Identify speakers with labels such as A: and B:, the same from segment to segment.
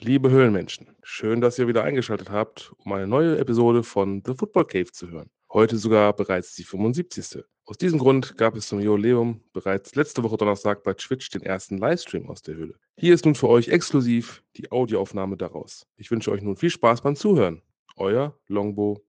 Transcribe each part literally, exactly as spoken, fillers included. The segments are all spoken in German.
A: Liebe Höhlenmenschen, schön, dass ihr wieder eingeschaltet habt, um eine neue Episode von The Football Cave zu hören. Heute sogar bereits die fünfundsiebzigste. Aus diesem Grund gab es zum Jubiläum bereits letzte Woche Donnerstag bei Twitch den ersten Livestream aus der Höhle. Hier ist nun für euch exklusiv die Audioaufnahme daraus. Ich wünsche euch nun viel Spaß beim Zuhören. Euer Longbow.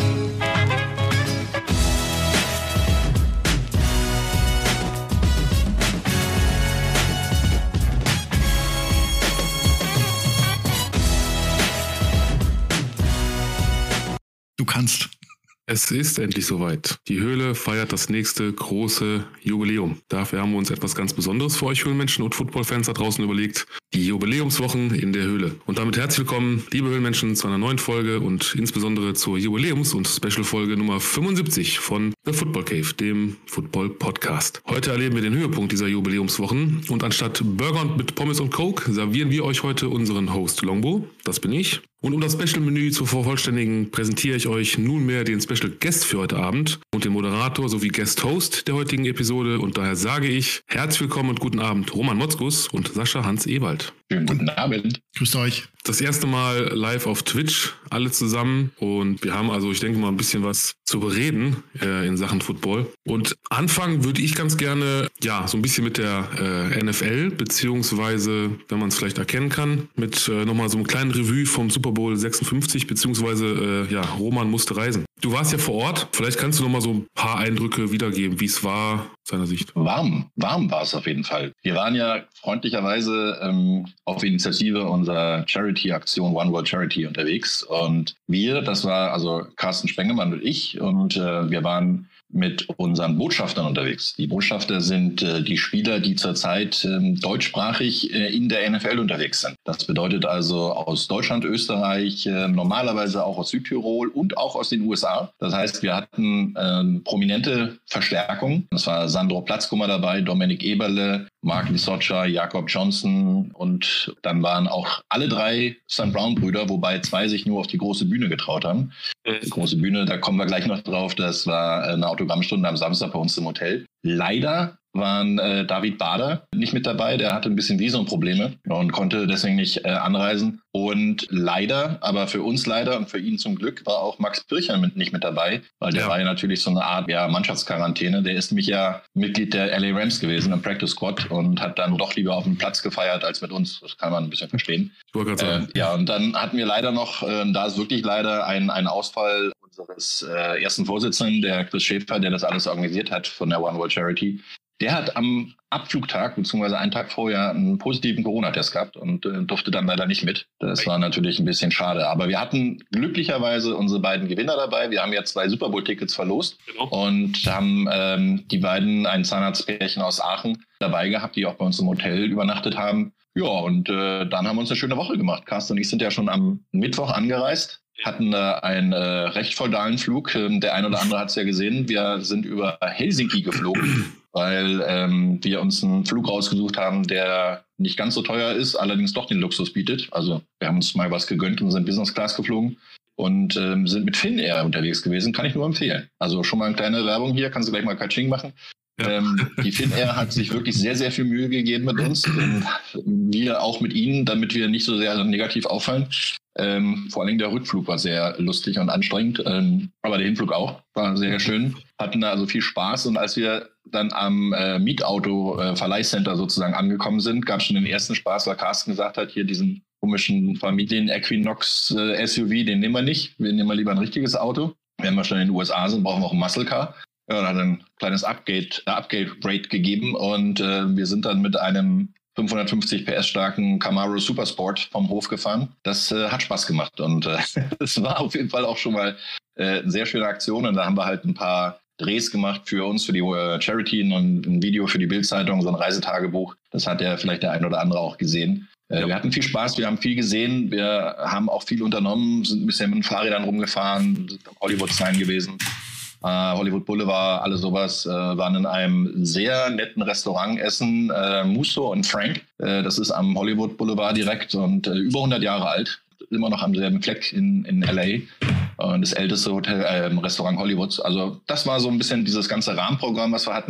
B: Du kannst.
C: Es ist endlich soweit. Die Höhle feiert das nächste große Jubiläum. Dafür haben wir uns etwas ganz Besonderes für euch Höhlenmenschen und Footballfans da draußen überlegt. Die Jubiläumswochen in der Höhle. Und damit herzlich willkommen, liebe Höhlenmenschen, zu einer neuen Folge und insbesondere zur Jubiläums- und Special-Folge Nummer fünfundsiebzig von The Football Cave, dem Football-Podcast. Heute erleben wir den Höhepunkt dieser Jubiläumswochen und anstatt Burger mit Pommes und Coke servieren wir euch heute unseren Host Longbow, das bin ich. Und um das Special-Menü zu vervollständigen, präsentiere ich euch nunmehr den Special Guest für heute Abend und den Moderator sowie Guest-Host der heutigen Episode. Und daher sage ich herzlich willkommen und guten Abend Roman Motzkus und Sascha Hans Ewald.
D: Schönen guten Abend.
B: Grüßt euch.
C: Das erste Mal live auf Twitch, alle zusammen. Und wir haben also, ich denke mal, ein bisschen was zu bereden äh, in Sachen Football. Und anfangen würde ich ganz gerne, ja, so ein bisschen mit der äh, N F L, beziehungsweise, wenn man es vielleicht erkennen kann, mit äh, nochmal so einem kleinen Revue vom Super Bowl sechsundfünfzig, beziehungsweise, äh, ja, Roman musste reisen. Du warst ja vor Ort. Vielleicht kannst du nochmal so ein paar Eindrücke wiedergeben, wie es war, aus seiner Sicht.
D: Warm, warm war es auf jeden Fall. Wir waren ja freundlicherweise ähm, auf Initiative unserer Charity-Aktion One World Charity unterwegs. Und wir, das war also Carsten Spengemann und ich, und äh, wir waren mit unseren Botschaftern unterwegs. Die Botschafter sind äh, die Spieler, die zurzeit äh, deutschsprachig äh, in der N F L unterwegs sind. Das bedeutet also aus Deutschland, Österreich, äh, normalerweise auch aus Südtirol und auch aus den U S A. Das heißt, wir hatten äh, prominente Verstärkung. Das war Sandro Platzkummer dabei, Dominik Eberle, Mark Lisocca, Jakob Johnson, und dann waren auch alle drei Sankt Brown-Brüder, wobei zwei sich nur auf die große Bühne getraut haben. Die große Bühne, da kommen wir gleich noch drauf, das war eine Autogrammstunde am Samstag bei uns im Hotel. Leider waren äh, David Bader nicht mit dabei, der hatte ein bisschen Visumprobleme und konnte deswegen nicht äh, anreisen. Und leider, aber für uns leider und für ihn zum Glück, war auch Max Pircher mit, nicht mit dabei, weil der ja. war ja natürlich so eine Art ja, Mannschaftsquarantäne. Der ist nämlich ja Mitglied der L A Rams gewesen im Practice Squad und hat dann doch lieber auf dem Platz gefeiert als mit uns. Das kann man ein bisschen verstehen.
C: Ich wollte gerade sagen.
D: Äh, ja, und dann hatten wir leider noch, äh, da ist wirklich leider ein, ein Ausfall unseres äh, ersten Vorsitzenden, der Chris Schäfer, der das alles organisiert hat von der One World Charity. Der hat am Abflugtag, beziehungsweise einen Tag vorher, einen positiven Corona-Test gehabt und äh, durfte dann leider nicht mit. Das war natürlich ein bisschen schade. Aber wir hatten glücklicherweise unsere beiden Gewinner dabei. Wir haben ja zwei Super Bowl-Tickets verlost genau. und haben ähm, die beiden, ein Zahnarztpärchen aus Aachen, dabei gehabt, die auch bei uns im Hotel übernachtet haben. Ja, und äh, dann haben wir uns eine schöne Woche gemacht. Carsten und ich sind ja schon am Mittwoch angereist. Hatten äh, einen äh, recht feudalen Flug. Ähm, der ein oder andere hat es ja gesehen. Wir sind über Helsinki geflogen, weil ähm, wir uns einen Flug rausgesucht haben, der nicht ganz so teuer ist, allerdings doch den Luxus bietet. Also wir haben uns mal was gegönnt und sind Business Class geflogen und ähm, sind mit Finnair unterwegs gewesen. Kann ich nur empfehlen. Also schon mal eine kleine Werbung hier. Kannst du gleich mal Katsching machen. Ja. Ähm, die Finnair hat sich wirklich sehr, sehr viel Mühe gegeben mit uns. Und wir auch mit ihnen, damit wir nicht so sehr negativ auffallen. Ähm, vor allen Dingen der Rückflug war sehr lustig und anstrengend, ähm, aber der Hinflug auch, war sehr schön. Hatten da also viel Spaß, und als wir dann am äh, Mietauto-Verleihcenter äh, sozusagen angekommen sind, gab es schon den ersten Spaß, weil Carsten gesagt hat, hier diesen komischen Familien-Equinox äh, S U V, den nehmen wir nicht, wir nehmen mal lieber ein richtiges Auto. Wenn wir schon in den U S A sind, brauchen wir auch ein Muscle Car. Ja, und hat ein kleines Upgrade, äh, Upgrade gegeben, und äh, wir sind dann mit einem fünfhundertfünfzig P S starken Camaro Supersport vom Hof gefahren. Das äh, hat Spaß gemacht, und es äh, war auf jeden Fall auch schon mal äh, eine sehr schöne Aktion. Und da haben wir halt ein paar Drehs gemacht für uns, für die äh, Charity, und ein Video für die Bild-Zeitung, so ein Reisetagebuch. Das hat ja vielleicht der ein oder andere auch gesehen. Äh, ja. Wir hatten viel Spaß, wir haben viel gesehen, wir haben auch viel unternommen, sind ein bisschen mit den Fahrrädern rumgefahren, sind am Hollywood-Sign gewesen. Uh, Hollywood Boulevard, alles sowas, äh, waren in einem sehr netten Restaurant essen, äh, Musso und Frank. Äh, das ist am Hollywood Boulevard direkt und äh, über hundert Jahre alt, immer noch am selben Fleck in, in L A. Und das älteste Hotel, äh, Restaurant Hollywoods. Also das war so ein bisschen dieses ganze Rahmenprogramm, was wir hatten.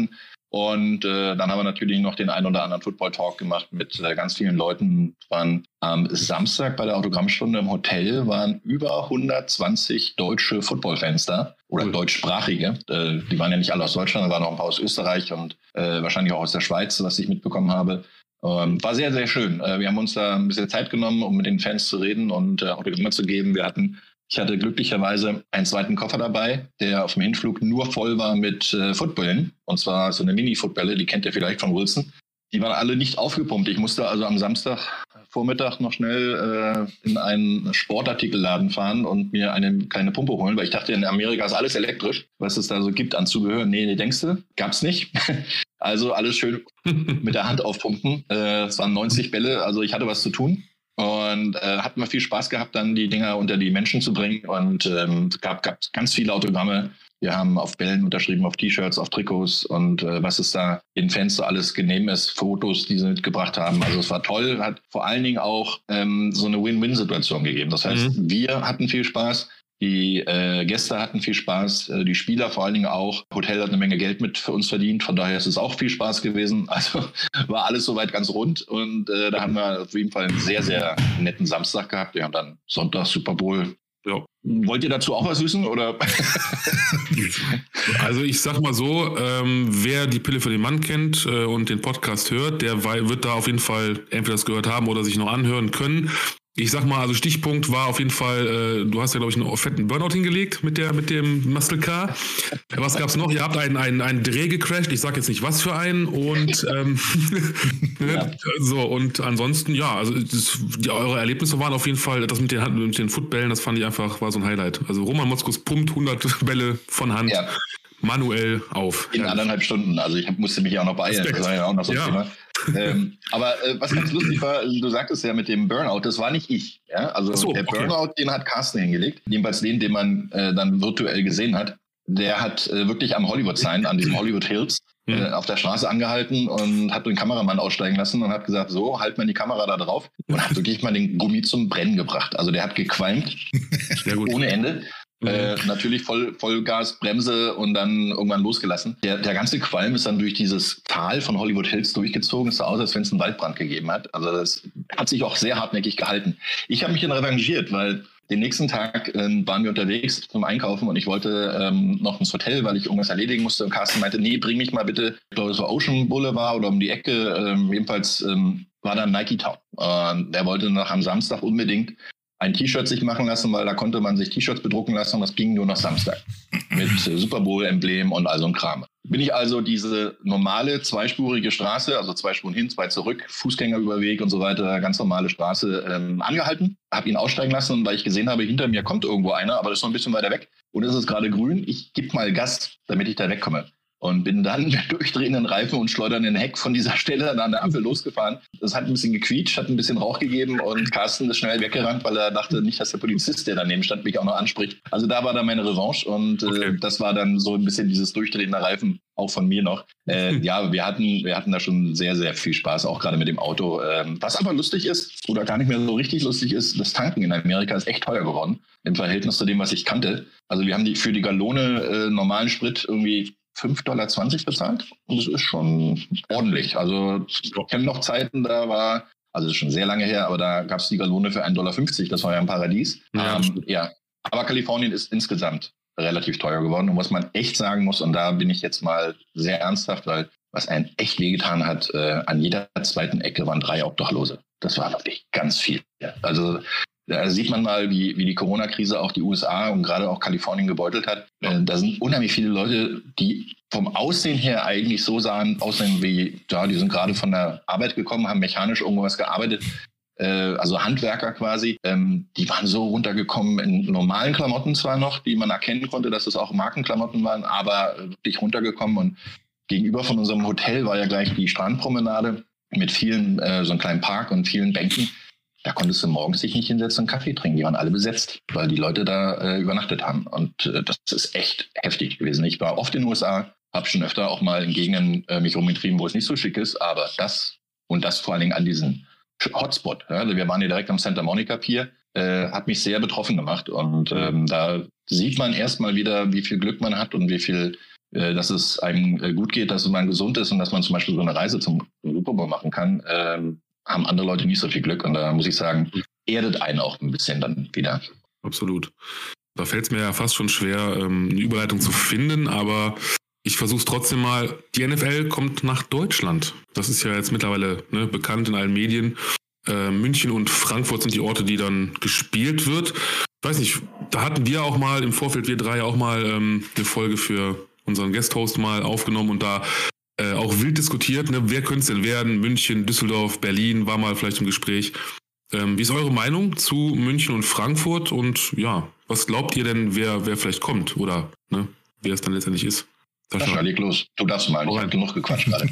D: Und äh, dann haben wir natürlich noch den einen oder anderen Football-Talk gemacht mit äh, ganz vielen Leuten. Waren am Samstag bei der Autogrammstunde im Hotel waren über hundertzwanzig deutsche Football-Fans da oder mhm. deutschsprachige. Äh, die waren ja nicht alle aus Deutschland, da waren noch ein paar aus Österreich und äh, wahrscheinlich auch aus der Schweiz, was ich mitbekommen habe. Ähm, war sehr, sehr schön. Äh, wir haben uns da ein bisschen Zeit genommen, um mit den Fans zu reden und äh, Autogramme zu geben. Wir hatten Ich hatte glücklicherweise einen zweiten Koffer dabei, der auf dem Hinflug nur voll war mit äh, Footballen. Und zwar so eine Mini-Footballe, die kennt ihr vielleicht von Wilson. Die waren alle nicht aufgepumpt. Ich musste also am Samstagvormittag noch schnell äh, in einen Sportartikelladen fahren und mir eine kleine Pumpe holen, weil ich dachte, in Amerika ist alles elektrisch, was es da so gibt an Zubehör. Nee, nee, denkst du? Gab's nicht. Also alles schön mit der Hand aufpumpen. Äh, es waren neunzig Bälle, also ich hatte was zu tun. Und äh, hat mir viel Spaß gehabt, dann die Dinger unter die Menschen zu bringen. Und ähm, es gab, gab ganz viele Autogramme. Wir haben auf Bällen unterschrieben, auf T-Shirts, auf Trikots und äh, was es da den Fans so alles genehm ist, Fotos, die sie mitgebracht haben. Also es war toll, hat vor allen Dingen auch ähm, so eine Win-Win-Situation gegeben. Das heißt, mhm. wir hatten viel Spaß. Die äh, Gäste hatten viel Spaß, äh, die Spieler vor allen Dingen auch. Hotel hat eine Menge Geld mit für uns verdient, von daher ist es auch viel Spaß gewesen. Also war alles soweit ganz rund und äh, da haben wir auf jeden Fall einen sehr, sehr netten Samstag gehabt. Wir haben dann Sonntag Super Bowl. Ja. Wollt ihr dazu auch was wissen? Oder?
C: Also ich sag mal so, ähm, wer die Pille für den Mann kennt äh, und den Podcast hört, der wird da auf jeden Fall entweder das gehört haben oder sich noch anhören können. Ich sag mal, also Stichpunkt war auf jeden Fall, äh, du hast ja, glaube ich, einen fetten Burnout hingelegt mit der mit dem Muscle Car. Was gab's noch? Ihr habt einen, einen, einen Dreh gecrashed, ich sag jetzt nicht was für einen und ähm, ja. so und ansonsten, ja, also das, die, eure Erlebnisse waren auf jeden Fall, das mit den, mit den Footbällen, das fand ich einfach, war so ein Highlight. Also Roman Motzkus pumpt hundert Bälle von Hand. Ja. Manuell auf.
D: In anderthalb Stunden. Also ich musste mich ja auch noch beeilen. Das war ja auch noch so ein ja. Thema. ähm, aber äh, was ganz lustig war, du sagtest ja mit dem Burnout, das war nicht ich. Ja? Also so, der Burnout, okay. den hat Carsten hingelegt. Jedenfalls den, den man äh, dann virtuell gesehen hat. Der hat äh, wirklich am Hollywood-Sign, an diesem Hollywood Hills, mhm. äh, auf der Straße angehalten und hat den Kameramann aussteigen lassen und hat gesagt, so, halt mal die Kamera da drauf. Und hat wirklich mal den Gummi zum Brennen gebracht. Also der hat gequalmt, ohne Ende. Mhm. Äh, natürlich voll, Vollgas, Bremse und dann irgendwann losgelassen. Der, der ganze Qualm ist dann durch dieses Tal von Hollywood Hills durchgezogen. Es sah aus, als wenn es einen Waldbrand gegeben hat. Also das hat sich auch sehr hartnäckig gehalten. Ich habe mich dann revanchiert, weil den nächsten Tag äh, waren wir unterwegs zum Einkaufen und ich wollte ähm, noch ins Hotel, weil ich irgendwas erledigen musste. Und Carsten meinte, nee, bring mich mal bitte, ich glaube, es war Ocean Boulevard oder um die Ecke. Ähm, jedenfalls ähm, war da Nike Town. Und er wollte noch am Samstag unbedingt ein T-Shirt sich machen lassen, weil da konnte man sich T-Shirts bedrucken lassen und das ging nur noch Samstag. Mit äh, Super Bowl-Emblem und all so ein Kram. Bin ich also diese normale zweispurige Straße, also zwei Spuren hin, zwei zurück, Fußgängerüberweg und so weiter, ganz normale Straße, ähm, angehalten, habe ihn aussteigen lassen und weil ich gesehen habe, hinter mir kommt irgendwo einer, aber das ist noch ein bisschen weiter weg und es ist gerade grün, ich gebe mal Gas, damit ich da wegkomme. Und bin dann mit durchdrehenden Reifen und schleudernden Heck von dieser Stelle an der Ampel losgefahren. Das hat ein bisschen gequietscht, hat ein bisschen Rauch gegeben und Carsten ist schnell weggerannt, weil er dachte nicht, dass der Polizist, der daneben stand, mich auch noch anspricht. Also da war dann meine Revanche und okay. äh, das war dann so ein bisschen dieses durchdrehende Reifen, auch von mir noch. Äh, ja, wir hatten, wir hatten da schon sehr, sehr viel Spaß, auch gerade mit dem Auto. Ähm, was aber lustig ist, oder gar nicht mehr so richtig lustig ist, das Tanken in Amerika ist echt teuer geworden, im Verhältnis zu dem, was ich kannte. Also wir haben die für die Gallone äh, normalen Sprit irgendwie fünf Dollar zwanzig bezahlt. Und das ist schon ordentlich. Also ich kenne noch Zeiten, da war, also das ist schon sehr lange her, aber da gab es die Gallone für ein Dollar fünfzig. Das war ja ein Paradies. Ja. Ähm, ja. Aber Kalifornien ist insgesamt relativ teuer geworden. Und was man echt sagen muss, und da bin ich jetzt mal sehr ernsthaft, weil was einen echt wehgetan hat, äh, an jeder zweiten Ecke waren drei Obdachlose. Das war wirklich ganz viel. Ja. Also da sieht man mal, wie, wie die Corona-Krise auch die U S A und gerade auch Kalifornien gebeutelt hat. Äh, da sind unheimlich viele Leute, die vom Aussehen her eigentlich so sahen, aussehen wie, ja, die sind gerade von der Arbeit gekommen, haben mechanisch irgendwas gearbeitet, äh, also Handwerker quasi. Ähm, die waren so runtergekommen in normalen Klamotten zwar noch, die man erkennen konnte, dass es auch Markenklamotten waren, aber wirklich runtergekommen. Und gegenüber von unserem Hotel war ja gleich die Strandpromenade mit vielen, äh, so einem kleinen Park und vielen Bänken. Da konntest du morgens dich nicht hinsetzen und Kaffee trinken. Die waren alle besetzt, weil die Leute da äh, übernachtet haben. Und äh, das ist echt heftig gewesen. Ich war oft in den U S A, habe schon öfter auch mal in Gegenden äh, mich rumgetrieben, wo es nicht so schick ist. Aber das und das vor allen Dingen an diesem Hotspot. Ja, also wir waren hier direkt am Santa Monica Pier. Äh, hat mich sehr betroffen gemacht. Und ähm, da sieht man erstmal wieder, wie viel Glück man hat und wie viel äh, dass es einem äh, gut geht, dass man gesund ist und dass man zum Beispiel so eine Reise zum Super Bowl machen kann, ähm, haben andere Leute nicht so viel Glück. Und da muss ich sagen, erdet einen auch ein bisschen dann wieder.
C: Absolut. Da fällt es mir ja fast schon schwer, ähm, eine Überleitung zu finden, aber ich versuche es trotzdem mal. Die N F L kommt nach Deutschland. Das ist ja jetzt mittlerweile ne, bekannt in allen Medien. Äh, München und Frankfurt sind die Orte, die dann gespielt wird. Ich weiß nicht, da hatten wir auch mal im Vorfeld, wir drei auch mal ähm, eine Folge für unseren Guest-Host mal aufgenommen und da äh, auch wild diskutiert. Ne? Wer könnte es denn werden? München, Düsseldorf, Berlin war mal vielleicht im Gespräch. Ähm, wie ist eure Meinung zu München und Frankfurt? Und ja, was glaubt ihr denn, wer, wer vielleicht kommt? Oder ne, wer es dann letztendlich ist?
D: Sascha, leg los. Du darfst mal. Ich habe genug gequatscht gerade.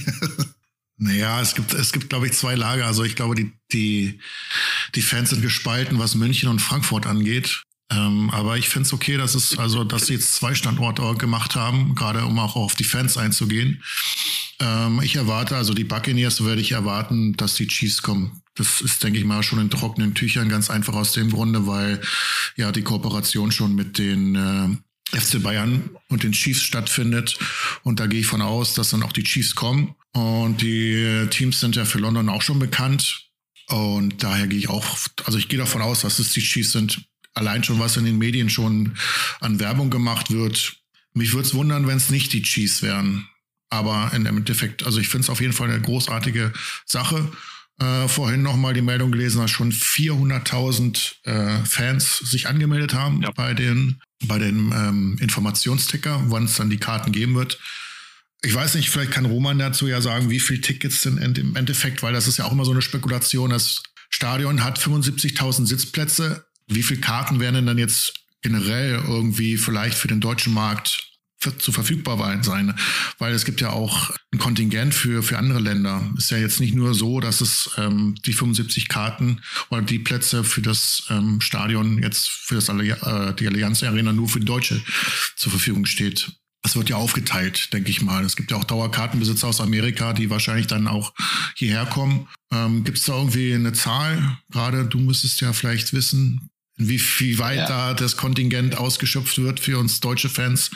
B: Naja, es gibt, es gibt, glaube ich, zwei Lager. Also ich glaube, die, die, die Fans sind gespalten, was München und Frankfurt angeht. Ähm, aber ich finde es okay, dass es, also, dass sie jetzt zwei Standorte gemacht haben, gerade um auch auf die Fans einzugehen. Ähm, ich erwarte, also die Buccaneers werde ich erwarten, dass die Chiefs kommen. Das ist, denke ich mal, schon in trockenen Tüchern, ganz einfach aus dem Grunde, weil ja die Kooperation schon mit den äh, F C Bayern und den Chiefs stattfindet. Und da gehe ich von aus, dass dann auch die Chiefs kommen. Und die Teams sind ja für London auch schon bekannt. Und daher gehe ich auch, also ich gehe davon aus, dass es die Chiefs sind. Allein schon, was in den Medien schon an Werbung gemacht wird. Mich würde es wundern, wenn es nicht die Chiefs wären. Aber im Endeffekt, also ich finde es auf jeden Fall eine großartige Sache. Äh, vorhin nochmal die Meldung gelesen, dass schon vierhunderttausend äh, Fans sich angemeldet haben ja. bei den, bei den ähm, Informationsticker, wann es dann die Karten geben wird. Ich weiß nicht, vielleicht kann Roman dazu ja sagen, wie viele Tickets denn im Endeffekt, weil das ist ja auch immer so eine Spekulation. Das Stadion hat fünfundsiebzigtausend Sitzplätze. Wie viele Karten werden denn dann jetzt generell irgendwie vielleicht für den deutschen Markt für, zu verfügbar sein? Weil es gibt ja auch ein Kontingent für, für andere Länder. Ist ja jetzt nicht nur so, dass es ähm, die fünfundsiebzig Karten oder die Plätze für das ähm, Stadion jetzt für das Alli- äh, die Allianz Arena nur für Deutsche zur Verfügung steht. Das wird ja aufgeteilt, denke ich mal. Es gibt ja auch Dauerkartenbesitzer aus Amerika, die wahrscheinlich dann auch hierher kommen. Ähm, gibt es da irgendwie eine Zahl? Gerade du müsstest ja vielleicht wissen, wie, wie weit ja. da das Kontingent ausgeschöpft wird für uns deutsche Fans.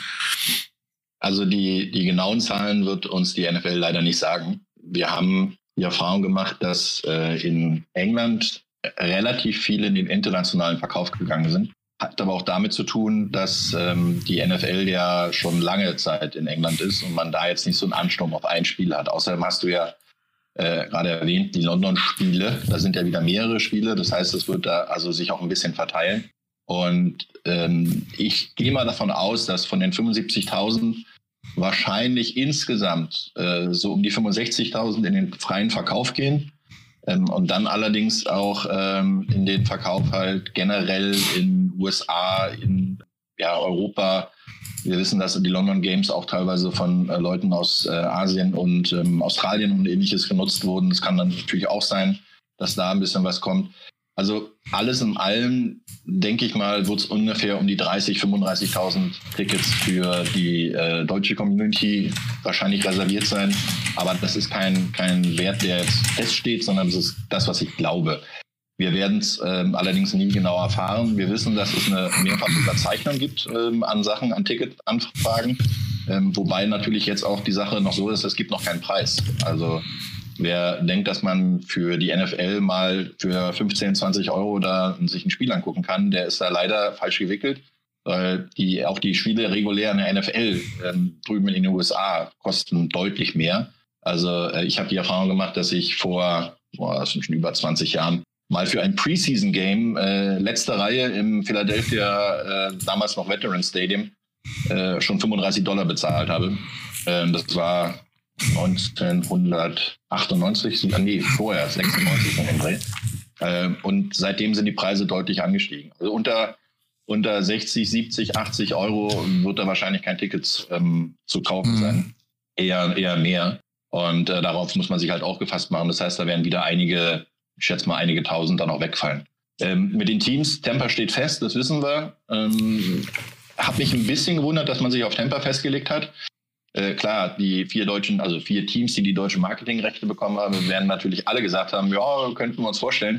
D: Also die, die genauen Zahlen wird uns die N F L leider nicht sagen. Wir haben die Erfahrung gemacht, dass äh, in England relativ viele in den internationalen Verkauf gegangen sind. Hat aber auch damit zu tun, dass ähm, die N F L ja schon lange Zeit in England ist und man da jetzt nicht so einen Ansturm auf ein Spiel hat. Außerdem hast du ja äh, gerade erwähnt, die London-Spiele. Da sind ja wieder mehrere Spiele. Das heißt, es wird da also sich auch ein bisschen verteilen. Und ähm, ich gehe mal davon aus, dass von den fünfundsiebzigtausend wahrscheinlich insgesamt äh, so um die fünfundsechzigtausend in den freien Verkauf gehen. Ähm, und dann allerdings auch ähm, in den Verkauf halt generell in U S A, in ja, Europa. Wir wissen, dass die London Games auch teilweise von äh, Leuten aus äh, Asien und ähm, Australien und Ähnliches genutzt wurden. Es kann dann natürlich auch sein, dass da ein bisschen was kommt. Also alles in allem, denke ich mal, wird es ungefähr um die dreißigtausend, fünfunddreißigtausend Tickets für die äh, deutsche Community wahrscheinlich reserviert sein. Aber das ist kein, kein Wert, der jetzt feststeht, sondern das ist das, was ich glaube. Wir werden es ähm, allerdings nie genau erfahren. Wir wissen, dass es eine mehrfache Überzeichnung gibt ähm, an Sachen, an Ticketanfragen. Ähm, wobei natürlich jetzt auch die Sache noch so ist, es gibt noch keinen Preis. Also wer denkt, dass man für die N F L mal für fünfzehn, zwanzig Euro da sich ein Spiel angucken kann, der ist da leider falsch gewickelt. Weil die, auch die Spiele regulär in der N F L ähm, drüben in den U S A kosten deutlich mehr. Also äh, ich habe die Erfahrung gemacht, dass ich vor, boah, das sind schon über zwanzig Jahren, mal für ein Preseason-Game, äh, letzte Reihe im Philadelphia, äh, damals noch Veterans Stadium, äh, schon fünfunddreißig Dollar bezahlt habe. Ähm, das war neunzehnhundertachtundneunzig, nee, vorher, sechsundneunzig von dem Dreh. Äh, und seitdem sind die Preise deutlich angestiegen. Also unter, unter sechzig, siebzig, achtzig Euro wird da wahrscheinlich kein Ticket ähm, zu kaufen mhm. sein. Eher, eher mehr. Und äh, darauf muss man sich halt auch gefasst machen. Das heißt, da werden wieder einige, ich schätze mal einige tausend dann auch wegfallen. Ähm, mit den Teams, Tampa steht fest, das wissen wir. Ähm, hab mich ein bisschen gewundert, dass man sich auf Tampa festgelegt hat. Äh, klar, die vier deutschen, also vier Teams, die die deutschen Marketingrechte bekommen haben, werden natürlich alle gesagt haben, ja, könnten wir uns vorstellen.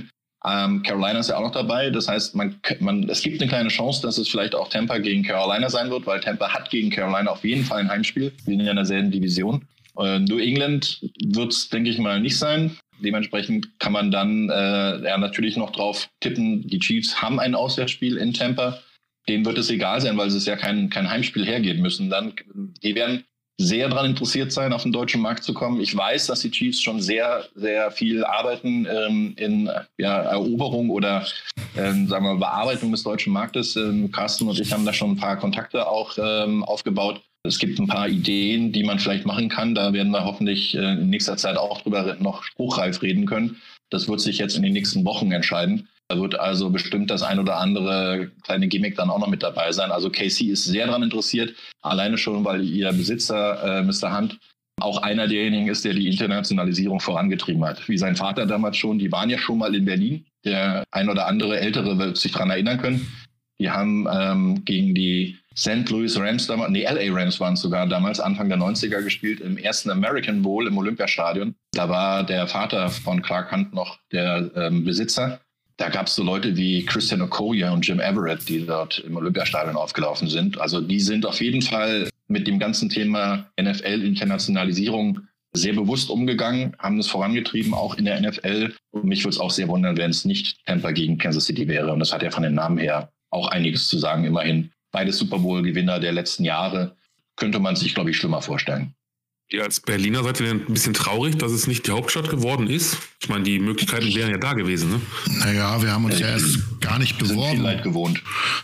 D: Ähm, Carolina ist ja auch noch dabei. Das heißt, man, man, es gibt eine kleine Chance, dass es vielleicht auch Tampa gegen Carolina sein wird, weil Tampa hat gegen Carolina auf jeden Fall ein Heimspiel. Wir sind ja in derselben Division. Äh, New England wird es, denke ich mal, nicht sein. Dementsprechend kann man dann äh, ja, natürlich noch drauf tippen, die Chiefs haben ein Auswärtsspiel in Tampa. Denen wird es egal sein, weil sie es ja kein, kein Heimspiel hergeben müssen. Dann, die werden sehr daran interessiert sein, auf den deutschen Markt zu kommen. Ich weiß, dass die Chiefs schon sehr, sehr viel arbeiten ähm, in ja, Eroberung oder ähm, sagen wir, Bearbeitung des deutschen Marktes. Ähm, Carsten und ich haben da schon ein paar Kontakte auch ähm, aufgebaut. Es gibt ein paar Ideen, die man vielleicht machen kann. Da werden wir hoffentlich äh, in nächster Zeit auch drüber noch spruchreif reden können. Das wird sich jetzt in den nächsten Wochen entscheiden. Da wird also bestimmt das ein oder andere kleine Gimmick dann auch noch mit dabei sein. Also K C ist sehr daran interessiert, alleine schon, weil ihr Besitzer, äh, Mister Hunt, auch einer derjenigen ist, der die Internationalisierung vorangetrieben hat. Wie sein Vater damals schon, die waren ja schon mal in Berlin. Der ein oder andere Ältere wird sich daran erinnern können. Die haben ähm, gegen die Saint Louis Rams damals, nee, L A Rams waren es sogar damals, Anfang der neunziger gespielt, im ersten American Bowl im Olympiastadion. Da war der Vater von Clark Hunt noch der ähm, Besitzer. Da gab es so Leute wie Christian Okoye und Jim Everett, die dort im Olympiastadion aufgelaufen sind. Also die sind auf jeden Fall mit dem ganzen Thema N F L-Internationalisierung sehr bewusst umgegangen, haben es vorangetrieben, auch in der N F L. Und mich würde es auch sehr wundern, wenn es nicht Tampa gegen Kansas City wäre. Und das hat ja von den Namen her auch einiges zu sagen. Immerhin beide Super Bowl-Gewinner der letzten Jahre. Könnte man sich, glaube ich, schlimmer vorstellen.
C: Ihr als Berliner seid ihr ein bisschen traurig, dass es nicht die Hauptstadt geworden ist? Ich meine, die Möglichkeiten wären ja da gewesen, ne?
B: Naja, wir haben uns ja, ja erst gar nicht beworben.
D: Sind viel Leid gewohnt.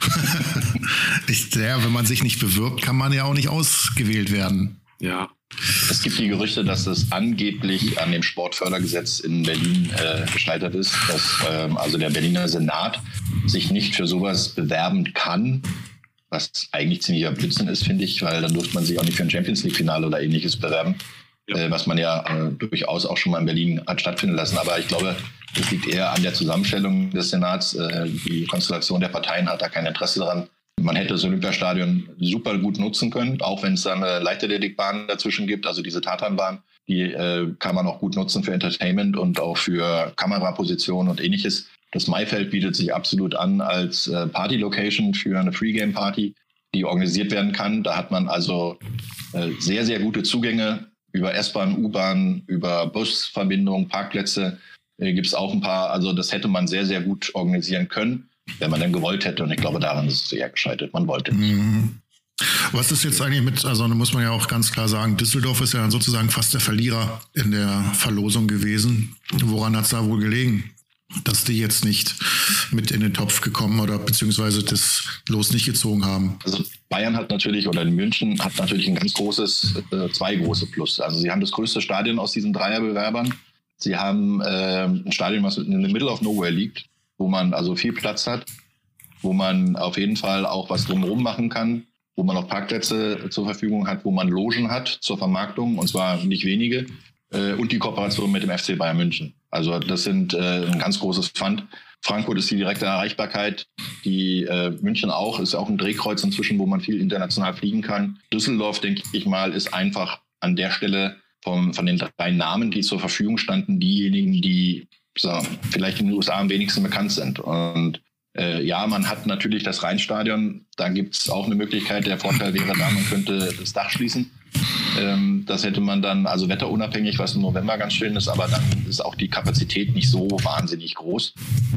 B: ich, ja, wenn man sich nicht bewirbt, kann man ja auch nicht ausgewählt werden.
C: Ja.
D: Es gibt die Gerüchte, dass das angeblich an dem Sportfördergesetz in Berlin äh, gescheitert ist, dass ähm, also der Berliner Senat sich nicht für sowas bewerben kann, was eigentlich ziemlicher Blödsinn ist, finde ich, weil dann dürfte man sich auch nicht für ein Champions-League-Finale oder ähnliches bewerben, ja. äh, was man ja äh, durchaus auch schon mal in Berlin hat stattfinden lassen. Aber ich glaube, das liegt eher an der Zusammenstellung des Senats. Äh, die Konstellation der Parteien hat da kein Interesse daran. Man hätte das Olympiastadion super gut nutzen können, auch wenn es da eine Leichtathletikbahn dazwischen gibt, also diese Tatanbahn, die äh, kann man auch gut nutzen für Entertainment und auch für Kamerapositionen und ähnliches. Das Maifeld bietet sich absolut an als äh, Party-Location für eine Free-Game-Party, die organisiert werden kann. Da hat man also äh, sehr, sehr gute Zugänge über S-Bahn, U-Bahn, über Busverbindungen, Parkplätze. Äh, gibt es auch ein paar. Also das hätte man sehr, sehr gut organisieren können, wenn man denn gewollt hätte. Und ich glaube, daran ist es eher gescheitert. Man wollte nicht.
B: Mhm. Was ist jetzt eigentlich mit, also da muss man ja auch ganz klar sagen, Düsseldorf ist ja sozusagen fast der Verlierer in der Verlosung gewesen. Woran hat es da wohl gelegen, dass die jetzt nicht mit in den Topf gekommen oder beziehungsweise das Los nicht gezogen haben?
D: Also Bayern hat natürlich, oder München hat natürlich ein ganz großes, äh, zwei große Plus. Also sie haben das größte Stadion aus diesen Dreierbewerbern. Sie haben äh, ein Stadion, was in the middle of nowhere liegt, wo man also viel Platz hat, wo man auf jeden Fall auch was drumherum machen kann, wo man auch Parkplätze zur Verfügung hat, wo man Logen hat zur Vermarktung, und zwar nicht wenige, äh, und die Kooperation mit dem F C Bayern München. Also das sind äh, ein ganz großes Pfand. Frankfurt ist die direkte Erreichbarkeit, die äh, München auch, ist auch ein Drehkreuz inzwischen, wo man viel international fliegen kann. Düsseldorf, denke ich mal, ist einfach an der Stelle vom, von den drei Namen, die zur Verfügung standen, diejenigen, die so, vielleicht in den U S A am wenigsten bekannt sind. Und äh, ja, man hat natürlich das Rheinstadion, da gibt es auch eine Möglichkeit. Der Vorteil wäre da, man könnte das Dach schließen. Ähm, das hätte man dann, also wetterunabhängig, was im November ganz schön ist, aber dann ist auch die Kapazität nicht so wahnsinnig groß.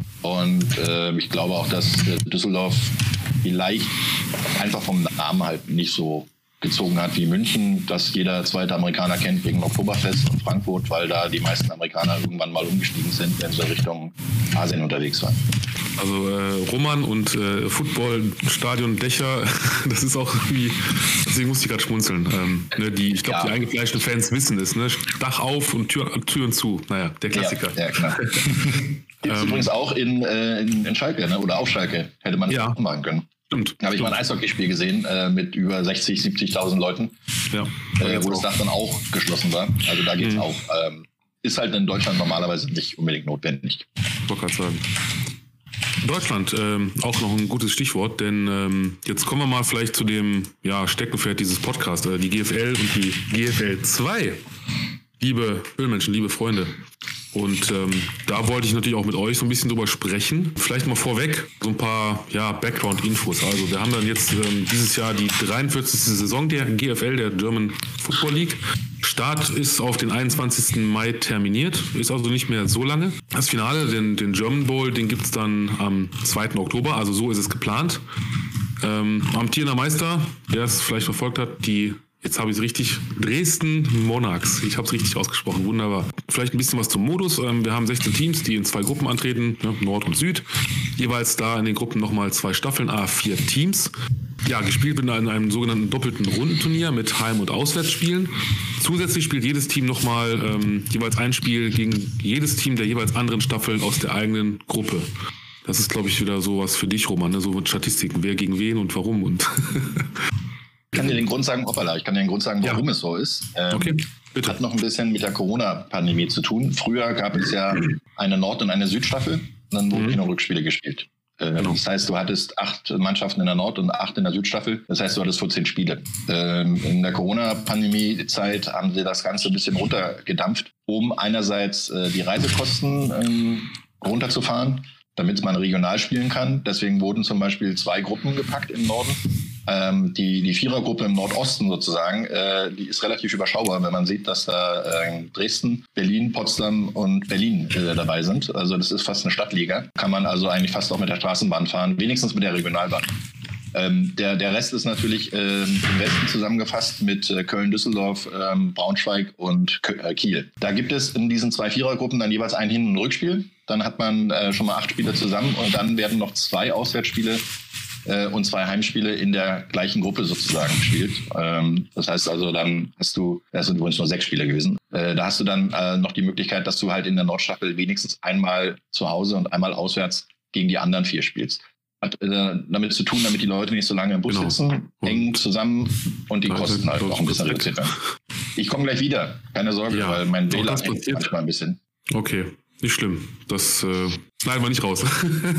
D: Und äh, ich glaube auch, dass äh, Düsseldorf vielleicht einfach vom Namen halt nicht so gezogen hat wie München, dass jeder zweite Amerikaner kennt wegen Oktoberfest, und Frankfurt, weil da die meisten Amerikaner irgendwann mal umgestiegen sind, wenn sie Richtung Asien unterwegs waren.
C: Also äh, Roman und äh, Footballstadion, Dächer, das ist auch irgendwie, deswegen musste ich gerade schmunzeln. Ähm, ne, die, ich glaube, ja. Die eingefleischten Fans wissen es, ne? Dach auf und Tür, Türen zu. Naja, der Klassiker.
D: Ja, ja klar. Gibt es übrigens auch in, äh, in, in Schalke, ne? Oder auf Schalke, hätte man das ja auch machen können.
C: Stimmt.
D: Da habe ich mal ein Eishockeyspiel gesehen äh, mit über sechzig, siebzigtausend Leuten,
C: ja,
D: äh, wo das Dach dann auch geschlossen war. Also da geht es mhm. auch. Ähm, ist halt in Deutschland normalerweise nicht unbedingt notwendig.
C: Ich wollte gerade sagen. Deutschland, ähm, auch noch ein gutes Stichwort, denn ähm, jetzt kommen wir mal vielleicht zu dem ja, Steckenpferd dieses Podcasts, äh, die G F L und die G F L zwei. Liebe Höhlenmenschen, liebe Freunde, Und ähm, da wollte ich natürlich auch mit euch so ein bisschen drüber sprechen. Vielleicht mal vorweg so ein paar ja, Background-Infos. Also wir haben dann jetzt ähm, dieses Jahr die dreiundvierzigste Saison der G F L, der German Football League. Start ist auf den einundzwanzigsten Mai terminiert, ist also nicht mehr so lange. Das Finale, den, den German Bowl, den gibt es dann am zweiten Oktober, also so ist es geplant. Ähm, amtierender Meister, der es vielleicht verfolgt hat, die... Jetzt habe ich es richtig. Dresden Monarchs. Ich habe es richtig ausgesprochen. Wunderbar. Vielleicht ein bisschen was zum Modus. Wir haben sechzehn Teams, die in zwei Gruppen antreten, Nord und Süd. Jeweils da in den Gruppen nochmal zwei Staffeln, à vier Teams. Ja, gespielt wird in einem sogenannten doppelten Rundenturnier mit Heim- und Auswärtsspielen. Zusätzlich spielt jedes Team nochmal ähm, jeweils ein Spiel gegen jedes Team der jeweils anderen Staffeln aus der eigenen Gruppe. Das ist, glaube ich, wieder sowas für dich, Roman, ne? So mit Statistiken. Wer gegen wen und warum und...
D: Ich kann dir den Grund sagen, hoppala, ich kann dir den Grund sagen, warum
C: ja.
D: es so ist. Ähm,
C: okay, bitte.
D: Hat noch ein bisschen mit der Corona-Pandemie zu tun. Früher gab es ja eine Nord- und eine Südstaffel, und dann wurden mhm. nur Rückspiele gespielt. Ähm, genau. Das heißt, du hattest acht Mannschaften in der Nord- und acht in der Südstaffel. Das heißt, du hattest vierzehn Spiele. Ähm, in der Corona-Pandemie-Zeit haben sie das Ganze ein bisschen runtergedampft, um einerseits äh, die Reisekosten ähm, runterzufahren, damit man regional spielen kann. Deswegen wurden zum Beispiel zwei Gruppen gepackt im Norden. Ähm, die, die Vierergruppe im Nordosten sozusagen, äh, die ist relativ überschaubar, wenn man sieht, dass da äh, Dresden, Berlin, Potsdam und Berlin äh, dabei sind. Also das ist fast eine Stadtliga. Kann man also eigentlich fast auch mit der Straßenbahn fahren, wenigstens mit der Regionalbahn. Ähm, der, der Rest ist natürlich äh, im Westen zusammengefasst mit äh, Köln, Düsseldorf, ähm, Braunschweig und K- äh, Kiel. Da gibt es in diesen zwei Vierergruppen dann jeweils ein Hin- und Rückspiel. Dann hat man äh, schon mal acht Spiele zusammen und dann werden noch zwei Auswärtsspiele äh, und zwei Heimspiele in der gleichen Gruppe sozusagen gespielt. Ähm, das heißt also, dann hast du, das sind übrigens nur sechs Spiele gewesen, äh, da hast du dann äh, noch die Möglichkeit, dass du halt in der Nordstaffel wenigstens einmal zu Hause und einmal auswärts gegen die anderen vier spielst. Hat äh, damit zu tun, damit die Leute nicht so lange im Bus genau. sitzen, eng zusammen und die Kosten halt auch ein bisschen reduziert werden. Ich komme gleich wieder, keine Sorge, ja, weil mein W L A N hängt manchmal ein bisschen.
C: Okay, nicht schlimm. Das äh, schneiden wir nicht raus.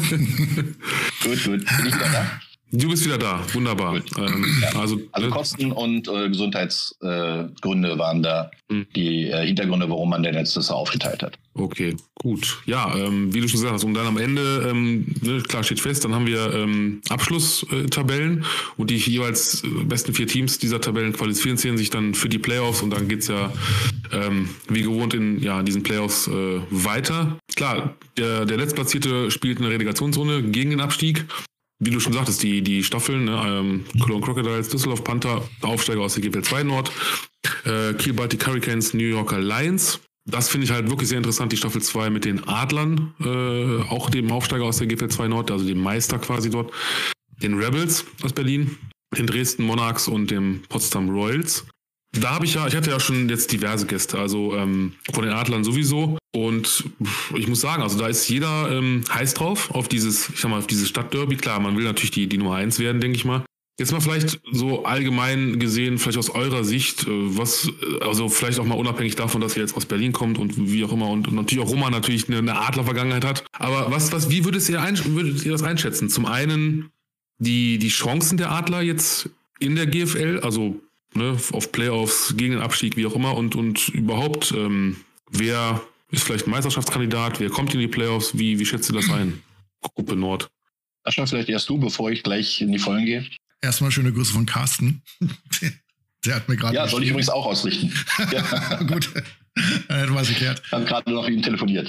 D: Gut, gut. Bin ich wieder da?
C: Du bist wieder da, wunderbar. Ähm,
D: ja.
C: Also,
D: also
C: äh,
D: Kosten und äh, Gesundheitsgründe äh, waren da hm. die äh, Hintergründe, warum man denn jetzt das so aufgeteilt hat.
C: Okay, gut. Ja, ähm, wie du schon gesagt hast, und dann am Ende, ähm, ne, klar steht fest, dann haben wir ähm, Abschlusstabellen und die jeweils besten vier Teams dieser Tabellen qualifizieren sich dann für die Playoffs und dann geht's ja ähm, wie gewohnt in ja, diesen Playoffs äh, weiter. Klar, der, der Letztplatzierte spielt eine Relegationsrunde gegen den Abstieg. Wie du schon sagtest, die, die Staffeln, ne, ähm, Cologne Crocodiles, Düsseldorf Panther, Aufsteiger aus der G F L zwei Nord, äh, Kiel Baltic Hurricanes, New Yorker Lions. Das finde ich halt wirklich sehr interessant, die Staffel zwei mit den Adlern, äh, auch dem Aufsteiger aus der G F L zwei Nord, also dem Meister quasi dort, den Rebels aus Berlin, den Dresden Monarchs und dem Potsdam Royals. Da habe ich ja, ich hatte ja schon jetzt diverse Gäste, also ähm, von den Adlern sowieso. Und ich muss sagen, also da ist jeder ähm, heiß drauf, auf dieses, ich sag mal, auf dieses Stadtderby. Klar, man will natürlich die, die Nummer eins werden, denke ich mal. Jetzt mal vielleicht so allgemein gesehen, vielleicht aus eurer Sicht, äh, was, also vielleicht auch mal unabhängig davon, dass ihr jetzt aus Berlin kommt und wie auch immer und, und natürlich auch Roman natürlich eine, eine Adler-Vergangenheit hat. Aber was, was, wie würdet ihr, ein, würdet ihr das einschätzen? Zum einen die, die Chancen der Adler jetzt in der G F L, also ne, auf Playoffs, gegen den Abstieg, wie auch immer und, und überhaupt, ähm, wer ist vielleicht ein Meisterschaftskandidat, wer kommt in die Playoffs, wie, wie schätzt ihr das ein? Gruppe Nord.
D: Sascha, vielleicht erst du, bevor ich gleich in die Vollen gehe.
B: Erstmal schöne Grüße von Carsten. Der, der hat mir gerade.
D: Ja, soll ich übrigens auch ausrichten.
B: Ja. Gut, dann hätten wir es geklärt.
D: Ich habe gerade noch mit ihm telefoniert.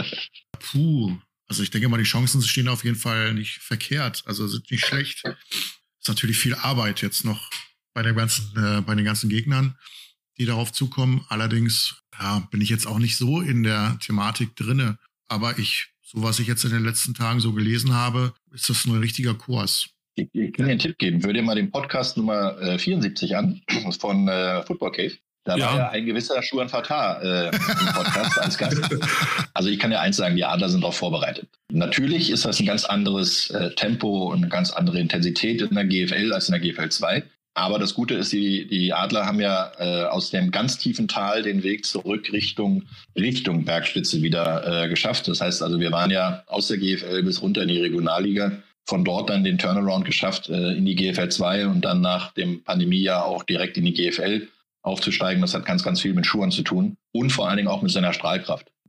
B: Puh, also ich denke mal, die Chancen stehen auf jeden Fall nicht verkehrt. Also sind nicht schlecht. Ist natürlich viel Arbeit jetzt noch bei, der ganzen, äh, bei den ganzen Gegnern, die darauf zukommen. Allerdings ja, bin ich jetzt auch nicht so in der Thematik drinne. Aber ich, so was ich jetzt in den letzten Tagen so gelesen habe, ist das ein richtiger Kurs.
D: Ich, ich kann dir einen Tipp geben. Hör dir mal den Podcast Nummer äh, vierundsiebzig an von äh, Football Cave. Da ja. war ja ein gewisser Shuan Fatah äh, im Podcast als Gast. Also ich kann dir eins sagen, die Adler sind darauf vorbereitet. Natürlich ist das ein ganz anderes äh, Tempo und eine ganz andere Intensität in der G F L als in der G F L zwei. Aber das Gute ist, die, die Adler haben ja äh, aus dem ganz tiefen Tal den Weg zurück Richtung, Richtung Bergspitze wieder äh, geschafft. Das heißt also, wir waren ja aus der G F L bis runter in die Regionalliga. Von dort dann den Turnaround geschafft äh, in die G F L zwei und dann nach dem Pandemiejahr auch direkt in die G F L aufzusteigen. Das hat ganz, ganz viel mit Schuhen zu tun und vor allen Dingen auch mit seiner Strahlkraft.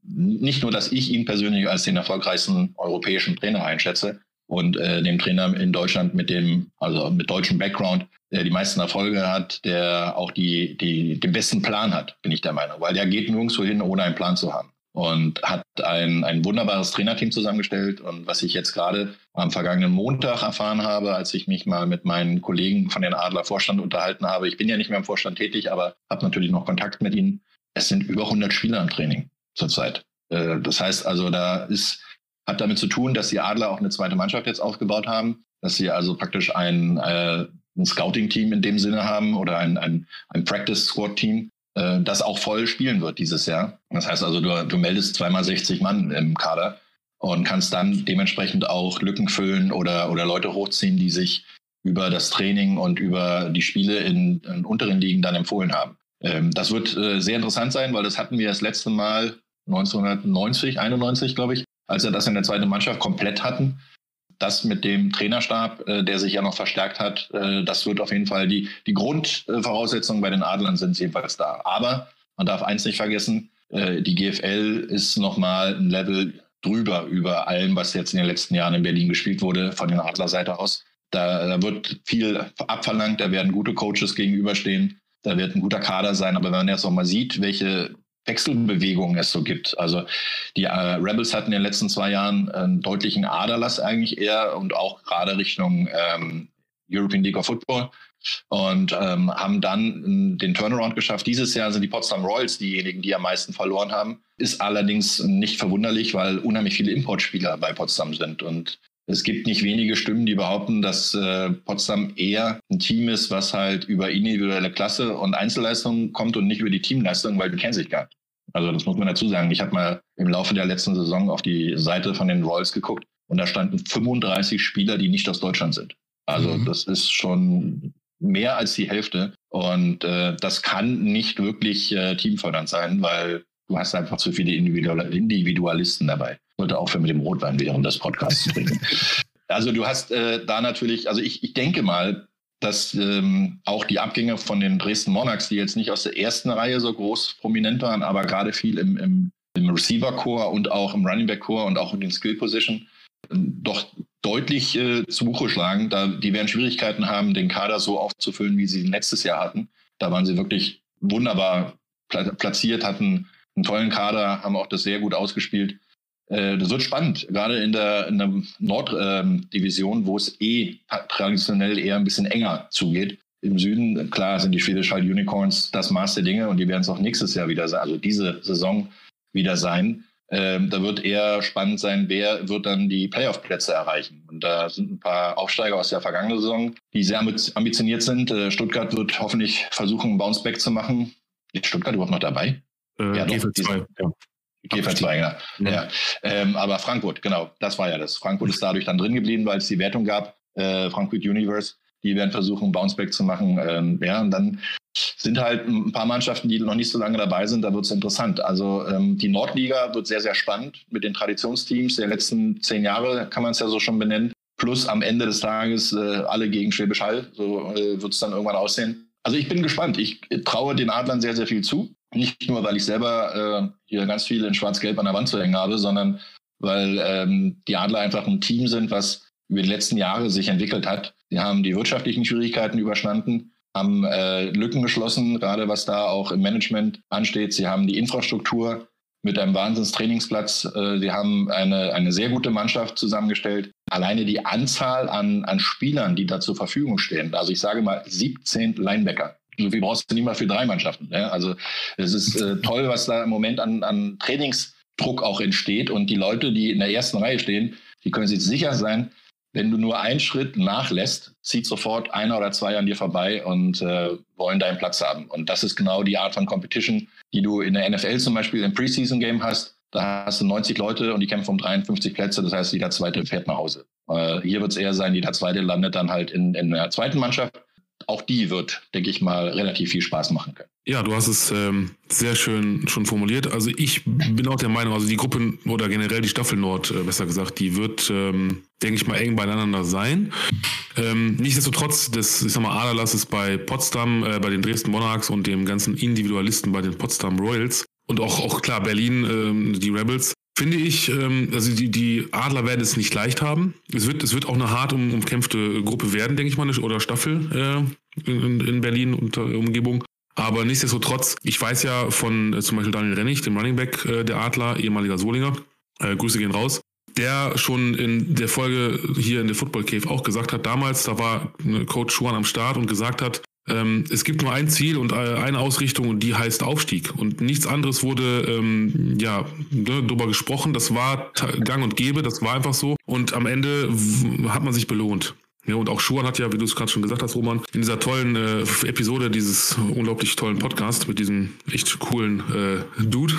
D: nicht nur, dass ich ihn persönlich als den erfolgreichsten europäischen Trainer einschätze und äh, dem Trainer in Deutschland mit dem, also mit deutschem Background, der die meisten Erfolge hat, der auch die, die, den besten Plan hat, bin ich der Meinung. Weil der geht nirgendwo hin, ohne einen Plan zu haben. Und hat ein, ein wunderbares Trainerteam zusammengestellt. Und was ich jetzt gerade am vergangenen Montag erfahren habe, als ich mich mal mit meinen Kollegen von den Adler Vorstand unterhalten habe, ich bin ja nicht mehr im Vorstand tätig, aber habe natürlich noch Kontakt mit ihnen. Es sind über hundert Spieler im Training zurzeit. Das heißt also, da ist, hat damit zu tun, dass die Adler auch eine zweite Mannschaft jetzt aufgebaut haben, dass sie also praktisch ein, ein Scouting-Team in dem Sinne haben oder ein, ein, ein Practice-Squad-Team, das auch voll spielen wird dieses Jahr. Das heißt also, du, du meldest zweimal sechzig Mann im Kader und kannst dann dementsprechend auch Lücken füllen oder, oder Leute hochziehen, die sich über das Training und über die Spiele in, in unteren Ligen dann empfohlen haben. Ähm, das wird äh, sehr interessant sein, weil das hatten wir das letzte Mal neunzehnhundertneunzig, einundneunzig, glaube ich, als wir das in der zweiten Mannschaft komplett hatten. Das mit dem Trainerstab, äh, der sich ja noch verstärkt hat, äh, das wird auf jeden Fall die, die Grundvoraussetzungen bei den Adlern sind jedenfalls da. Aber man darf eins nicht vergessen, äh, die G F L ist nochmal ein Level drüber über allem, was jetzt in den letzten Jahren in Berlin gespielt wurde von der Adlerseite aus. Da, da wird viel abverlangt, da werden gute Coaches gegenüberstehen, da wird ein guter Kader sein. Aber wenn man jetzt noch mal sieht, welche Wechselbewegungen es so gibt. Also die äh, Rebels hatten in den letzten zwei Jahren einen deutlichen Aderlass eigentlich eher und auch gerade Richtung ähm, European League of Football und ähm, haben dann den Turnaround geschafft. Dieses Jahr sind die Potsdam Royals diejenigen, die am meisten verloren haben. Ist allerdings nicht verwunderlich, weil unheimlich viele Importspieler bei Potsdam sind und es gibt nicht wenige Stimmen, die behaupten, dass äh, Potsdam eher ein Team ist, was halt über individuelle Klasse und Einzelleistungen kommt und nicht über die Teamleistung, weil die kennen sich gar nicht. Also das muss man dazu sagen. Ich habe mal im Laufe der letzten Saison auf die Seite von den Royals geguckt und da standen fünfunddreißig Spieler, die nicht aus Deutschland sind. Also mhm. das ist schon mehr als die Hälfte und äh, das kann nicht wirklich äh, teamfördernd sein, weil du hast einfach zu viele Individualisten dabei. Sollte aufhören mit dem Rotwein während des Podcasts zu trinken. Also du hast äh, da natürlich, also ich, ich denke mal, dass ähm, auch die Abgänge von den Dresden Monarchs, die jetzt nicht aus der ersten Reihe so groß prominent waren, aber gerade viel im, im, im Receiver-Core und auch im Running-Back-Core und auch in den Skill-Position äh, doch deutlich äh, zu Buche schlagen. Da, die werden Schwierigkeiten haben, den Kader so aufzufüllen, wie sie ihn letztes Jahr hatten. Da waren sie wirklich wunderbar platziert, hatten einen tollen Kader, haben auch das sehr gut ausgespielt. Äh, das wird spannend, gerade in der, in der Norddivision, ähm, wo es eh traditionell eher ein bisschen enger zugeht. Im Süden, klar, sind die Schwedish Wild Unicorns das Maß der Dinge und die werden es auch nächstes Jahr wieder sein, also diese Saison wieder sein. Ähm, da wird eher spannend sein, wer wird dann die Playoff-Plätze erreichen. Und da sind ein paar Aufsteiger aus der vergangenen Saison, die sehr ambitioniert sind. Äh, Stuttgart wird hoffentlich versuchen, ein Bounceback zu machen. Ist Stuttgart überhaupt noch dabei?
C: Äh,
D: ja,
C: G V zwei, ja.
D: G V zwei, ja. ja. ja. Ähm, aber Frankfurt, genau, das war ja das. Frankfurt ist dadurch dann drin geblieben, weil es die Wertung gab. Äh, Frankfurt Universe, die werden versuchen, Bounceback zu machen. Ähm, ja, und dann sind halt ein paar Mannschaften, die noch nicht so lange dabei sind, da wird es interessant. Also ähm, die Nordliga wird sehr, sehr spannend mit den Traditionsteams der letzten zehn Jahre, kann man es ja so schon benennen. Plus am Ende des Tages äh, alle gegen Schwäbisch Hall, so äh, wird es dann irgendwann aussehen. Also ich bin gespannt. Ich traue den Adlern sehr, sehr viel zu. Nicht nur, weil ich selber äh, hier ganz viel in Schwarz-Gelb an der Wand zu hängen habe, sondern weil ähm, die Adler einfach ein Team sind, was über die letzten Jahre sich entwickelt hat. Sie haben die wirtschaftlichen Schwierigkeiten überstanden, haben äh, Lücken geschlossen, gerade was da auch im Management ansteht. Sie haben die Infrastruktur mit einem Wahnsinns-Trainingsplatz. Äh, sie haben eine, eine sehr gute Mannschaft zusammengestellt. Alleine die Anzahl an, an Spielern, die da zur Verfügung stehen, also ich sage mal siebzehn Linebacker. So viel brauchst du nicht mal für drei Mannschaften. Ne? Also es ist äh, toll, was da im Moment an, an Trainingsdruck auch entsteht. Und die Leute, die in der ersten Reihe stehen, die können sich sicher sein, wenn du nur einen Schritt nachlässt, zieht sofort einer oder zwei an dir vorbei und äh, wollen deinen Platz haben. Und das ist genau die Art von Competition, die du in der N F L zum Beispiel im Preseason-Game hast. Da hast du neunzig Leute und die kämpfen um dreiundfünfzig Plätze. Das heißt, jeder Zweite fährt nach Hause. Äh, hier wird es eher sein, jeder Zweite landet dann halt in, in der zweiten Mannschaft. Auch die wird, denke ich mal, relativ viel Spaß machen können.
C: Ja, du hast es ähm, sehr schön schon formuliert. Also ich bin auch der Meinung, also die Gruppe oder generell die Staffel Nord, äh, besser gesagt, die wird, ähm, denke ich mal, eng beieinander sein. Ähm, nichtsdestotrotz, das, ich sag mal, Aderlass ist bei Potsdam, äh, bei den Dresden Monarchs und dem ganzen Individualisten bei den Potsdam Royals. Und auch, auch klar, Berlin, ähm, die Rebels, finde ich, ähm, also die, die Adler werden es nicht leicht haben. Es wird, es wird auch eine hart um, umkämpfte Gruppe werden, denke ich mal, oder Staffel äh, in, in Berlin und der Umgebung. Aber nichtsdestotrotz, ich weiß ja von äh, zum Beispiel Daniel Rennig, dem Running Back äh, der Adler, ehemaliger Solinger, äh, Grüße gehen raus, der schon in der Folge hier in der Football Cave auch gesagt hat, damals, da war Coach Schuhan am Start und gesagt hat, ähm, es gibt nur ein Ziel und eine Ausrichtung und die heißt Aufstieg. Und nichts anderes wurde ähm, ja ne, darüber gesprochen. Das war gang und gäbe, das war einfach so. Und am Ende w- hat man sich belohnt. Ja, und auch Schuhan hat ja, wie du es gerade schon gesagt hast, Roman, in dieser tollen äh, Episode dieses unglaublich tollen Podcasts mit diesem echt coolen äh, Dude.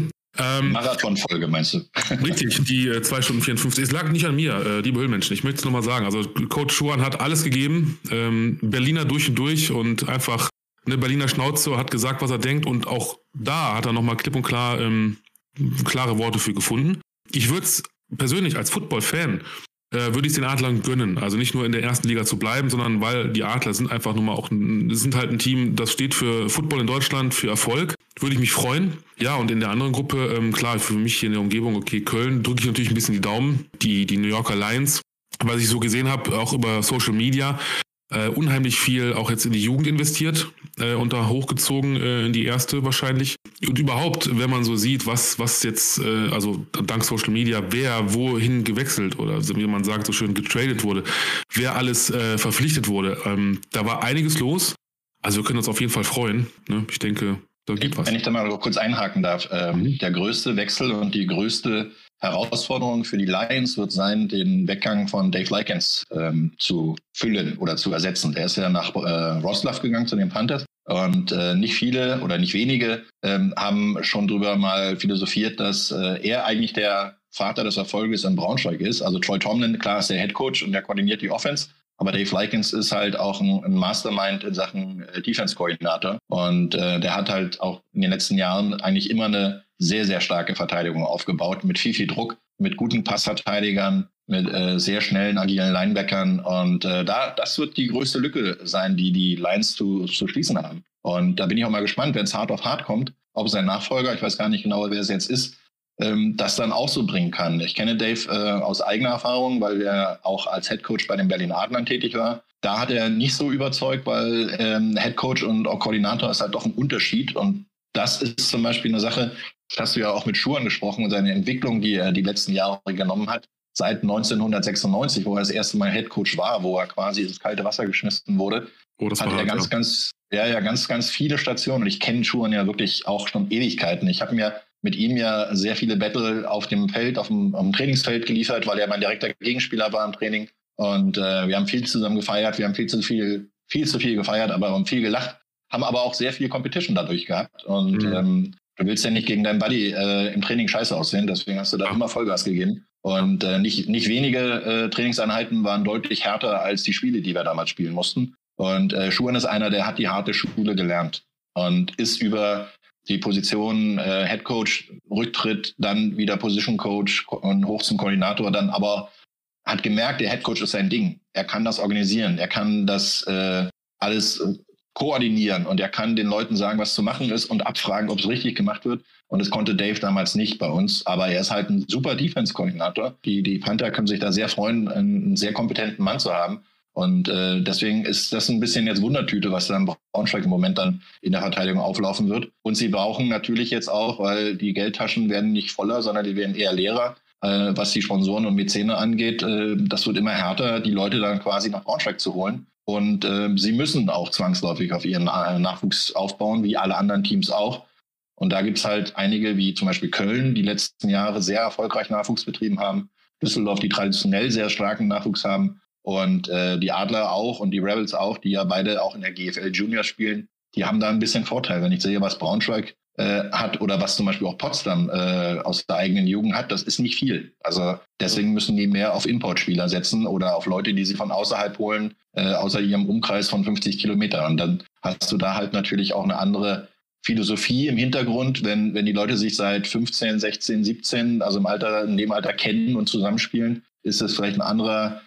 D: Ähm, Marathon-Folge, meinst du?
C: Richtig, die äh, zwei Stunden vierundfünfzig. Es lag nicht an mir, äh, liebe Höhlenmenschen. Ich möchte es nochmal sagen. Also Coach Schuhan hat alles gegeben. Ähm, Berliner durch und durch und einfach eine Berliner Schnauze, hat gesagt, was er denkt. Und auch da hat er nochmal klipp und klar ähm, klare Worte für gefunden. Ich würde es persönlich als Football-Fan äh, würde ich den Adlern gönnen. Also nicht nur in der ersten Liga zu bleiben, sondern weil die Adler sind einfach nun mal auch, ein, sind halt ein Team, das steht für Football in Deutschland, für Erfolg. Würde ich mich freuen. Ja, und in der anderen Gruppe, ähm, klar, für mich hier in der Umgebung, okay, Köln, drücke ich natürlich ein bisschen die Daumen. Die, die New Yorker Lions, was ich so gesehen habe, auch über Social Media, äh, unheimlich viel auch jetzt in die Jugend investiert äh, und da hochgezogen äh, in die erste wahrscheinlich. Und überhaupt, wenn man so sieht, was, was jetzt, äh, also dank Social Media, wer wohin gewechselt oder wie man sagt, so schön getradet wurde, wer alles äh, verpflichtet wurde, ähm, da war einiges los. Also wir können uns auf jeden Fall freuen. Ne? Ich denke, da geht was.
D: Wenn ich da mal kurz einhaken darf, ähm, mhm. der größte Wechsel und die größte Herausforderung für die Lions wird sein, den Weggang von Dave Likens ähm, zu füllen oder zu ersetzen. Der ist ja nach äh, Wrocław gegangen zu den Panthers und äh, nicht viele oder nicht wenige ähm, haben schon drüber mal philosophiert, dass äh, er eigentlich der Vater des Erfolges in Braunschweig ist. Also Troy Tomlin, klar, ist der Head Coach und der koordiniert die Offense. Aber Dave Likens ist halt auch ein, ein Mastermind in Sachen äh, Defense-Koordinator. Und äh, der hat halt auch in den letzten Jahren eigentlich immer eine sehr, sehr starke Verteidigung aufgebaut. Mit viel, viel Druck, mit guten Passverteidigern, mit äh, sehr schnellen, agilen Linebackern. Und äh, da, das wird die größte Lücke sein, die die Lions zu, zu schließen haben. Und da bin ich auch mal gespannt, wenn es hart auf hart kommt, ob sein Nachfolger, ich weiß gar nicht genau, wer es jetzt ist, das dann auch so bringen kann. Ich kenne Dave äh, aus eigener Erfahrung, weil er auch als Headcoach bei den Berlin Adlern tätig war. Da hat er nicht so überzeugt, weil ähm, Headcoach und auch Koordinator ist halt doch ein Unterschied. Und das ist zum Beispiel eine Sache, das hast du ja auch mit Schuhan gesprochen und seine Entwicklung, die er die letzten Jahre genommen hat. Seit neunzehnhundertsechsundneunzig, wo er das erste Mal Headcoach war, wo er quasi ins kalte Wasser geschmissen wurde, oh, das hat er ganz, ja. ganz, ja, ja, ganz, ganz viele Stationen. Und ich kenne Schuhan ja wirklich auch schon Ewigkeiten. Ich habe mir mit ihm ja sehr viele Battle auf dem Feld, auf dem, auf dem Trainingsfeld geliefert, weil er mein direkter Gegenspieler war im Training. Und äh, wir haben viel zusammen gefeiert, wir haben viel zu viel, viel zu viel gefeiert, aber haben viel gelacht, haben aber auch sehr viel Competition dadurch gehabt. Und mhm. ähm, du willst ja nicht gegen deinen Buddy äh, im Training scheiße aussehen, deswegen hast du da immer Vollgas gegeben. Und äh, nicht, nicht wenige äh, Trainingseinheiten waren deutlich härter als die Spiele, die wir damals spielen mussten. Und äh, Schuhan ist einer, der hat die harte Schule gelernt und ist über die Position äh, Head Coach, Rücktritt, dann wieder Position Coach und hoch zum Koordinator, dann aber hat gemerkt, der Head Coach ist sein Ding. Er kann das organisieren, er kann das äh, alles äh, koordinieren und er kann den Leuten sagen, was zu machen ist und abfragen, ob es richtig gemacht wird. Und das konnte Dave damals nicht bei uns, aber er ist halt ein super Defense-Koordinator. Die, die Panther können sich da sehr freuen, einen sehr kompetenten Mann zu haben. Und äh, deswegen ist das ein bisschen jetzt Wundertüte, was dann Braunschweig im Moment dann in der Verteidigung auflaufen wird. Und sie brauchen natürlich jetzt auch, weil die Geldtaschen werden nicht voller, sondern die werden eher leerer, äh, was die Sponsoren und Mäzene angeht. Äh, das wird immer härter, die Leute dann quasi nach Braunschweig zu holen. Und äh, sie müssen auch zwangsläufig auf ihren äh, Nachwuchs aufbauen, wie alle anderen Teams auch. Und da gibt's halt einige, wie zum Beispiel Köln, die letzten Jahre sehr erfolgreich Nachwuchs betrieben haben. Düsseldorf, die traditionell sehr starken Nachwuchs haben. Und äh, die Adler auch und die Rebels auch, die ja beide auch in der G F L Junior spielen, die haben da ein bisschen Vorteil. Wenn ich sehe, was Braunschweig äh, hat oder was zum Beispiel auch Potsdam äh, aus der eigenen Jugend hat, das ist nicht viel. Also deswegen müssen die mehr auf Importspieler setzen oder auf Leute, die sie von außerhalb holen, äh, außer ihrem Umkreis von fünfzig Kilometern. Und dann hast du da halt natürlich auch eine andere Philosophie im Hintergrund, wenn, wenn die Leute sich seit fünfzehn, sechzehn, siebzehn, also im Alter, in dem Alter kennen und zusammenspielen, ist es vielleicht ein anderer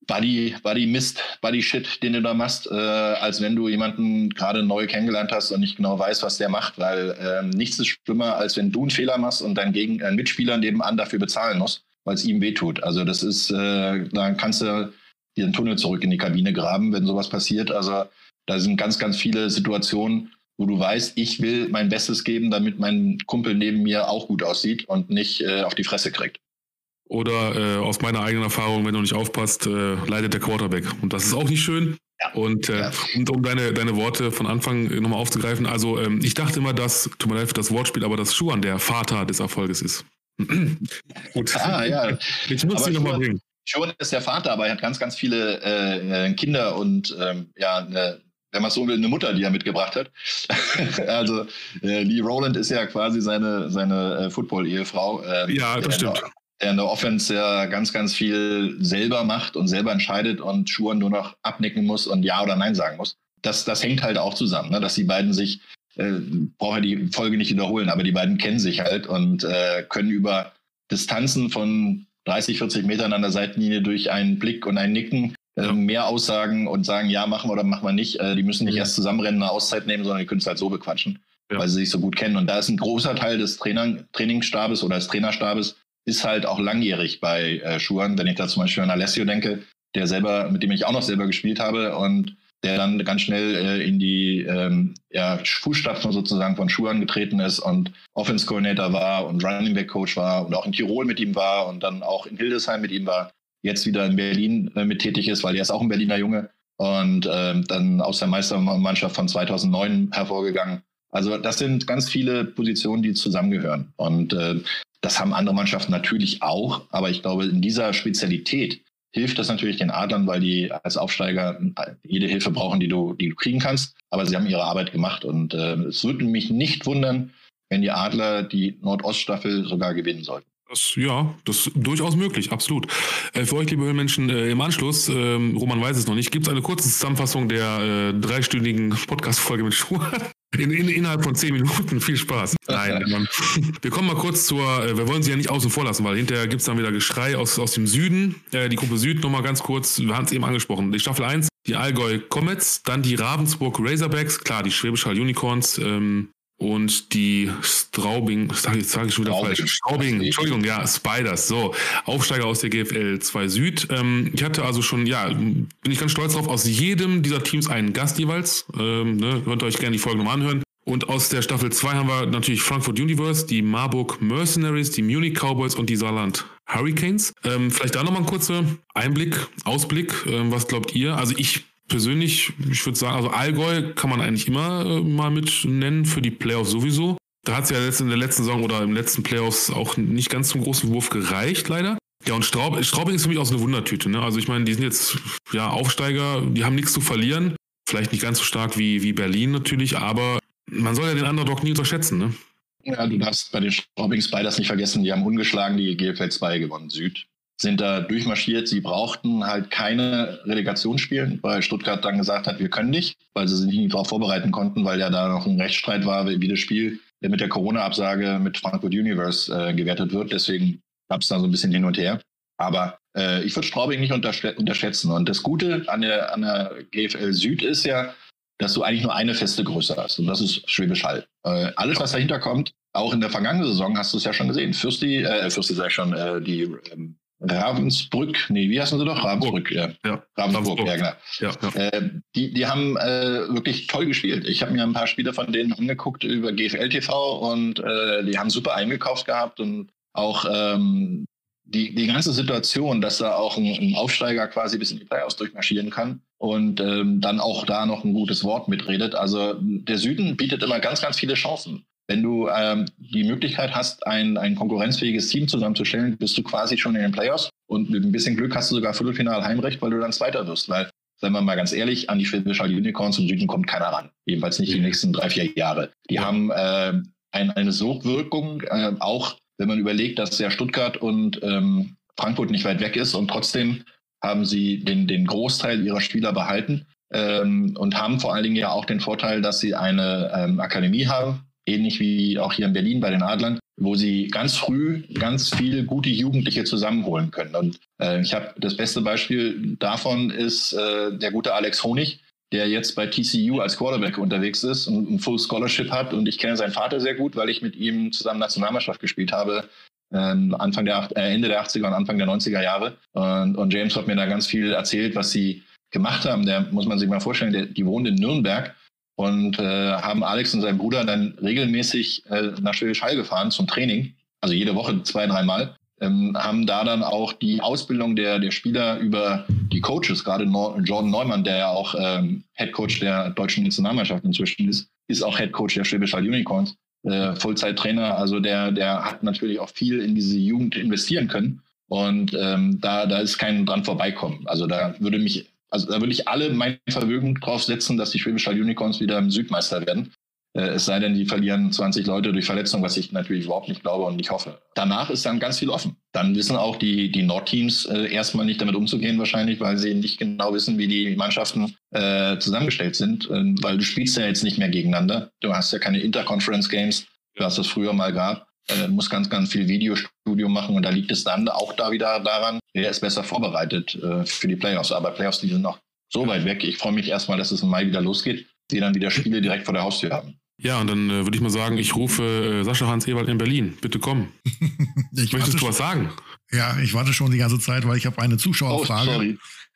D: Buddy, Buddy Mist, Buddy Shit, den du da machst, äh, als wenn du jemanden gerade neu kennengelernt hast und nicht genau weißt, was der macht, weil äh, nichts ist schlimmer, als wenn du einen Fehler machst und dein Gegen äh, Mitspieler nebenan dafür bezahlen muss, weil es ihm wehtut. Also das ist, äh, dann kannst du dir einen Tunnel zurück in die Kabine graben, wenn sowas passiert. Also da sind ganz, ganz viele Situationen, wo du weißt, ich will mein Bestes geben, damit mein Kumpel neben mir auch gut aussieht und nicht äh, auf die Fresse kriegt.
C: Oder äh, aus meiner eigenen Erfahrung, wenn du nicht aufpasst, äh, leidet der Quarterback. Und das ist auch nicht schön.
D: Ja.
C: Und, äh,
D: Ja.
C: und um deine, deine Worte von Anfang nochmal aufzugreifen, also ähm, ich dachte immer, dass, tut mir leid für das Wortspiel, aber dass Schuhan der Vater des Erfolges ist. Gut.
D: Ah, ja.
C: Ich muss
D: Aber
C: ihn nochmal
D: Schuhan-
C: bringen.
D: Schon ist der Vater, aber er hat ganz, ganz viele äh, Kinder und ähm, ja, eine, wenn man so will, eine Mutter, die er mitgebracht hat. Also äh, Lee Rowland ist ja quasi seine, seine äh, Football-Ehefrau. Ähm,
C: Ja, das
D: der,
C: stimmt.
D: Der in der Offense ja ganz, ganz viel selber macht und selber entscheidet und Schuhan nur noch abnicken muss und Ja oder Nein sagen muss. Das, das hängt halt auch zusammen, ne? Dass die beiden sich, äh, brauche ja die Folge nicht wiederholen, aber die beiden kennen sich halt und äh, können über Distanzen von dreißig, vierzig Metern an der Seitenlinie durch einen Blick und ein Nicken äh,
C: Ja.
D: mehr aussagen und sagen, ja, machen wir oder machen wir nicht. Äh, die müssen nicht
C: Mhm.
D: erst zusammenrennen, eine Auszeit nehmen, sondern die können es halt so bequatschen,
C: Ja.
D: weil sie sich so gut kennen. Und da ist ein großer Teil des Trainer, Trainingsstabes oder des Trainerstabes ist halt auch langjährig bei äh, Schuhan. Wenn ich da zum Beispiel an Alessio denke, der selber, mit dem ich auch noch selber gespielt habe und der dann ganz schnell äh, in die ähm, ja, Fußstapfen sozusagen von Schuhan getreten ist und Offense Coordinator war und Running Back Coach war und auch in Tirol mit ihm war und dann auch in Hildesheim mit ihm war, jetzt wieder in Berlin äh, mit tätig ist, weil er ist auch ein Berliner Junge und ähm, dann aus der Meistermannschaft von zweitausendneun hervorgegangen. Also das sind ganz viele Positionen, die zusammengehören und äh, das haben andere Mannschaften natürlich auch, aber ich glaube, in dieser Spezialität hilft das natürlich den Adlern, weil die als Aufsteiger jede Hilfe brauchen, die du, die du kriegen kannst. Aber sie haben ihre Arbeit gemacht und äh, es würde mich nicht wundern, wenn die Adler die Nordoststaffel sogar gewinnen sollten.
C: Das, ja, das ist durchaus möglich, absolut. Äh, für euch, liebe Höhlenmenschen, äh, im Anschluss, ähm, Roman weiß es noch nicht, gibt es eine kurze Zusammenfassung der äh, dreistündigen Podcast-Folge mit Schuhan. In, in, innerhalb von zehn Minuten. Viel Spaß. Nein, ähm, wir kommen mal kurz zur, äh, wir wollen sie ja nicht außen vor lassen, weil hinterher gibt es dann wieder Geschrei aus, aus dem Süden. Äh, die Gruppe Süd nochmal ganz kurz, wir haben es eben angesprochen. Die Staffel eins, die Allgäu Comets, dann die Ravensburg Razorbacks, klar, die Schwäbisch Hall Unicorns, ähm, und die Straubing, sag, jetzt sage ich schon wieder
D: Straubing.
C: falsch. Straubing, Entschuldigung, ja, Spiders, so, Aufsteiger aus der G F L zwei Süd. Ähm, ich hatte also schon, ja, bin ich ganz stolz drauf, aus jedem dieser Teams einen Gast jeweils. Ähm, ne, könnt ihr euch gerne die Folge nochmal anhören. Und aus der Staffel zwei haben wir natürlich Frankfurt Universe, die Marburg Mercenaries, die Munich Cowboys und die Saarland Hurricanes. Ähm, vielleicht da nochmal ein kurzer Einblick, Ausblick. Ähm, was glaubt ihr? Also ich persönlich, ich würde sagen, also Allgäu kann man eigentlich immer äh, mal mit nennen für die Playoffs sowieso. Da hat es ja jetzt in der letzten Saison oder im letzten Playoffs auch nicht ganz zum großen Wurf gereicht, leider. Ja, und Straub, Straubing ist für mich auch so eine Wundertüte. Ne? Also ich meine, die sind jetzt ja Aufsteiger, die haben nichts zu verlieren. Vielleicht nicht ganz so stark wie, wie Berlin natürlich, aber man soll ja den Underdog nie unterschätzen, ne?
D: Ja, du darfst bei den Straubing Spiders nicht vergessen, die haben ungeschlagen die G F L zwei gewonnen, Süd. Sind da durchmarschiert. Sie brauchten halt keine Relegationsspielen, weil Stuttgart dann gesagt hat, wir können nicht, weil sie sich nicht darauf vorbereiten konnten, weil ja da noch ein Rechtsstreit war, wie das Spiel mit der Corona-Absage mit Frankfurt Universe äh, gewertet wird. Deswegen gab es da so ein bisschen hin und her. Aber äh, ich würde Straubing nicht untersch- unterschätzen. Und das Gute an der, an der G F L Süd ist ja, dass du eigentlich nur eine feste Größe hast. Und das ist Schwäbisch Hall. Äh, alles, was dahinter kommt, auch in der vergangenen Saison hast du es ja schon gesehen. Fürsti, äh, Fürsti sag ich schon, äh, die ähm, Ravensbrück, nee, wie heißen sie doch? Ravensbrück, ja.
C: Ja,
D: Ravensburg,
C: Ravensburg.
D: ja, genau.
C: Ja, ja.
D: Äh, die, die haben äh, wirklich toll gespielt. Ich habe mir ein paar Spiele von denen angeguckt über G F L T V und äh, die haben super eingekauft gehabt und auch ähm, die, die ganze Situation, dass da auch ein, ein Aufsteiger quasi bis in die Playoffs durchmarschieren kann und ähm, dann auch da noch ein gutes Wort mitredet. Also der Süden bietet immer ganz, ganz viele Chancen. Wenn du ähm, die Möglichkeit hast, ein, ein konkurrenzfähiges Team zusammenzustellen, bist du quasi schon in den Playoffs und mit ein bisschen Glück hast du sogar Viertelfinal Heimrecht, weil du dann Zweiter wirst. Weil, seien wir mal ganz ehrlich, an die Schwäbisch Hall Unicorns im Süden kommt keiner ran. Jedenfalls nicht die nächsten drei, vier Jahre. Die
C: Ja.
D: haben äh, ein, eine Sogwirkung, äh, auch wenn man überlegt, dass ja Stuttgart und ähm, Frankfurt nicht weit weg ist und trotzdem haben sie den, den Großteil ihrer Spieler behalten ähm, und haben vor allen Dingen ja auch den Vorteil, dass sie eine ähm, Akademie haben, ähnlich wie auch hier in Berlin bei den Adlern, wo sie ganz früh ganz viel gute Jugendliche zusammenholen können. Und äh, ich habe das beste Beispiel davon ist äh, der gute Alex Honig, der jetzt bei T C U als Quarterback unterwegs ist und ein Full Scholarship hat. Und ich kenne seinen Vater sehr gut, weil ich mit ihm zusammen Nationalmannschaft gespielt habe, ähm, Anfang der, äh, Ende der achtziger und Anfang der neunziger Jahre. Und, und James hat mir da ganz viel erzählt, was sie gemacht haben. Der muss man sich mal vorstellen, der, die wohnen in Nürnberg und äh, haben Alex und sein Bruder dann regelmäßig äh, nach Schwäbisch Hall gefahren zum Training, also jede Woche zwei, dreimal. Ähm, haben da dann auch die Ausbildung der, der Spieler über die Coaches, gerade no- Jordan Neumann, der ja auch ähm, Headcoach der deutschen Nationalmannschaft inzwischen ist, ist auch Headcoach der Schwäbisch Hall Unicorns, äh, Vollzeittrainer. Also der, der hat natürlich auch viel in diese Jugend investieren können und ähm, da, da ist kein dran vorbeikommen. Also da würde mich, also da würde ich alle mein Vermögen drauf setzen, dass die Schwäbisch Hall Unicorns wieder im Südmeister werden. Es sei denn, die verlieren zwanzig Leute durch Verletzung, was ich natürlich überhaupt nicht glaube und nicht hoffe. Danach ist dann ganz viel offen. Dann wissen auch die, die Nordteams äh, erstmal nicht damit umzugehen wahrscheinlich, weil sie nicht genau wissen, wie die Mannschaften äh, zusammengestellt sind. Äh, weil du spielst ja jetzt nicht mehr gegeneinander. Du hast ja keine Interconference-Games, du hast das früher mal gehabt. Du äh, musst ganz, ganz viel Videostudium machen und da liegt es dann auch da wieder daran, wer ist besser vorbereitet äh, für die Playoffs. Aber Playoffs, die sind noch so weit weg. Ich freue mich erstmal, dass es im Mai wieder losgeht, die dann wieder Spiele direkt vor der Haustür haben.
C: Ja, und dann äh, würde ich mal sagen, ich rufe äh, Sascha Hans Ewald in Berlin. Bitte komm.
B: ich
C: Möchtest du was sagen?
B: Ja, ich warte schon die ganze Zeit, weil ich habe eine Zuschauerfrage.
D: Oh, sorry.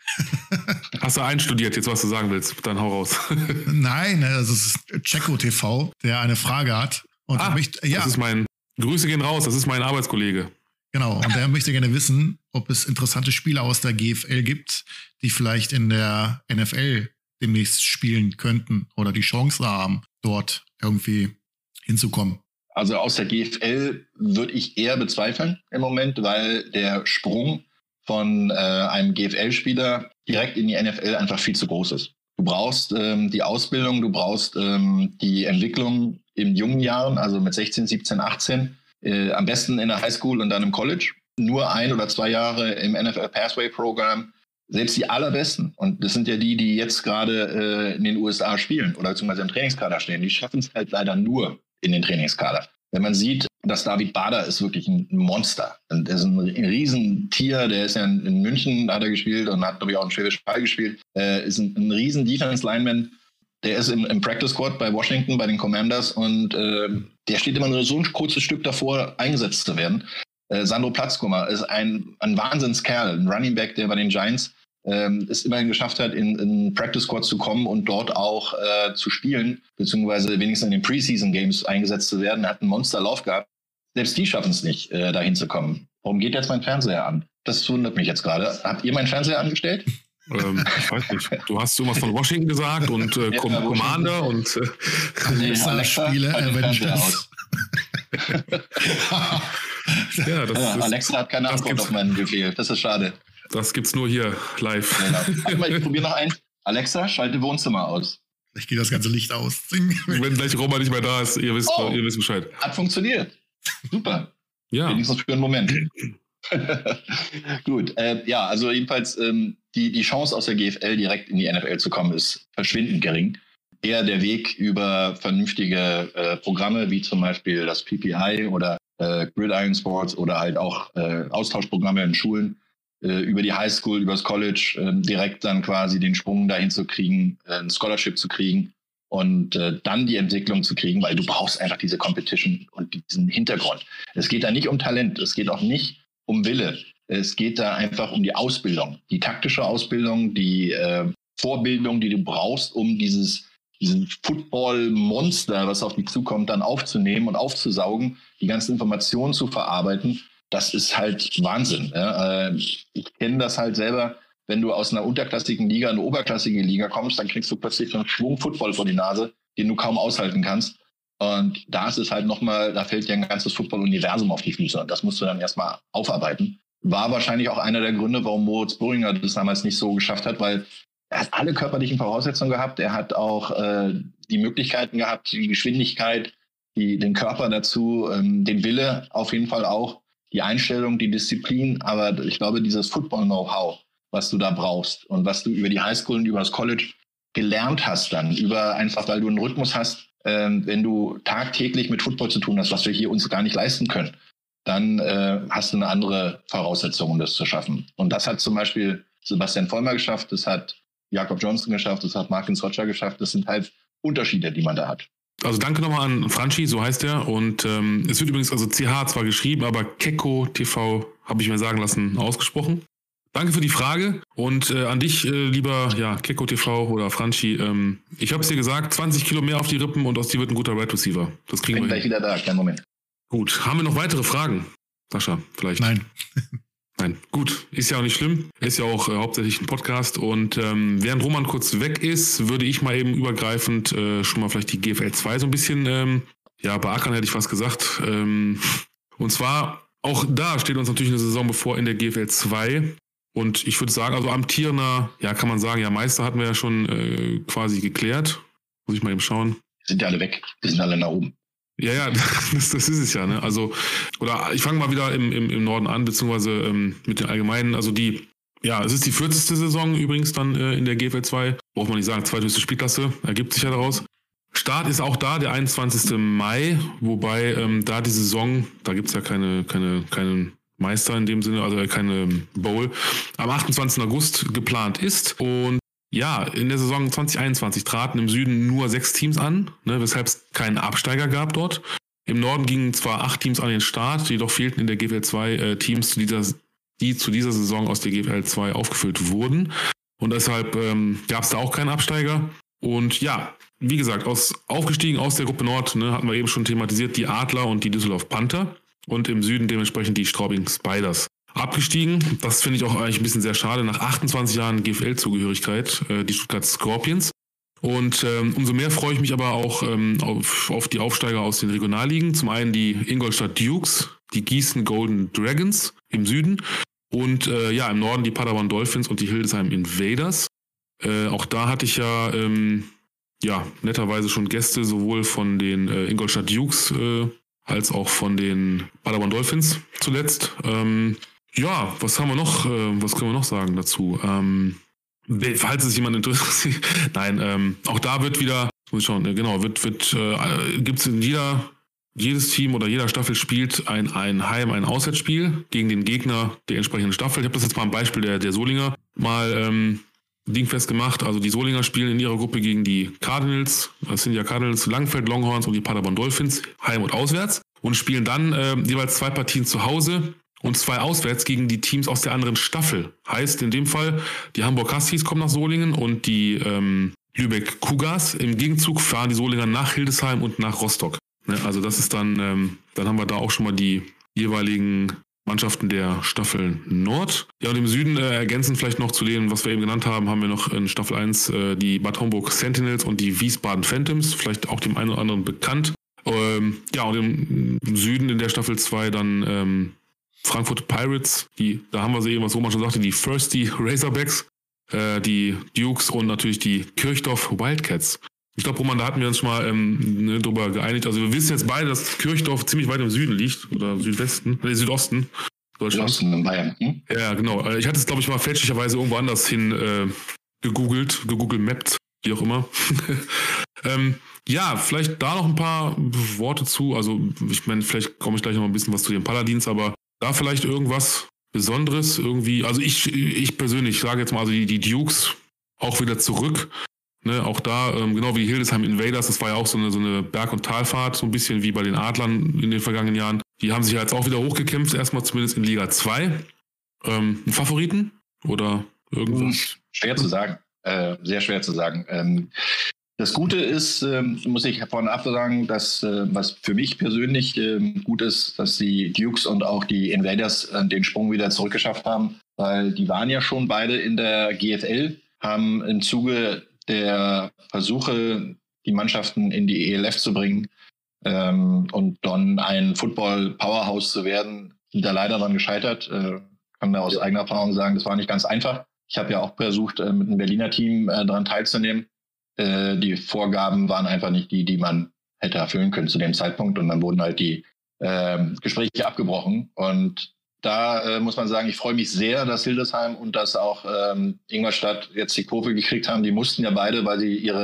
C: Hast du einstudiert, jetzt was du sagen willst? Dann hau raus.
B: Nein, es ist Checo T V, der eine Frage hat. Und
C: ah,
B: möchte, ja,
C: das ist mein, Grüße gehen raus, das ist mein Arbeitskollege.
B: Genau, und der möchte gerne wissen, ob es interessante Spieler aus der G F L gibt, die vielleicht in der N F L demnächst spielen könnten oder die Chance haben, dort irgendwie hinzukommen.
D: Also aus der G F L würde ich eher bezweifeln im Moment, weil der Sprung von äh, einem G F L-Spieler direkt in die N F L einfach viel zu groß ist. Du brauchst ähm, die Ausbildung, du brauchst ähm, die Entwicklung in jungen Jahren, also mit sechzehn, siebzehn, achtzehn, äh, am besten in der Highschool und dann im College. Nur ein oder zwei Jahre im N F L Pathway Program. Selbst die allerbesten, und das sind ja die, die jetzt gerade äh, in den U S A spielen oder beziehungsweise im Trainingskader stehen, die schaffen es halt leider nur in den Trainingskader. Wenn man sieht, dass David Bader ist wirklich ein Monster. Und der ist ein Riesentier, der ist ja in München, da hat er gespielt und hat, glaube ich, auch in Schwäbisch Hall gespielt. Äh, ist ein, ein riesen Defense-Lineman. Der ist im, im Practice Squad bei Washington, bei den Commanders und äh, der steht immer nur so ein kurzes Stück davor, eingesetzt zu werden. Äh, Sandro Platzkummer ist ein, ein Wahnsinnskerl, ein Running Back, der bei den Giants ähm, es immerhin geschafft hat, in, in Practice Squad zu kommen und dort auch äh, zu spielen, beziehungsweise wenigstens in den Preseason Games eingesetzt zu werden. Er hat einen Monsterlauf gehabt. Selbst die schaffen es nicht, äh, dahin zu kommen. Warum geht jetzt mein Fernseher an? Das wundert mich jetzt gerade. Habt ihr meinen Fernseher angestellt?
C: ähm, ich weiß nicht. Du hast irgendwas von Washington gesagt und äh, ja, Commander und äh,
D: Alexa, Alexa Spiele Avengers.
C: ja, das
D: ja,
C: ist,
D: Alexa hat keine Antwort auf meinen Befehl. Das ist schade.
C: Das gibt's nur hier live.
D: Genau. Ich probiere noch eins. Alexa, schalte Wohnzimmer aus.
B: Ich gehe das ganze Licht aus.
C: Wenn gleich Roma nicht mehr da ist, ihr wisst,
D: oh,
C: ihr wisst Bescheid.
D: Hat funktioniert. Super.
C: Ja.
D: Wenigstens für einen Moment. Gut. Äh, ja, also jedenfalls ähm, die, die Chance aus der G F L direkt in die N F L zu kommen ist verschwindend gering. Eher der Weg über vernünftige äh, Programme wie zum Beispiel das P P I oder äh, Gridiron Sports oder halt auch äh, Austauschprogramme in Schulen äh, über die Highschool, über das College äh, direkt dann quasi den Sprung dahin zu kriegen, äh, ein Scholarship zu kriegen und äh, dann die Entwicklung zu kriegen, weil du brauchst einfach diese Competition und diesen Hintergrund. Es geht da nicht um Talent, es geht auch nicht um Wille. Es geht da einfach um die Ausbildung, die taktische Ausbildung, die äh, Vorbildung, die du brauchst, um dieses diesen Football-Monster, was auf dich zukommt, dann aufzunehmen und aufzusaugen, die ganzen Informationen zu verarbeiten. Das ist halt Wahnsinn. Ja. Ich kenne das halt selber, wenn du aus einer unterklassigen Liga in eine oberklassige Liga kommst, dann kriegst du plötzlich einen Schwung Football vor die Nase, den du kaum aushalten kannst. Und da ist es halt nochmal, da fällt dir ein ganzes Football-Universum auf die Füße. Und das musst du dann erstmal aufarbeiten. War wahrscheinlich auch einer der Gründe, warum Moritz Böhringer das damals nicht so geschafft hat, weil er hat alle körperlichen Voraussetzungen gehabt. Er hat auch äh, die Möglichkeiten gehabt, die Geschwindigkeit, die, den Körper dazu, ähm, den Wille auf jeden Fall auch, die Einstellung, die Disziplin. Aber ich glaube, dieses Football-Know-how, was du da brauchst und was du über die Highschool und über das College gelernt hast dann, über einfach, weil du einen Rhythmus hast, ähm, wenn du tagtäglich mit Football zu tun hast, was wir hier uns gar nicht leisten können, dann äh, hast du eine andere Voraussetzung, um das zu schaffen. Und das hat zum Beispiel Sebastian Vollmer geschafft, das hat Jakob Johnson geschafft, das hat Martin Socha geschafft. Das sind halt Unterschiede, die man da hat.
C: Also danke nochmal an Franchi, so heißt er. Und ähm, es wird übrigens also C H zwar geschrieben, aber Keko T V, habe ich mir sagen lassen, ausgesprochen. Danke für die Frage und äh, an dich, äh, lieber ja, Keko T V oder Franchi. Ähm, ich habe es dir gesagt, zwanzig Kilo mehr auf die Rippen und aus dir wird ein guter Wide Receiver. Das kriegen
D: Bin
C: wir
D: gleich
C: hin.
D: wieder da, kleinen Moment.
C: Gut, haben wir noch weitere Fragen? Sascha, vielleicht?
B: Nein.
C: Nein, gut, ist ja auch nicht schlimm, ist ja auch äh, hauptsächlich ein Podcast und ähm, während Roman kurz weg ist, würde ich mal eben übergreifend äh, schon mal vielleicht die G F L zwei so ein bisschen ähm, ja, beackern, hätte ich fast gesagt. Ähm, und zwar, auch da steht uns natürlich eine Saison bevor in der G F L zwei und ich würde sagen, also amtierender, ja kann man sagen, ja Meister hatten wir ja schon äh, quasi geklärt, muss ich mal eben schauen.
D: Sind ja alle weg, die sind alle nach oben.
C: Ja, ja, das, das ist es ja, ne? Also, oder ich fange mal wieder im, im, im Norden an, beziehungsweise ähm, mit den Allgemeinen. Also die, ja, es ist die vierzigste Saison übrigens dann äh, in der G F L zwei. Braucht man nicht sagen, zweithöchste Spielklasse, ergibt sich ja daraus. Start ist auch da, der einundzwanzigste Mai, wobei ähm, da die Saison, da gibt es ja keine, keine, keinen Meister in dem Sinne, also keine Bowl, am achtundzwanzigsten August geplant ist. Und ja, in der Saison zwanzig einundzwanzig traten im Süden nur sechs Teams an, ne, weshalb es keinen Absteiger gab dort. Im Norden gingen zwar acht Teams an den Start, jedoch fehlten in der G F L zwei äh, Teams, zu dieser, die zu dieser Saison aus der G F L zwei aufgefüllt wurden. Und deshalb ähm, gab es da auch keinen Absteiger. Und ja, wie gesagt, aus, aufgestiegen aus der Gruppe Nord, ne, hatten wir eben schon thematisiert, die Adler und die Düsseldorf Panther. Und im Süden dementsprechend die Straubing Spiders. Abgestiegen, das finde ich auch eigentlich ein bisschen sehr schade, nach achtundzwanzig Jahren G F L-Zugehörigkeit, äh, die Stuttgart Scorpions. Und ähm, umso mehr freue ich mich aber auch ähm, auf, auf die Aufsteiger aus den Regionalligen. Zum einen die Ingolstadt Dukes, die Gießen Golden Dragons im Süden und äh, ja, im Norden die Paderborn Dolphins und die Hildesheim Invaders. Äh, auch da hatte ich ja, ähm, ja netterweise schon Gäste, sowohl von den äh, Ingolstadt Dukes äh, als auch von den Paderborn Dolphins zuletzt. Ähm, Ja, was haben wir noch, äh, was können wir noch sagen dazu? Ähm, falls es jemand interessiert, nein, ähm, auch da wird wieder, muss ich schauen, äh, genau, wird, wird, äh, gibt es in jeder, jedes Team oder jeder Staffel spielt ein, ein Heim-, ein Auswärtsspiel gegen den Gegner der entsprechenden Staffel. Ich habe das jetzt mal am Beispiel der, der Solinger mal ähm, dingfest gemacht. Also die Solinger spielen in ihrer Gruppe gegen die Cardinals, das sind ja Cardinals, Langfeld Longhorns und die Paderborn Dolphins, heim- und auswärts und spielen dann äh, jeweils zwei Partien zu Hause und zwei auswärts gegen die Teams aus der anderen Staffel. Heißt in dem Fall, die Hamburg Huskies kommen nach Solingen und die ähm, Lübeck Cougars. Im Gegenzug fahren die Solinger nach Hildesheim und nach Rostock. Ne, also das ist dann, ähm, dann haben wir da auch schon mal die jeweiligen Mannschaften der Staffel Nord. Ja, und im Süden äh, ergänzend vielleicht noch zu denen, was wir eben genannt haben, haben wir noch in Staffel eins äh, die Bad Homburg Sentinels und die Wiesbaden Phantoms, vielleicht auch dem einen oder anderen bekannt. Ähm, ja, und im, im Süden in der Staffel zwei dann ähm, Frankfurt Pirates, die, da haben wir sie eben, was Roman schon sagte, die Thirsty Razorbacks, äh, die Dukes und natürlich die Kirchdorf Wildcats. Ich glaube, Roman, da hatten wir uns schon mal ähm, ne, drüber geeinigt. Also wir wissen jetzt beide, dass Kirchdorf ziemlich weit im Süden liegt, oder Südwesten, nee, Südosten.
D: Südosten in Bayern. Hm?
C: Ja, genau. Ich hatte es, glaube ich, mal fälschlicherweise irgendwo anders hin äh, gegoogelt, gegoogelt mappt, wie auch immer. ähm, ja, vielleicht da noch ein paar Worte zu. Also ich meine, vielleicht komme ich gleich noch ein bisschen was zu den Paladins, aber da vielleicht irgendwas Besonderes irgendwie. Also ich, ich persönlich sage jetzt mal, also die, die Dukes auch wieder zurück. Ne, auch da, ähm, genau wie die Hildesheim Invaders, das war ja auch so eine, so eine Berg- und Talfahrt, so ein bisschen wie bei den Adlern in den vergangenen Jahren. Die haben sich ja jetzt auch wieder hochgekämpft, erstmal zumindest in Liga zwei. Ähm, ein Favoriten oder irgendwas?
D: Schwer zu sagen, äh, sehr schwer zu sagen. Ähm, das Gute ist, ähm, muss ich vorne ab sagen, dass, äh, was für mich persönlich ähm, gut ist, dass die Dukes und auch die Invaders äh, den Sprung wieder zurückgeschafft haben, weil die waren ja schon beide in der G F L, haben im Zuge der Versuche, die Mannschaften in die E L F zu bringen ähm, und dann ein Football-Powerhouse zu werden, sind da leider dran gescheitert. Äh, kann da aus eigener Erfahrung sagen, das war nicht ganz einfach. Ich habe ja auch versucht, äh, mit einem Berliner Team äh, daran teilzunehmen. Äh, die Vorgaben waren einfach nicht die, die man hätte erfüllen können zu dem Zeitpunkt. Und dann wurden halt die äh, Gespräche abgebrochen. Und da äh, muss man sagen, ich freue mich sehr, dass Hildesheim und dass auch ähm, Ingolstadt jetzt die Kurve gekriegt haben. Die mussten ja beide, weil sie ihre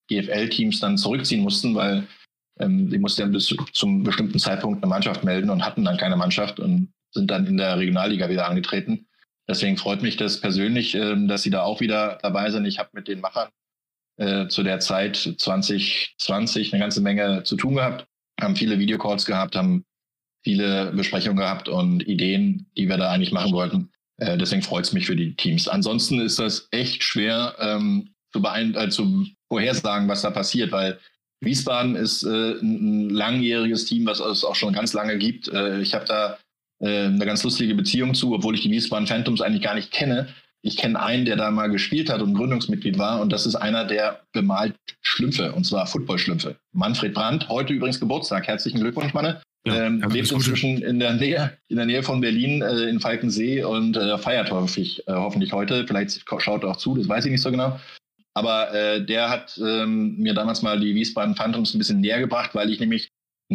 D: G F L-Teams dann zurückziehen mussten, weil ähm, die mussten ja bis zum bestimmten Zeitpunkt eine Mannschaft melden und hatten dann keine Mannschaft und sind dann in der Regionalliga wieder angetreten. Deswegen freut mich das persönlich, äh, dass sie da auch wieder dabei sind. Ich habe mit den Machern äh, zu der Zeit zwanzig zwanzig eine ganze Menge zu tun gehabt, haben viele Videocalls gehabt, haben viele Besprechungen gehabt und Ideen, die wir da eigentlich machen wollten. Äh, deswegen freut es mich für die Teams. Ansonsten ist das echt schwer ähm, zu, beein- äh, zu vorhersagen, was da passiert, weil Wiesbaden ist äh, ein langjähriges Team, was es auch schon ganz lange gibt. Äh, ich habe da äh, eine ganz lustige Beziehung zu, obwohl ich die Wiesbaden Phantoms eigentlich gar nicht kenne. Ich kenne einen, der da mal gespielt hat und Gründungsmitglied war, und das ist einer, der bemalt Schlümpfe, und zwar Football-Schlümpfe. Manfred Brandt, heute übrigens Geburtstag. Herzlichen Glückwunsch, Manne.
C: Ja,
D: ähm, lebt inzwischen in der Nähe, in der Nähe von Berlin, äh, in Falkensee, und äh, feiert hoffentlich, äh, hoffentlich heute. Vielleicht schaut er auch zu, das weiß ich nicht so genau. Aber äh, der hat ähm, mir damals mal die Wiesbaden Phantoms ein bisschen näher gebracht, weil ich nämlich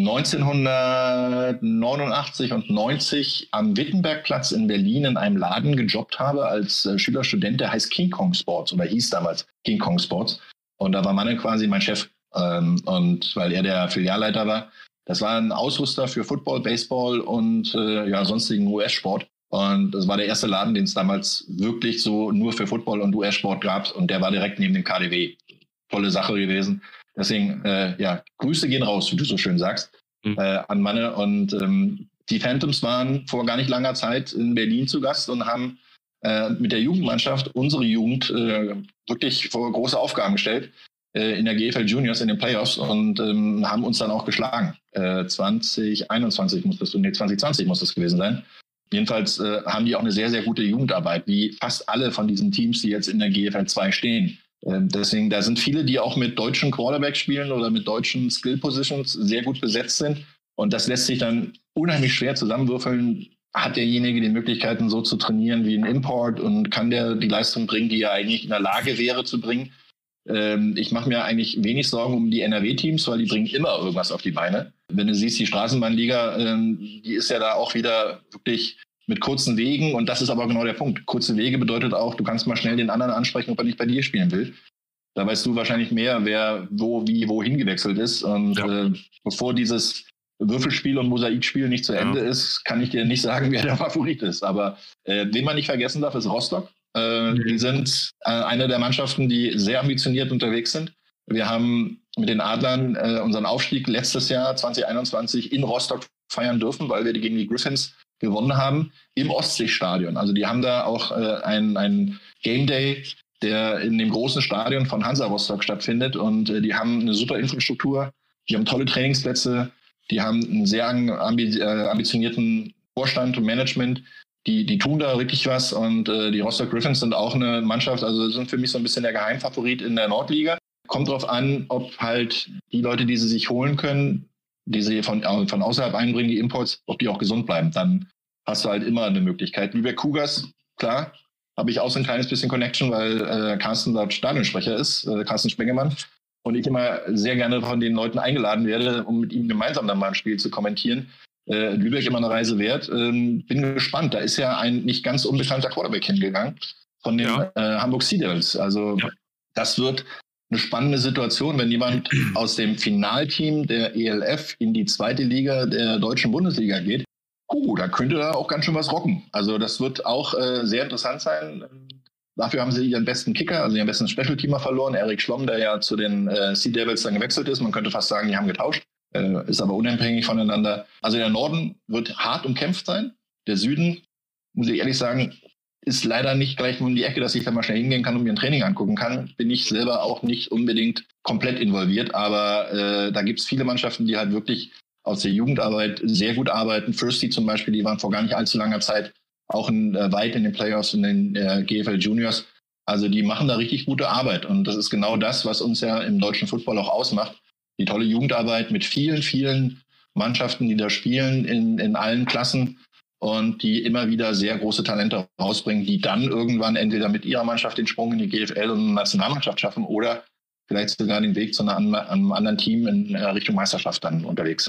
D: neunzehnhundertneunundachtzig und neunzig am Wittenbergplatz in Berlin in einem Laden gejobbt habe als äh, Schüler, Student, der heißt King Kong Sports oder hieß damals King Kong Sports. Und da war Manne quasi mein Chef, ähm, und weil er der Filialleiter war. Das war ein Ausrüster für Football, Baseball und äh, ja, sonstigen U S-Sport. Und das war der erste Laden, den es damals wirklich so nur für Football und U S-Sport gab. Und der war direkt neben dem K D W. Tolle Sache gewesen. Deswegen, äh, ja, Grüße gehen raus, wie du so schön sagst, mhm. äh, an Manne. Und ähm, die Phantoms waren vor gar nicht langer Zeit in Berlin zu Gast und haben äh, mit der Jugendmannschaft unsere Jugend äh, wirklich vor große Aufgaben gestellt äh, in der G F L Juniors in den Playoffs und ähm, haben uns dann auch geschlagen. Äh, zwanzig einundzwanzig muss das, nee, zwanzig zwanzig muss das gewesen sein. Jedenfalls äh, haben die auch eine sehr, sehr gute Jugendarbeit, wie fast alle von diesen Teams, die jetzt in der G F L zwei stehen. Ähm, deswegen, da sind viele, die auch mit deutschen Quarterbacks spielen oder mit deutschen Skill-Positions sehr gut besetzt sind. Und das lässt sich dann unheimlich schwer zusammenwürfeln. Hat derjenige die Möglichkeiten, so zu trainieren wie ein Import, und kann der die Leistung bringen, die er eigentlich in der Lage wäre zu bringen? Ähm, ich mache mir eigentlich wenig Sorgen um die N R W-Teams, weil die bringen immer irgendwas auf die Beine. Wenn du siehst, die Straßenbahnliga, ähm, die ist ja da auch wieder wirklich mit kurzen Wegen, und das ist aber genau der Punkt. Kurze Wege bedeutet auch, du kannst mal schnell den anderen ansprechen, ob er nicht bei dir spielen will. Da weißt du wahrscheinlich mehr, wer wo, wie, wohin gewechselt ist. Und ja. äh, bevor dieses Würfelspiel und Mosaikspiel nicht zu Ende ja. ist, kann ich dir nicht sagen, wer der Favorit ist. Aber äh, wen man nicht vergessen darf, ist Rostock. Äh, mhm. Die sind äh, eine der Mannschaften, die sehr ambitioniert unterwegs sind. Wir haben mit den Adlern äh, unseren Aufstieg letztes Jahr zwanzig einundzwanzig in Rostock feiern dürfen, weil wir gegen die Griffins gewonnen haben im Ostseestadion. Also die haben da auch äh, einen, einen Game Day, der in dem großen Stadion von Hansa Rostock stattfindet, und äh, die haben eine super Infrastruktur, die haben tolle Trainingsplätze, die haben einen sehr ambi- äh, ambitionierten Vorstand und Management, die, die tun da wirklich was, und äh, die Rostock Griffins sind auch eine Mannschaft, also sind für mich so ein bisschen der Geheimfavorit in der Nordliga. Kommt drauf an, ob halt die Leute, die sie sich holen können, die sie von, von außerhalb einbringen, die Imports, ob die auch gesund bleiben. Dann hast du halt immer eine Möglichkeit. Lübeck Cougars, klar, habe ich auch so ein kleines bisschen Connection, weil äh, Carsten dort Stadionsprecher ist, äh, Carsten Spengemann, und ich immer sehr gerne von den Leuten eingeladen werde, um mit ihm gemeinsam dann mal ein Spiel zu kommentieren. Äh, Lübeck immer eine Reise wert. Ähm, bin gespannt. Da ist ja ein nicht ganz unbekannter Quarterback hingegangen von den ja. äh, Hamburg Sea Devils. Also ja. das wird eine spannende Situation, wenn jemand aus dem Finalteam der E L F in die zweite Liga der deutschen Bundesliga geht. Uh, da könnte da auch ganz schön was rocken. Also das wird auch äh, sehr interessant sein. Dafür haben sie ihren besten Kicker, also ihren besten Special-Teamer verloren, Erik Schlomm, der ja zu den äh, Sea Devils dann gewechselt ist. Man könnte fast sagen, die haben getauscht, äh, ist aber unabhängig voneinander. Also der Norden wird hart umkämpft sein. Der Süden, muss ich ehrlich sagen, ist leider nicht gleich um die Ecke, dass ich da mal schnell hingehen kann und mir ein Training angucken kann. Bin ich selber auch nicht unbedingt komplett involviert, aber äh, da gibt es viele Mannschaften, die halt wirklich aus der Jugendarbeit sehr gut arbeiten. Firsty zum Beispiel, die waren vor gar nicht allzu langer Zeit auch in, äh, weit in den Playoffs in den äh, G F L Juniors. Also die machen da richtig gute Arbeit, und das ist genau das, was uns ja im deutschen Football auch ausmacht. Die tolle Jugendarbeit mit vielen, vielen Mannschaften, die da spielen in, in allen Klassen und die immer wieder sehr große Talente rausbringen, die dann irgendwann entweder mit ihrer Mannschaft den Sprung in die G F L und Nationalmannschaft schaffen oder vielleicht sogar den Weg zu einer, einem anderen Team in Richtung Meisterschaft dann unterwegs sind.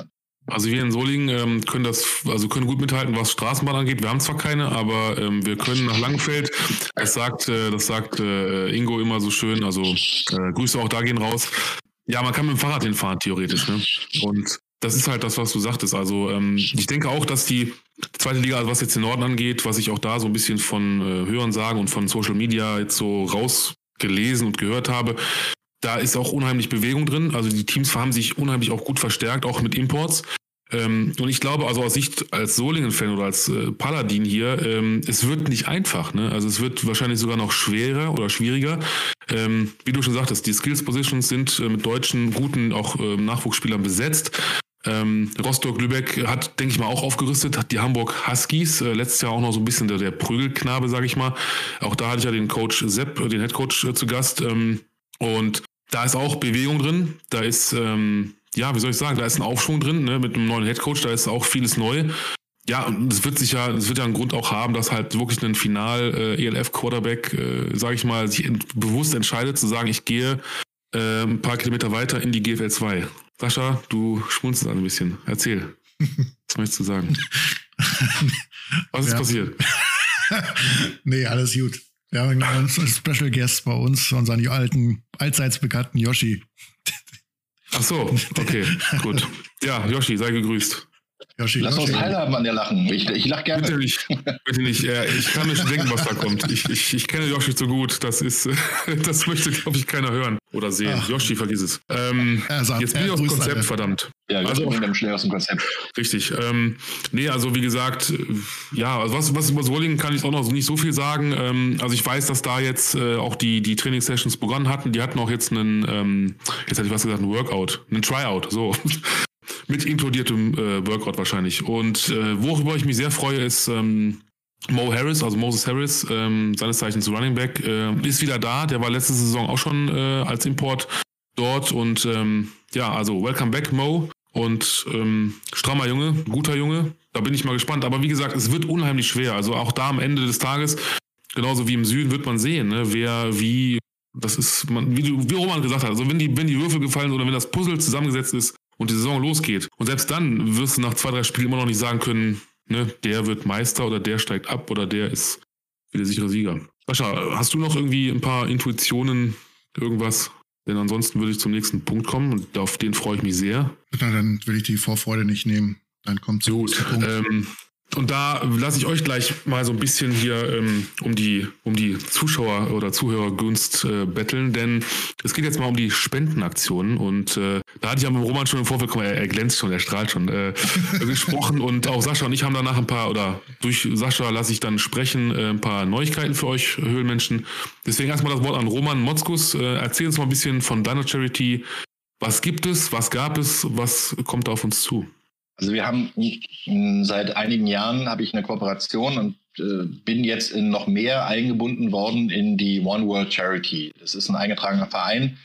C: Also wir in Solingen ähm, können das, also können gut mithalten, was Straßenbahn angeht. Wir haben zwar keine, aber ähm, wir können nach Langenfeld. Das sagt, äh, das sagt äh, Ingo immer so schön. Also äh, Grüße auch da gehen raus. Ja, man kann mit dem Fahrrad hinfahren theoretisch. Ne? Und das ist halt das, was du sagtest. Also ähm, ich denke auch, dass die zweite Liga, also was jetzt den Norden angeht, was ich auch da so ein bisschen von äh, Hörern sagen und von Social Media jetzt so rausgelesen und gehört habe, da ist auch unheimlich Bewegung drin. Also die Teams haben sich unheimlich auch gut verstärkt, auch mit Imports. Ähm, und ich glaube, also aus Sicht als Solingen-Fan oder als äh, Paladin hier, ähm, es wird nicht einfach. Ne? Also es wird wahrscheinlich sogar noch schwerer oder schwieriger. Ähm, wie du schon sagtest, die Skills-Positions sind äh, mit deutschen, guten auch äh, Nachwuchsspielern besetzt. Ähm, Rostock-Lübeck hat, denke ich mal, auch aufgerüstet, hat die Hamburg Huskies, äh, letztes Jahr auch noch so ein bisschen der, der Prügelknabe, sage ich mal. Auch da hatte ich ja den Coach Sepp, den Headcoach äh, zu Gast. Ähm, und da ist auch Bewegung drin, da ist, ähm, ja, wie soll ich sagen, da ist ein Aufschwung drin, ne, mit einem neuen Headcoach, da ist auch vieles neu. Ja, und es wird sich ja, es wird ja einen Grund auch haben, dass halt wirklich ein Final äh, E L F-Quarterback, äh, sage ich mal, sich in, bewusst entscheidet zu sagen, ich gehe äh, ein paar Kilometer weiter in die G F L zwei. Sascha, du schmunzelst ein bisschen. Erzähl. Was möchtest du sagen? Was ist
B: ja.
C: passiert?
B: Nee, alles gut. Wir haben einen Special Guest bei uns, unseren alten, allseits bekannten Yoshi.
C: Ach so, okay, gut. Ja, Yoshi, sei gegrüßt.
B: Yoshi,
D: Lass uns
B: Yoshi.
D: teilhaben an der Lachen. Ich, ich lach gerne.
C: Bitte nicht, bitte nicht. Äh, ich kann mir schon denken, was da kommt. Ich, ich, ich kenne Yoshi so gut. Das ist, das möchte, glaube ich, keiner hören oder sehen. Ach. Yoshi, vergiss es. Ähm,
B: sagt,
C: jetzt bin ich aus dem Konzept, alle. verdammt.
D: Ja, Yoshi
C: also,
D: bringt dann schnell aus dem Konzept.
C: Richtig. Ähm, nee, also wie gesagt, ja, also was, was über Solingen kann ich auch noch nicht so viel sagen. Ähm, also ich weiß, dass da jetzt äh, auch die, die Trainingssessions begonnen hatten. Die hatten auch jetzt einen, ähm, jetzt hätte ich was gesagt, einen Workout, einen Tryout, so. Mit inkludiertem äh, Workout wahrscheinlich. Und äh, worüber ich mich sehr freue, ist ähm, Mo Harris, also Moses Harris, ähm, seines Zeichens Running Back, äh, ist wieder da. Der war letzte Saison auch schon äh, als Import dort. Und ähm, ja, also welcome back, Mo. Und ähm, strammer Junge, guter Junge. Da bin ich mal gespannt. Aber wie gesagt, es wird unheimlich schwer. Also auch da am Ende des Tages, genauso wie im Süden, wird man sehen, ne, wer wie, das ist, man, wie, wie Roman gesagt hat, also wenn die, wenn die Würfel gefallen sind oder wenn das Puzzle zusammengesetzt ist, und die Saison losgeht. Und selbst dann wirst du nach zwei, drei Spielen immer noch nicht sagen können, ne, der wird Meister oder der steigt ab oder der ist wieder sichere Sieger. Sascha, hast du noch irgendwie ein paar Intuitionen, irgendwas? Denn ansonsten würde ich zum nächsten Punkt kommen und auf den freue ich mich sehr.
B: Na, dann will ich die Vorfreude nicht nehmen. Dann kommt zu
C: Gut. Ähm, und da lasse ich euch gleich mal so ein bisschen hier ähm, um die um die Zuschauer- oder Zuhörergunst äh, betteln, denn es geht jetzt mal um die Spendenaktionen und äh, da hatte ich ja mit Roman schon im Vorfeld, komm, er, er glänzt schon, er strahlt schon, äh, gesprochen und auch Sascha und ich haben danach ein paar, oder durch Sascha lasse ich dann sprechen, äh, ein paar Neuigkeiten für euch Höhlenmenschen. Deswegen erstmal das Wort an Roman Motzkus. Äh, erzähl uns mal ein bisschen von deiner Charity. Was gibt es, was gab es, was kommt auf uns zu?
D: Also wir haben seit einigen Jahren habe ich eine Kooperation und äh, bin jetzt in noch mehr eingebunden worden in die One World Charity. Das ist ein eingetragener Verein,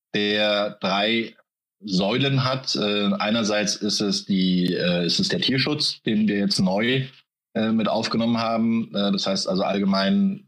D: der drei Säulen hat. Äh, einerseits ist es die, äh, ist es der Tierschutz, den wir jetzt neu äh, mit aufgenommen haben. Äh, das heißt also allgemein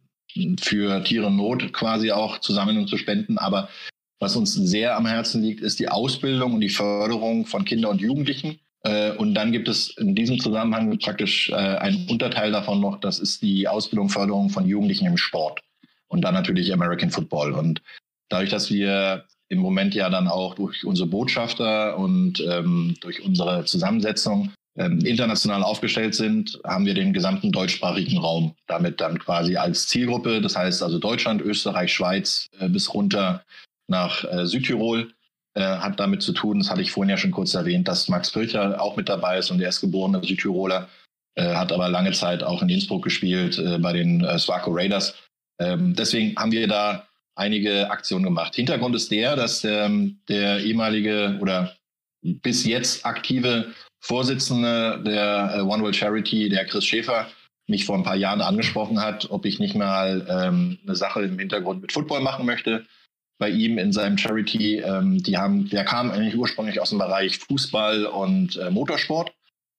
D: für Tiere in Not quasi auch zu sammeln und zu spenden. Aber was uns sehr am Herzen liegt, ist die Ausbildung und die Förderung von Kindern und Jugendlichen. Und dann gibt es in diesem Zusammenhang praktisch einen Unterteil davon noch, das ist die Ausbildung, Förderung von Jugendlichen im Sport und dann natürlich American Football. Und dadurch, dass wir im Moment ja dann auch durch unsere Botschafter und ähm, durch unsere Zusammensetzung ähm, international aufgestellt sind, haben wir den gesamten deutschsprachigen Raum damit dann quasi als Zielgruppe. Das heißt also Deutschland, Österreich, Schweiz äh, bis runter nach äh, Südtirol. Äh, hat damit zu tun, das hatte ich vorhin ja schon kurz erwähnt, dass Max Pircher auch mit dabei ist und er ist geborener Südtiroler, äh, hat aber lange Zeit auch in Innsbruck gespielt äh, bei den äh, Swarco Raiders. Ähm, deswegen haben wir da einige Aktionen gemacht. Hintergrund ist der, dass ähm, der ehemalige oder bis jetzt aktive Vorsitzende der äh, One World Charity, der Chris Schäfer, mich vor ein paar Jahren angesprochen hat, ob ich nicht mal ähm, eine Sache im Hintergrund mit Football machen möchte. Bei ihm in seinem Charity, ähm, die haben, der kam eigentlich ursprünglich aus dem Bereich Fußball und äh, Motorsport.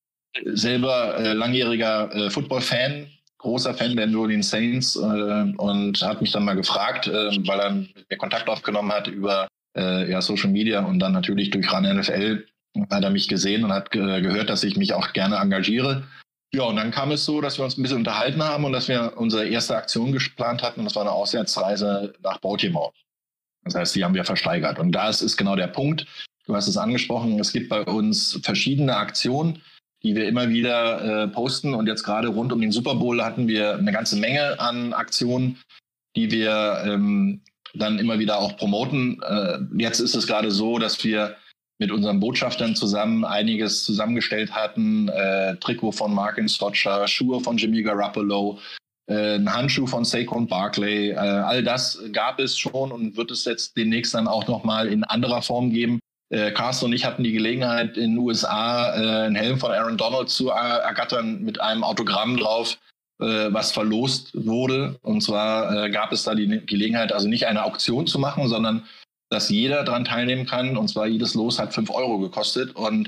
D: Selber äh, langjähriger äh, Football-Fan, großer Fan der New Orleans Saints äh, und hat mich dann mal gefragt, äh, weil er mit mir Kontakt aufgenommen hat über äh, ja, Social Media und dann natürlich durch Run N F L, Hat er mich gesehen und hat ge- gehört, dass ich mich auch gerne engagiere. Ja, und dann kam es so, dass wir uns ein bisschen unterhalten haben und dass wir unsere erste Aktion geplant hatten. Und das war eine Auswärtsreise nach Baltimore. Das heißt, die haben wir versteigert. Und das ist genau der Punkt. Du hast es angesprochen, es gibt bei uns verschiedene Aktionen, die wir immer wieder äh, posten. Und jetzt gerade rund um den Super Bowl hatten wir eine ganze Menge an Aktionen, die wir ähm, dann immer wieder auch promoten. Äh, jetzt ist es gerade so, dass wir mit unseren Botschaftern zusammen einiges zusammengestellt hatten. Äh, Trikot von Marcin Stotcher, Schuhe von Jimmy Garoppolo, äh, ein Handschuh von Saquon Barkley. Äh, all das gab es schon und wird es jetzt demnächst dann auch nochmal in anderer Form geben. Äh, Carsten und ich hatten die Gelegenheit, in den U S A äh, einen Helm von Aaron Donald zu ergattern mit einem Autogramm drauf, äh, was verlost wurde. Und zwar äh, gab es da die Gelegenheit, also nicht eine Auktion zu machen, sondern dass jeder daran teilnehmen kann. Und zwar jedes Los hat fünf Euro gekostet. Und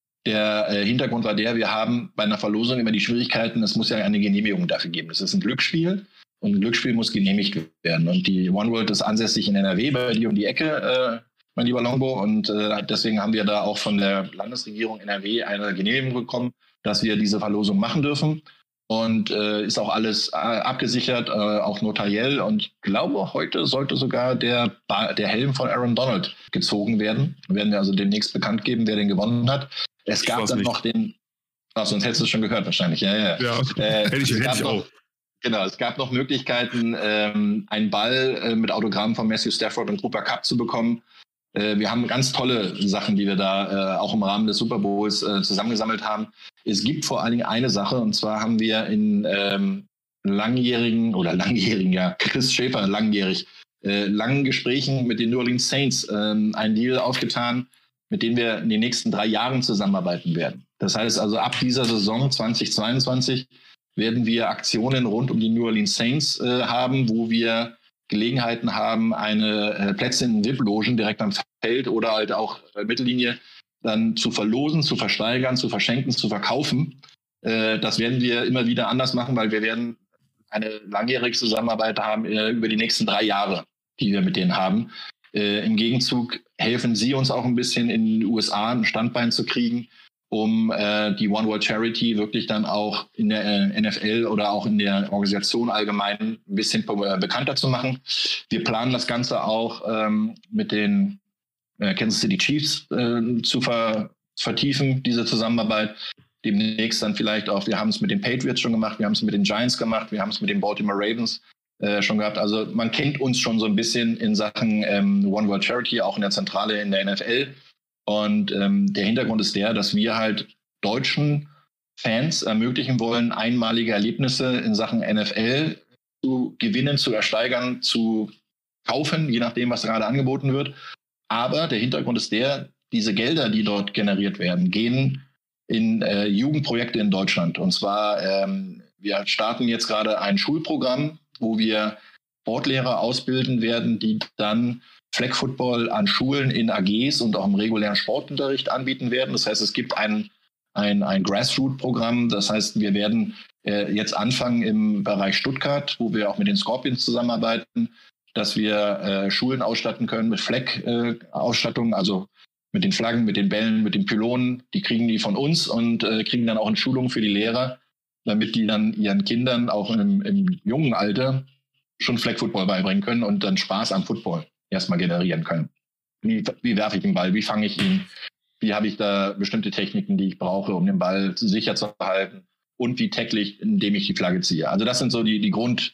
D: der äh, Hintergrund war der, wir haben bei einer Verlosung immer die Schwierigkeiten, es muss ja eine Genehmigung dafür geben. Das ist ein Glücksspiel und ein Glücksspiel muss genehmigt werden. Und die One World ist ansässig in N R W, bei dir um die Ecke, äh, mein lieber Longbo. Und äh, deswegen haben wir da auch von der Landesregierung N R W eine Genehmigung bekommen, dass wir diese Verlosung machen dürfen. Und äh, ist auch alles äh, abgesichert, äh, auch notariell. Und ich glaube, heute sollte sogar der, ba- der Helm von Aaron Donald gezogen werden. Wir werden ja also demnächst bekannt geben, wer den gewonnen hat. Es
C: Ich
D: gab
C: weiß
D: dann
C: nicht.
D: noch den, ach, sonst hättest du es schon gehört wahrscheinlich. Ja, ja.
C: Ja,
D: Äh,
C: hätte ich,
D: es
C: hätte
D: gab
C: ich
D: noch,
C: auch.
D: Genau, es gab noch Möglichkeiten, ähm, einen Ball äh, mit Autogramm von Matthew Stafford und Cooper Kupp zu bekommen. Äh, wir haben ganz tolle Sachen, die wir da äh, auch im Rahmen des Super Bowls äh, zusammengesammelt haben. Es gibt vor allen Dingen eine Sache, und zwar haben wir in ähm, langjährigen, oder langjährigen, ja, Chris Schäfer, langjährig, äh, langen Gesprächen mit den New Orleans Saints ähm, einen Deal aufgetan, mit dem wir in den nächsten drei Jahren zusammenarbeiten werden. Das heißt also, ab dieser Saison zweitausendzweiundzwanzig werden wir Aktionen rund um die New Orleans Saints äh, haben, wo wir Gelegenheiten haben, eine äh, Plätze in V I P-Logen direkt am Feld oder halt auch äh, Mittellinie dann zu verlosen, zu versteigern, zu verschenken, zu verkaufen. Äh, das werden wir immer wieder anders machen, weil wir werden eine langjährige Zusammenarbeit haben äh, über die nächsten drei Jahre, die wir mit denen haben. Äh, Im Gegenzug helfen sie uns auch ein bisschen in den U S A ein Standbein zu kriegen, um äh, die One World Charity wirklich dann auch in der äh, N F L oder auch in der Organisation allgemein ein bisschen be- bekannter zu machen. Wir planen das Ganze auch ähm, mit den äh, Kansas City Chiefs äh, zu ver- vertiefen, diese Zusammenarbeit. Demnächst dann vielleicht auch, wir haben es mit den Patriots schon gemacht, wir haben es mit den Giants gemacht, wir haben es mit den Baltimore Ravens äh, schon gehabt. Also man kennt uns schon so ein bisschen in Sachen ähm, One World Charity, auch in der Zentrale in der N F L. Und ähm, der Hintergrund ist der, dass wir halt deutschen Fans ermöglichen wollen, einmalige Erlebnisse in Sachen N F L zu gewinnen, zu ersteigern, zu kaufen, je nachdem, was gerade angeboten wird. Aber der Hintergrund ist der, diese Gelder, die dort generiert werden, gehen in äh, Jugendprojekte in Deutschland. Und zwar, ähm, wir starten jetzt gerade ein Schulprogramm, wo wir Sportlehrer ausbilden werden, die dann Flag Football an Schulen in A Gs und auch im regulären Sportunterricht anbieten werden. Das heißt, es gibt ein, ein, ein Grassroot-Programm. Das heißt, wir werden äh, jetzt anfangen im Bereich Stuttgart, wo wir auch mit den Scorpions zusammenarbeiten, dass wir äh, Schulen ausstatten können mit Flag-Ausstattung, äh, also mit den Flaggen, mit den Bällen, mit den Pylonen. Die kriegen die von uns und äh, kriegen dann auch eine Schulung für die Lehrer, damit die dann ihren Kindern auch im, im jungen Alter schon Flag Football beibringen können und dann Spaß am Football erstmal generieren können. Wie, wie werfe ich den Ball? Wie fange ich ihn? Wie habe ich da bestimmte Techniken, die ich brauche, um den Ball sicher zu halten? Und wie tackle ich, indem ich die Flagge ziehe? Also das sind so die, die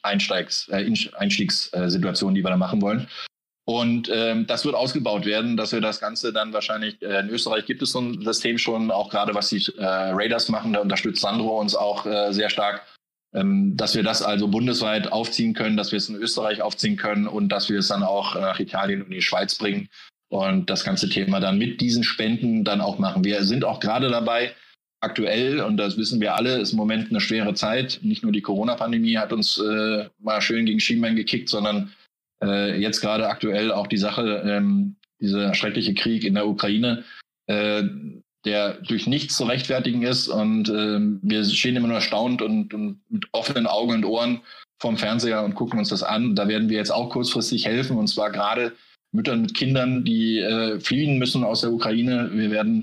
D: Grundeinstiegssituationen, die wir da machen wollen. Und ähm, das wird ausgebaut werden, dass wir das Ganze dann wahrscheinlich, äh, in Österreich gibt es so ein System schon, auch gerade was die äh, Raiders machen, da unterstützt Sandro uns auch äh, sehr stark, ähm, dass wir das also bundesweit aufziehen können, dass wir es in Österreich aufziehen können und dass wir es dann auch nach Italien und die Schweiz bringen und das ganze Thema dann mit diesen Spenden dann auch machen. Wir sind auch gerade dabei, aktuell, und das wissen wir alle, ist im Moment eine schwere Zeit. Nicht nur die Corona-Pandemie hat uns äh, mal schön gegen Schienbein gekickt, sondern äh, jetzt gerade aktuell auch die Sache, ähm, dieser schreckliche Krieg in der Ukraine, äh, der durch nichts zu rechtfertigen ist. Und äh, wir stehen immer nur erstaunt und, und mit offenen Augen und Ohren vorm Fernseher und gucken uns das an. Da werden wir jetzt auch kurzfristig helfen, und zwar gerade Müttern mit Kindern, die äh, fliehen müssen aus der Ukraine. Wir werden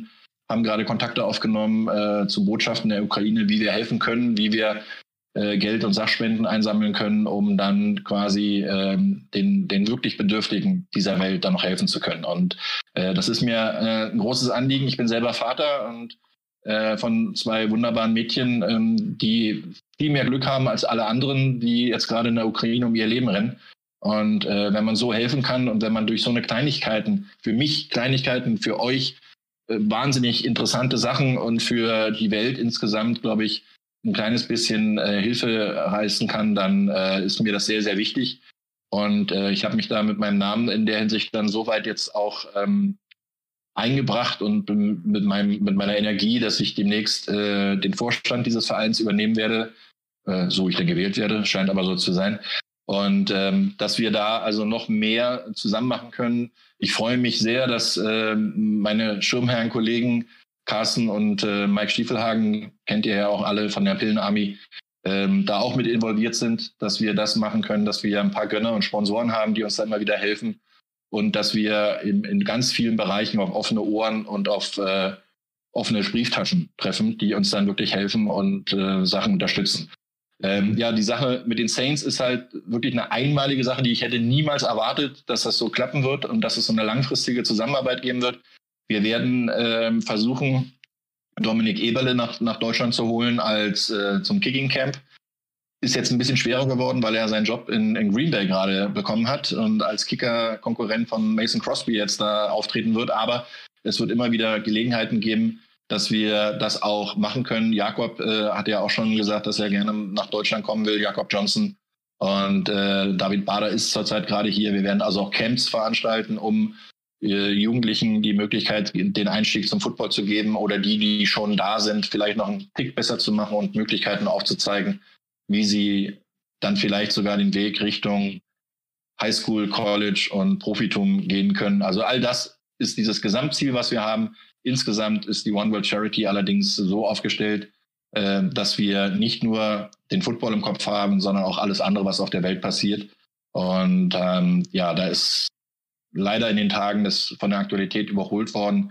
D: haben gerade Kontakte aufgenommen äh, zu Botschaften der Ukraine, wie wir helfen können, wie wir äh, Geld und Sachspenden einsammeln können, um dann quasi ähm, den, den wirklich Bedürftigen dieser Welt dann noch helfen zu können. Und äh, das ist mir äh, ein großes Anliegen. Ich bin selber Vater und äh, von zwei wunderbaren Mädchen, ähm, die viel mehr Glück haben als alle anderen, die jetzt gerade in der Ukraine um ihr Leben rennen. Und äh, wenn man so helfen kann und wenn man durch so eine Kleinigkeiten, für mich Kleinigkeiten, für euch äh, wahnsinnig interessante Sachen und für die Welt insgesamt, glaube ich, ein kleines bisschen äh, Hilfe reißen kann, dann äh, ist mir das sehr, sehr wichtig. Und äh, ich habe mich da mit meinem Namen in der Hinsicht dann soweit jetzt auch ähm, eingebracht und mit, meinem, mit meiner Energie, dass ich demnächst äh, den Vorstand dieses Vereins übernehmen werde, äh, so ich dann gewählt werde, scheint aber so zu sein. Und ähm, dass wir da also noch mehr zusammen machen können. Ich freue mich sehr, dass äh, meine Schirmherren-Kollegen Carsten und äh, Mike Stiefelhagen, kennt ihr ja auch alle von der Pillen-Army, ähm, da auch mit involviert sind, dass wir das machen können, dass wir ein paar Gönner und Sponsoren haben, die uns da immer wieder helfen und dass wir in, in ganz vielen Bereichen auf offene Ohren und auf äh, offene Brieftaschen treffen, die uns dann wirklich helfen und äh, Sachen unterstützen. Ähm, ja, die Sache mit den Saints ist halt wirklich eine einmalige Sache, die ich hätte niemals erwartet, dass das so klappen wird und dass es so eine langfristige Zusammenarbeit geben wird. Wir werden ähm, versuchen, Dominik Eberle nach, nach Deutschland zu holen als äh, zum Kicking Camp. Ist jetzt ein bisschen schwerer geworden, weil er seinen Job in, in Green Bay gerade bekommen hat und als Kicker-Konkurrent von Mason Crosby jetzt da auftreten wird. Aber es wird immer wieder Gelegenheiten geben, dass wir das auch machen können. Jakob äh, hat ja auch schon gesagt, dass er gerne nach Deutschland kommen will, Jakob Johnson. Und äh, David Bader ist zurzeit gerade hier. Wir werden also auch Camps veranstalten, um äh, Jugendlichen die Möglichkeit, den Einstieg zum Football zu geben oder die, die schon da sind, vielleicht noch einen Tick besser zu machen und Möglichkeiten aufzuzeigen, wie sie dann vielleicht sogar den Weg Richtung Highschool, College und Profitum gehen können. Also all das ist dieses Gesamtziel, was wir haben. Insgesamt ist die One World Charity allerdings so aufgestellt, äh, dass wir nicht nur den Football im Kopf haben, sondern auch alles andere, was auf der Welt passiert. Und ähm, ja, da ist leider in den Tagen das von der Aktualität überholt worden.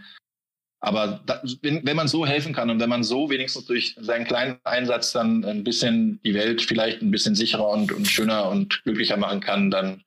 D: Aber da, wenn, wenn man so helfen kann und wenn man so wenigstens durch seinen kleinen Einsatz dann ein bisschen die Welt vielleicht ein bisschen sicherer und, und schöner und glücklicher machen kann, dann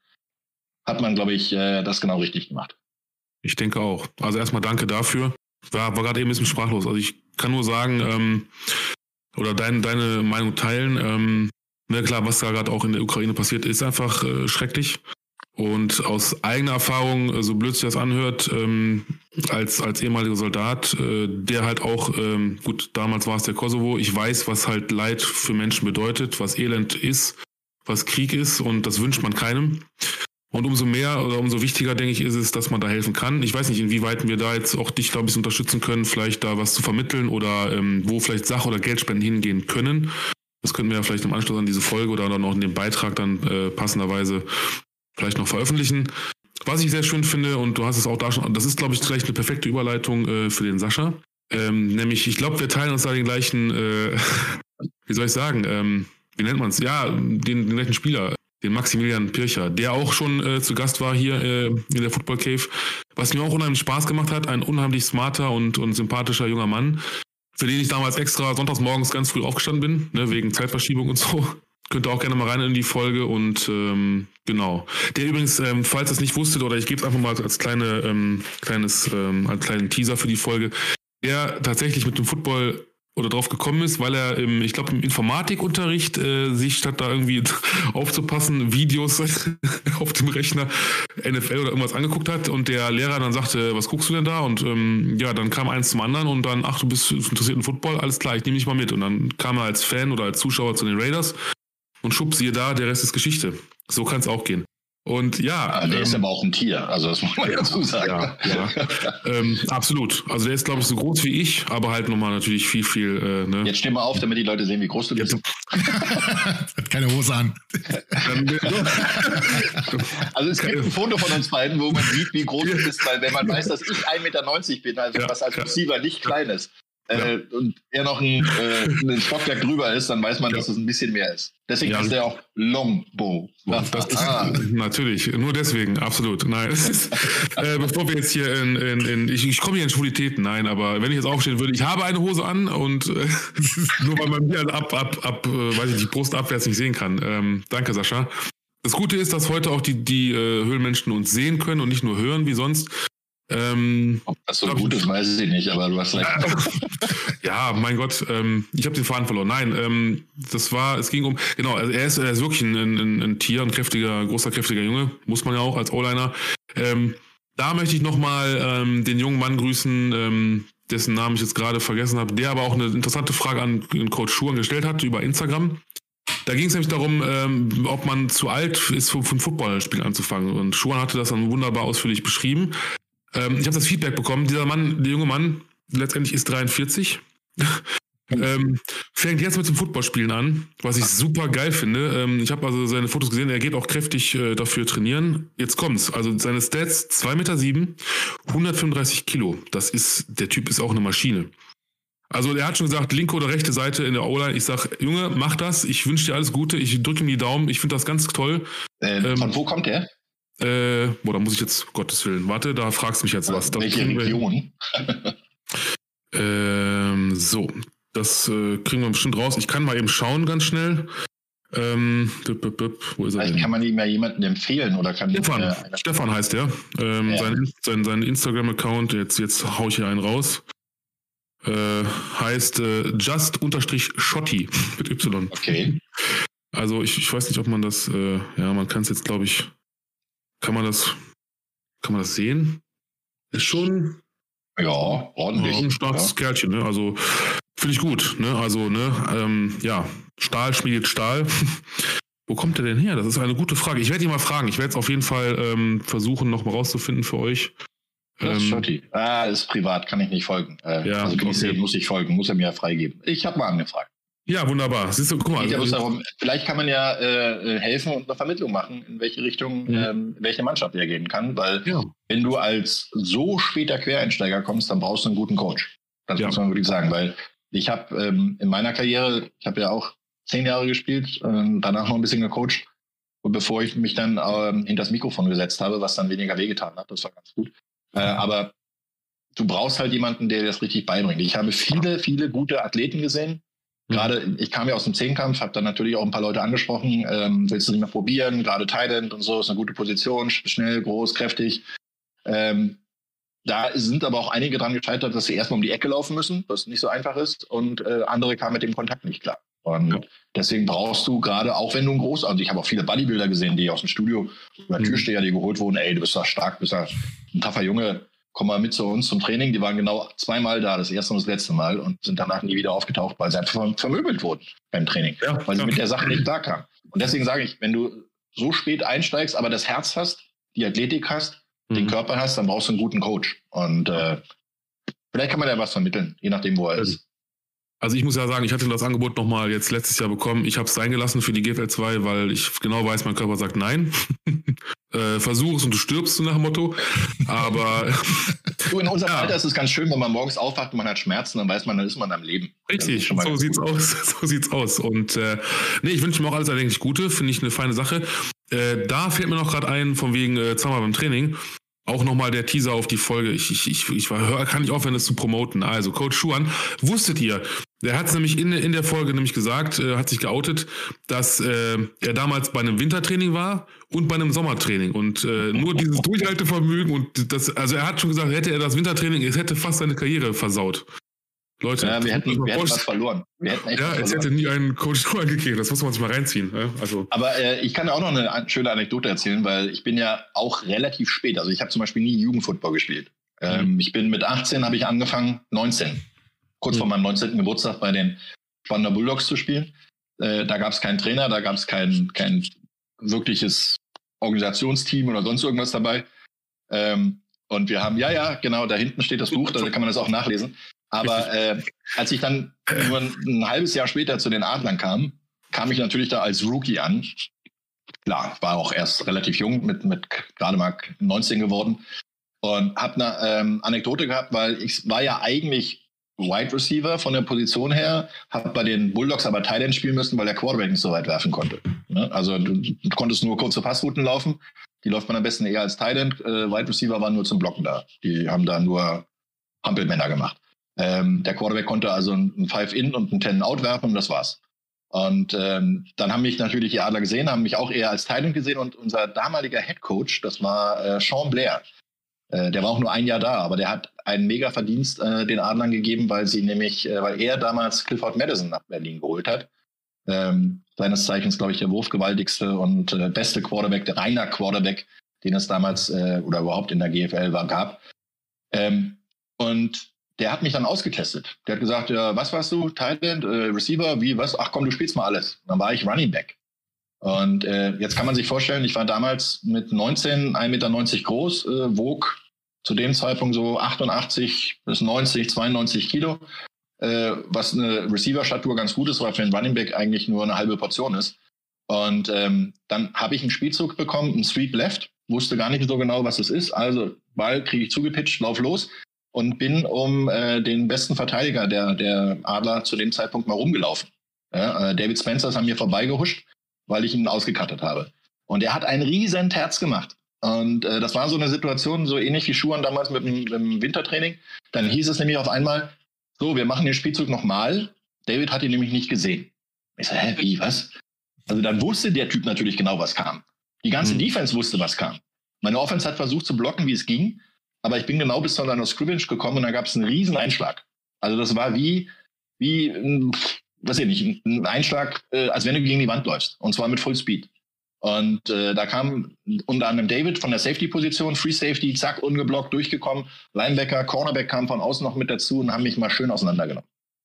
D: hat man, glaube ich, äh, das genau richtig gemacht.
C: Ich denke auch. Also erstmal danke dafür. War, war gerade eben ein bisschen sprachlos. Also ich kann nur sagen, ähm, oder dein, deine Meinung teilen. Ähm, na klar, was da gerade auch in der Ukraine passiert, ist einfach äh, schrecklich. Und aus eigener Erfahrung, so blöd sich das anhört, ähm, als, als ehemaliger Soldat, äh, der halt auch, ähm, gut, damals war es der Kosovo, ich weiß, was halt Leid für Menschen bedeutet, was Elend ist, was Krieg ist und das wünscht man keinem. Und umso mehr oder umso wichtiger, denke ich, ist es, dass man da helfen kann. Ich weiß nicht, inwieweit wir da jetzt auch dich da ein bisschen unterstützen können, vielleicht da was zu vermitteln oder ähm, wo vielleicht Sach- oder Geldspenden hingehen können. Das könnten wir ja vielleicht im Anschluss an diese Folge oder dann auch in dem Beitrag dann äh, passenderweise vielleicht noch veröffentlichen. Was ich sehr schön finde, und du hast es auch da schon, das ist, glaube ich, gleich eine perfekte Überleitung äh, für den Sascha. Ähm, nämlich, ich glaube, wir teilen uns da den gleichen, äh, wie soll ich sagen, ähm, wie nennt man es? Ja, den, den gleichen Spieler. Den Maximilian Pircher, der auch schon äh, zu Gast war hier äh, in der Football Cave, was mir auch unheimlich Spaß gemacht hat, ein unheimlich smarter und, und sympathischer junger Mann, für den ich damals extra sonntags morgens ganz früh aufgestanden bin, ne, wegen Zeitverschiebung und so. Könnt ihr auch gerne mal rein in die Folge und ähm, genau. Der übrigens, ähm, falls ihr es nicht wusstet, oder ich gebe es einfach mal als kleine, ähm, kleines, ähm, als kleinen Teaser für die Folge, der tatsächlich mit dem Football oder drauf gekommen ist, weil er im, ich glaube, im Informatikunterricht äh, sich statt da irgendwie aufzupassen, Videos auf dem Rechner N F L oder irgendwas angeguckt hat und der Lehrer dann sagte, was guckst du denn da? Und ähm, ja, dann kam eins zum anderen und dann, ach, du bist interessiert in Football, alles klar, ich nehme dich mal mit. Und dann kam er als Fan oder als Zuschauer zu den Raiders und schub, siehe da, der Rest ist Geschichte. So kann es auch gehen. Und ja.
D: ja der ähm, ist aber auch ein Tier, also das muss man
C: ja,
D: dazu sagen.
C: Ja, ja. ähm, absolut. Also der ist, glaube ich, so groß wie ich, aber halt nochmal natürlich viel, viel. Äh, ne?
D: Jetzt steh mal auf, damit die Leute sehen, wie groß du bist.
B: Hat keine Hose an.
D: Also es gibt ein Foto von uns beiden, wo man sieht, wie groß du bist, weil wenn man weiß, dass ich ein Meter neunzig bin, also ja, was als Receiver nicht klein ist. äh, und er noch ein, äh, ein Stockwerk drüber ist, dann weiß man, ja. dass es ein bisschen mehr ist. Deswegen ja. ist er auch Longbow.
C: Das ist, ah. Natürlich, nur deswegen, absolut. Nein, ist, äh, bevor wir jetzt hier in, in, in ich, ich komme hier in Schwulitäten, nein, aber wenn ich jetzt aufstehen würde, ich habe eine Hose an und äh, nur weil man mir ab, ab, ab, äh, weiß ich nicht, Brust abwärts nicht sehen kann. Ähm, danke, Sascha. Das Gute ist, dass heute auch die, die äh, Höhlenmenschen uns sehen können und nicht nur hören wie sonst. Ähm,
D: Ob das so gut ist, weiß ich nicht, aber du hast recht.
C: Ja, mein Gott, ähm, ich habe den Faden verloren. Nein, ähm, das war, es ging um, genau, also er ist, er ist wirklich ein, ein, ein Tier, ein kräftiger, großer, kräftiger Junge, muss man ja auch als O-Liner. Ähm, da möchte ich nochmal ähm, den jungen Mann grüßen, ähm, dessen Namen ich jetzt gerade vergessen habe, der aber auch eine interessante Frage an Coach Schuhan gestellt hat über Instagram. Da ging es nämlich darum, ähm, ob man zu alt ist, für, für ein Footballspiel anzufangen. Und Schuhan hatte das dann wunderbar ausführlich beschrieben. Ähm, ich habe das Feedback bekommen, dieser Mann, der junge Mann, letztendlich ist dreiundvierzig, ähm, fängt jetzt mit dem Footballspielen an, was ich super geil finde. Ähm, ich habe also seine Fotos gesehen, er geht auch kräftig äh, dafür trainieren. Jetzt kommt's, also seine Stats, zwei Meter sieben, hundertfünfunddreißig Kilo. Das ist, der Typ ist auch eine Maschine. Also er hat schon gesagt, linke oder rechte Seite in der O-Line. Ich sag, Junge, mach das, ich wünsche dir alles Gute, ich drücke ihm die Daumen, ich finde das ganz toll.
D: Äh,
C: ähm,
D: von wo kommt der?
C: Äh, boah, da muss ich jetzt, Gottes Willen, warte, da fragst du mich jetzt was. Das
D: Welche Region?
C: ähm, so, das äh, kriegen wir bestimmt raus. Ich kann mal eben schauen, ganz schnell. Ähm, bip, bip, bip, wo ist er
D: Vielleicht
C: denn?
D: kann man ihm ja jemanden empfehlen oder kann
C: Stefan,
D: äh,
C: Stefan heißt der. Ähm,
D: ja.
C: Sein, sein, sein Instagram-Account, jetzt, jetzt hau ich hier einen raus. Äh, heißt äh, just-shotty mit Y.
D: Okay.
C: Also ich, ich weiß nicht, ob man das, äh, ja, man kann es jetzt, glaube ich, kann man das, kann man das sehen? Ist schon
D: ja, ordentlich.
C: ein starkes
D: ja.
C: Kerlchen, ne? Also finde ich gut, ne? Also, ne, ähm, ja, Stahl schmiedet Stahl. Wo kommt der denn her? Das ist eine gute Frage. Ich werde ihn mal fragen. Ich werde es auf jeden Fall ähm, versuchen, noch mal rauszufinden für euch.
D: Das
C: Ähm,
D: Schotti. Ah, ist privat, kann ich nicht folgen. Äh,
C: Ja,
D: also muss,
C: okay.
D: ich, muss ich folgen, muss er mir freigeben. Ich habe mal angefragt.
C: ja, wunderbar. Siehst du, guck mal.
D: Geht ja bloß
C: also-
D: darum, vielleicht kann man ja äh, helfen und eine Vermittlung machen, in welche Richtung,
C: Mhm.
D: ähm, in welche Mannschaft er gehen kann. Weil
C: Ja.
D: wenn du als so später Quereinsteiger kommst, dann brauchst du einen guten Coach. Das
C: Ja.
D: muss man wirklich sagen. Weil ich habe ähm, in meiner Karriere, ich habe ja auch zehn Jahre gespielt, äh, danach noch ein bisschen gecoacht. Und bevor ich mich dann ähm, hinter das Mikrofon gesetzt habe, was dann weniger wehgetan hat, das war ganz gut. Äh, aber du brauchst halt jemanden, der dir das richtig beibringt. Ich habe viele, viele gute Athleten gesehen. Gerade, ich kam ja aus dem Zehnkampf, habe dann natürlich auch ein paar Leute angesprochen, ähm, willst du nicht mal probieren, gerade Thailand und so, ist eine gute Position, schnell, groß, kräftig. Ähm, da sind aber auch einige dran gescheitert, dass sie erstmal um die Ecke laufen müssen, was nicht so einfach ist, und äh, andere kamen mit dem Kontakt nicht klar. Und
C: Ja.
D: deswegen brauchst du gerade, auch wenn du ein groß, also ich habe auch viele Bodybuilder gesehen, die aus dem Studio oder
C: Mhm.
D: Türsteher, die geholt wurden, ey, du bist da stark, du bist da ein taffer Junge, komm mal mit zu uns zum Training. Die waren genau zweimal da, das erste und das letzte Mal, und sind danach nie wieder aufgetaucht, weil sie einfach vermöbelt wurden beim Training,
C: Ja,
D: weil sie
C: ja.
D: mit der Sache nicht klarkamen. Und deswegen sage ich, wenn du so spät einsteigst, aber das Herz hast, die Athletik hast, den
C: Mhm.
D: Körper hast, dann brauchst du einen guten Coach. Und äh, vielleicht kann man ja was vermitteln, je nachdem, wo er
C: Ja.
D: ist.
C: Also ich muss ja sagen, ich hatte das Angebot nochmal jetzt letztes Jahr bekommen. Ich habe es sein gelassen für die G F L zwei, weil ich genau weiß, mein Körper sagt nein. äh, versuch es und du stirbst, so nach dem Motto. Aber
D: Du, in unserem
C: Ja.
D: Alter ist es ganz schön, wenn man morgens aufwacht und man hat Schmerzen, dann weiß man, dann ist man am Leben. Das ist
C: richtig,
D: schon mal
C: so
D: ganz
C: sieht's
D: gut.
C: aus. So sieht's aus. Und äh, nee, ich wünsche mir auch alles eigentlich Gute, finde ich eine feine Sache. Äh, da fällt mir noch gerade ein, von wegen äh, zweimal beim Training. Auch nochmal der Teaser auf die Folge. Ich, ich, ich, ich war, hör, kann nicht aufhören, das zu promoten. Also, Coach Schuhan, wusstet ihr, der hat es nämlich in, in der Folge nämlich gesagt, äh, hat sich geoutet, dass äh, er damals bei einem Wintertraining war und bei einem Sommertraining. Und äh, nur dieses Durchhaltevermögen und das, also er hat schon gesagt, hätte er das Wintertraining, es hätte fast seine Karriere versaut. Leute,
D: Ja, wir
C: das muss
D: hätten,
C: man
D: wir hätten was
C: vorstellen.
D: verloren. Wir hätten echt
C: Ja,
D: was
C: es
D: verloren.
C: hätte nie einen Coach Schuhan gegeben. Das muss man sich mal reinziehen. Ja? Also,
D: Aber äh, ich kann auch noch eine an- schöne Anekdote erzählen, weil ich bin ja auch relativ spät. Also ich habe zum Beispiel nie Jugendfootball gespielt. Ähm,
C: Mhm.
D: Ich bin mit achtzehn, habe ich angefangen, neunzehn. Kurz
C: Mhm.
D: vor meinem neunzehnten Geburtstag bei den Spandau Bulldogs zu spielen. Äh, da gab es keinen Trainer, da gab es kein, kein wirkliches Organisationsteam oder sonst irgendwas dabei. Ähm, und wir haben, ja, ja, genau, da hinten steht das Buch, da kann man das auch nachlesen. Aber äh, als ich dann nur ein, ein halbes Jahr später zu den Adlern kam, kam ich natürlich da als Rookie an. Klar, war auch erst relativ jung, mit, mit gerade mal neunzehn geworden. Und habe eine ähm, Anekdote gehabt, weil ich war ja eigentlich Wide Receiver von der Position her, habe bei den Bulldogs aber Tight End spielen müssen, weil der Quarterback nicht so weit werfen konnte. Ne? Also du, du konntest nur kurze Passrouten laufen, die läuft man am besten eher als Tight End. Äh, Wide Receiver waren nur zum Blocken da. Die haben da nur Hampelmänner gemacht. Ähm, der Quarterback konnte also ein Five-In und ein Ten-Out werfen und das war's. Und ähm, dann haben mich natürlich die Adler gesehen, haben mich auch eher als Tight End gesehen und unser damaliger Head Coach, das war äh, Sean Blair. Äh, der war auch nur ein Jahr da, aber der hat einen mega Verdienst äh, den Adlern gegeben, weil sie nämlich, äh, weil er damals Clifford Madison nach Berlin geholt hat. Ähm, seines Zeichens, glaube ich, der wurfgewaltigste und äh, beste Quarterback, der reiner Quarterback, den es damals äh, oder überhaupt in der G F L war, gab. Ähm, und der hat mich dann ausgetestet. Der hat gesagt, ja, was warst du? Tight End, äh, Receiver, wie, was? Ach komm, du spielst mal alles. Dann war ich Running Back. Und äh, jetzt kann man sich vorstellen, ich war damals mit neunzehn, ein Meter neunzig groß, äh, wog zu dem Zeitpunkt so achtundachtzig bis neunzig, zweiundneunzig Kilo, äh, was eine Receiver-Statur ganz gut ist, weil für einen Running Back eigentlich nur eine halbe Portion ist. Und ähm, dann habe ich einen Spielzug bekommen, einen Sweep Left, wusste gar nicht so genau, was es ist. Also Ball kriege ich zugepitcht, lauf los und bin um äh, den besten Verteidiger der, der Adler zu dem Zeitpunkt mal rumgelaufen. Ja, äh, David Spencer ist an mir vorbeigehuscht, weil ich ihn ausgekattet habe. Und er hat einen riesen Terz gemacht. Und äh, das war so eine Situation, so ähnlich wie Schuhan damals mit dem, mit dem Wintertraining. Dann hieß es nämlich auf einmal, so, wir machen den Spielzug nochmal. David hat ihn nämlich nicht gesehen. Ich so, hä, wie, was? Also dann wusste der Typ natürlich genau, was kam. Die ganze mhm. Defense wusste, was kam. Meine Offense hat versucht zu blocken, wie es ging. Aber ich bin genau bis zu einer Scrimmage gekommen und da gab es einen riesen Einschlag. Also das war wie, wie ein, weiß ich nicht, ein Einschlag, äh, als wenn du gegen die Wand läufst. Und zwar mit Full Speed. Und äh, da kam unter anderem David von der Safety-Position, Free Safety, zack, ungeblockt, durchgekommen. Linebacker, Cornerback kam von außen noch mit dazu und haben mich mal schön auseinandergenommen.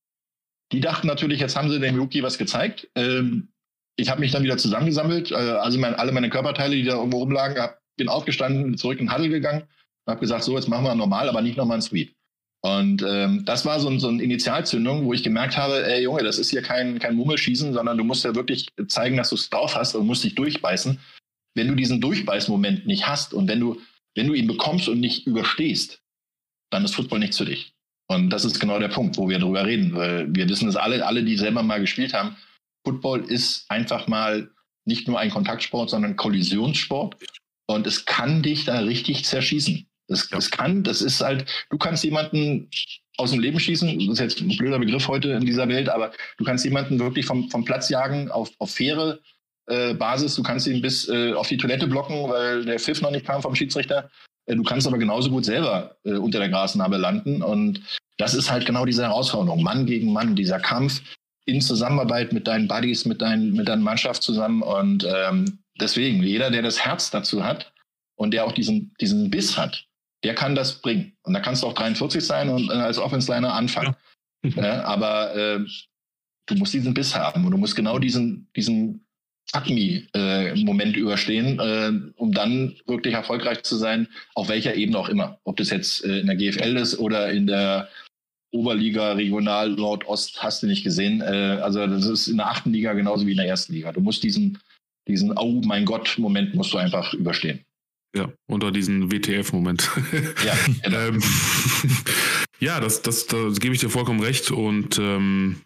D: Die dachten natürlich, jetzt haben sie dem Rookie was gezeigt. Ähm, ich habe mich dann wieder zusammengesammelt, äh, also mein, alle meine Körperteile, die da irgendwo rumlagen, hab, bin aufgestanden, zurück in den Huddle gegangen und habe gesagt, so, jetzt machen wir normal, aber nicht nochmal einen Sweep. Und ähm, das war so, ein, so eine Initialzündung, wo ich gemerkt habe, ey Junge, das ist hier kein, kein Mummelschießen, sondern du musst ja wirklich zeigen, dass du es drauf hast und musst dich durchbeißen. Wenn du diesen Durchbeißmoment nicht hast und wenn du, wenn du ihn bekommst und nicht überstehst, dann ist Football nichts für dich. Und das ist genau der Punkt, wo wir drüber reden. Weil wir wissen es alle, alle, die selber mal gespielt haben, Football ist einfach mal nicht nur ein Kontaktsport, sondern Kollisionssport. Und es kann dich da richtig zerschießen. Das, das kann, das ist halt, du kannst jemanden aus dem Leben schießen, das ist jetzt ein blöder Begriff heute in dieser Welt, aber du kannst jemanden wirklich vom, vom Platz jagen auf, auf faire äh, Basis, du kannst ihn bis äh, auf die Toilette blocken, weil der Pfiff noch nicht kam vom Schiedsrichter. Äh, du kannst aber genauso gut selber äh, unter der Grasnarbe landen und das ist halt genau diese Herausforderung, Mann gegen Mann, dieser Kampf in Zusammenarbeit mit deinen Buddies, mit, dein, mit deiner Mannschaft zusammen und ähm, deswegen, jeder, der das Herz dazu hat und der auch diesen, diesen Biss hat, der kann das bringen. Und da kannst du auch dreiundvierzig sein und äh, als Offense-Liner anfangen. Ja. Ja, aber äh, du musst diesen Biss haben und du musst genau diesen, diesen Fuck-me-Moment äh, überstehen, äh, um dann wirklich erfolgreich zu sein, auf welcher Ebene auch immer. Ob das jetzt äh, in der G F L ist oder in der Oberliga, Regional, Nordost, hast du nicht gesehen. Äh, also das ist in der achten Liga genauso wie in der ersten Liga. Du musst diesen, diesen Oh mein Gott-Moment musst du einfach überstehen.
C: Ja, unter diesen W T F-Moment.
D: Ja, genau.
C: ähm, ja, das, das, da gebe ich dir vollkommen recht. Und ähm,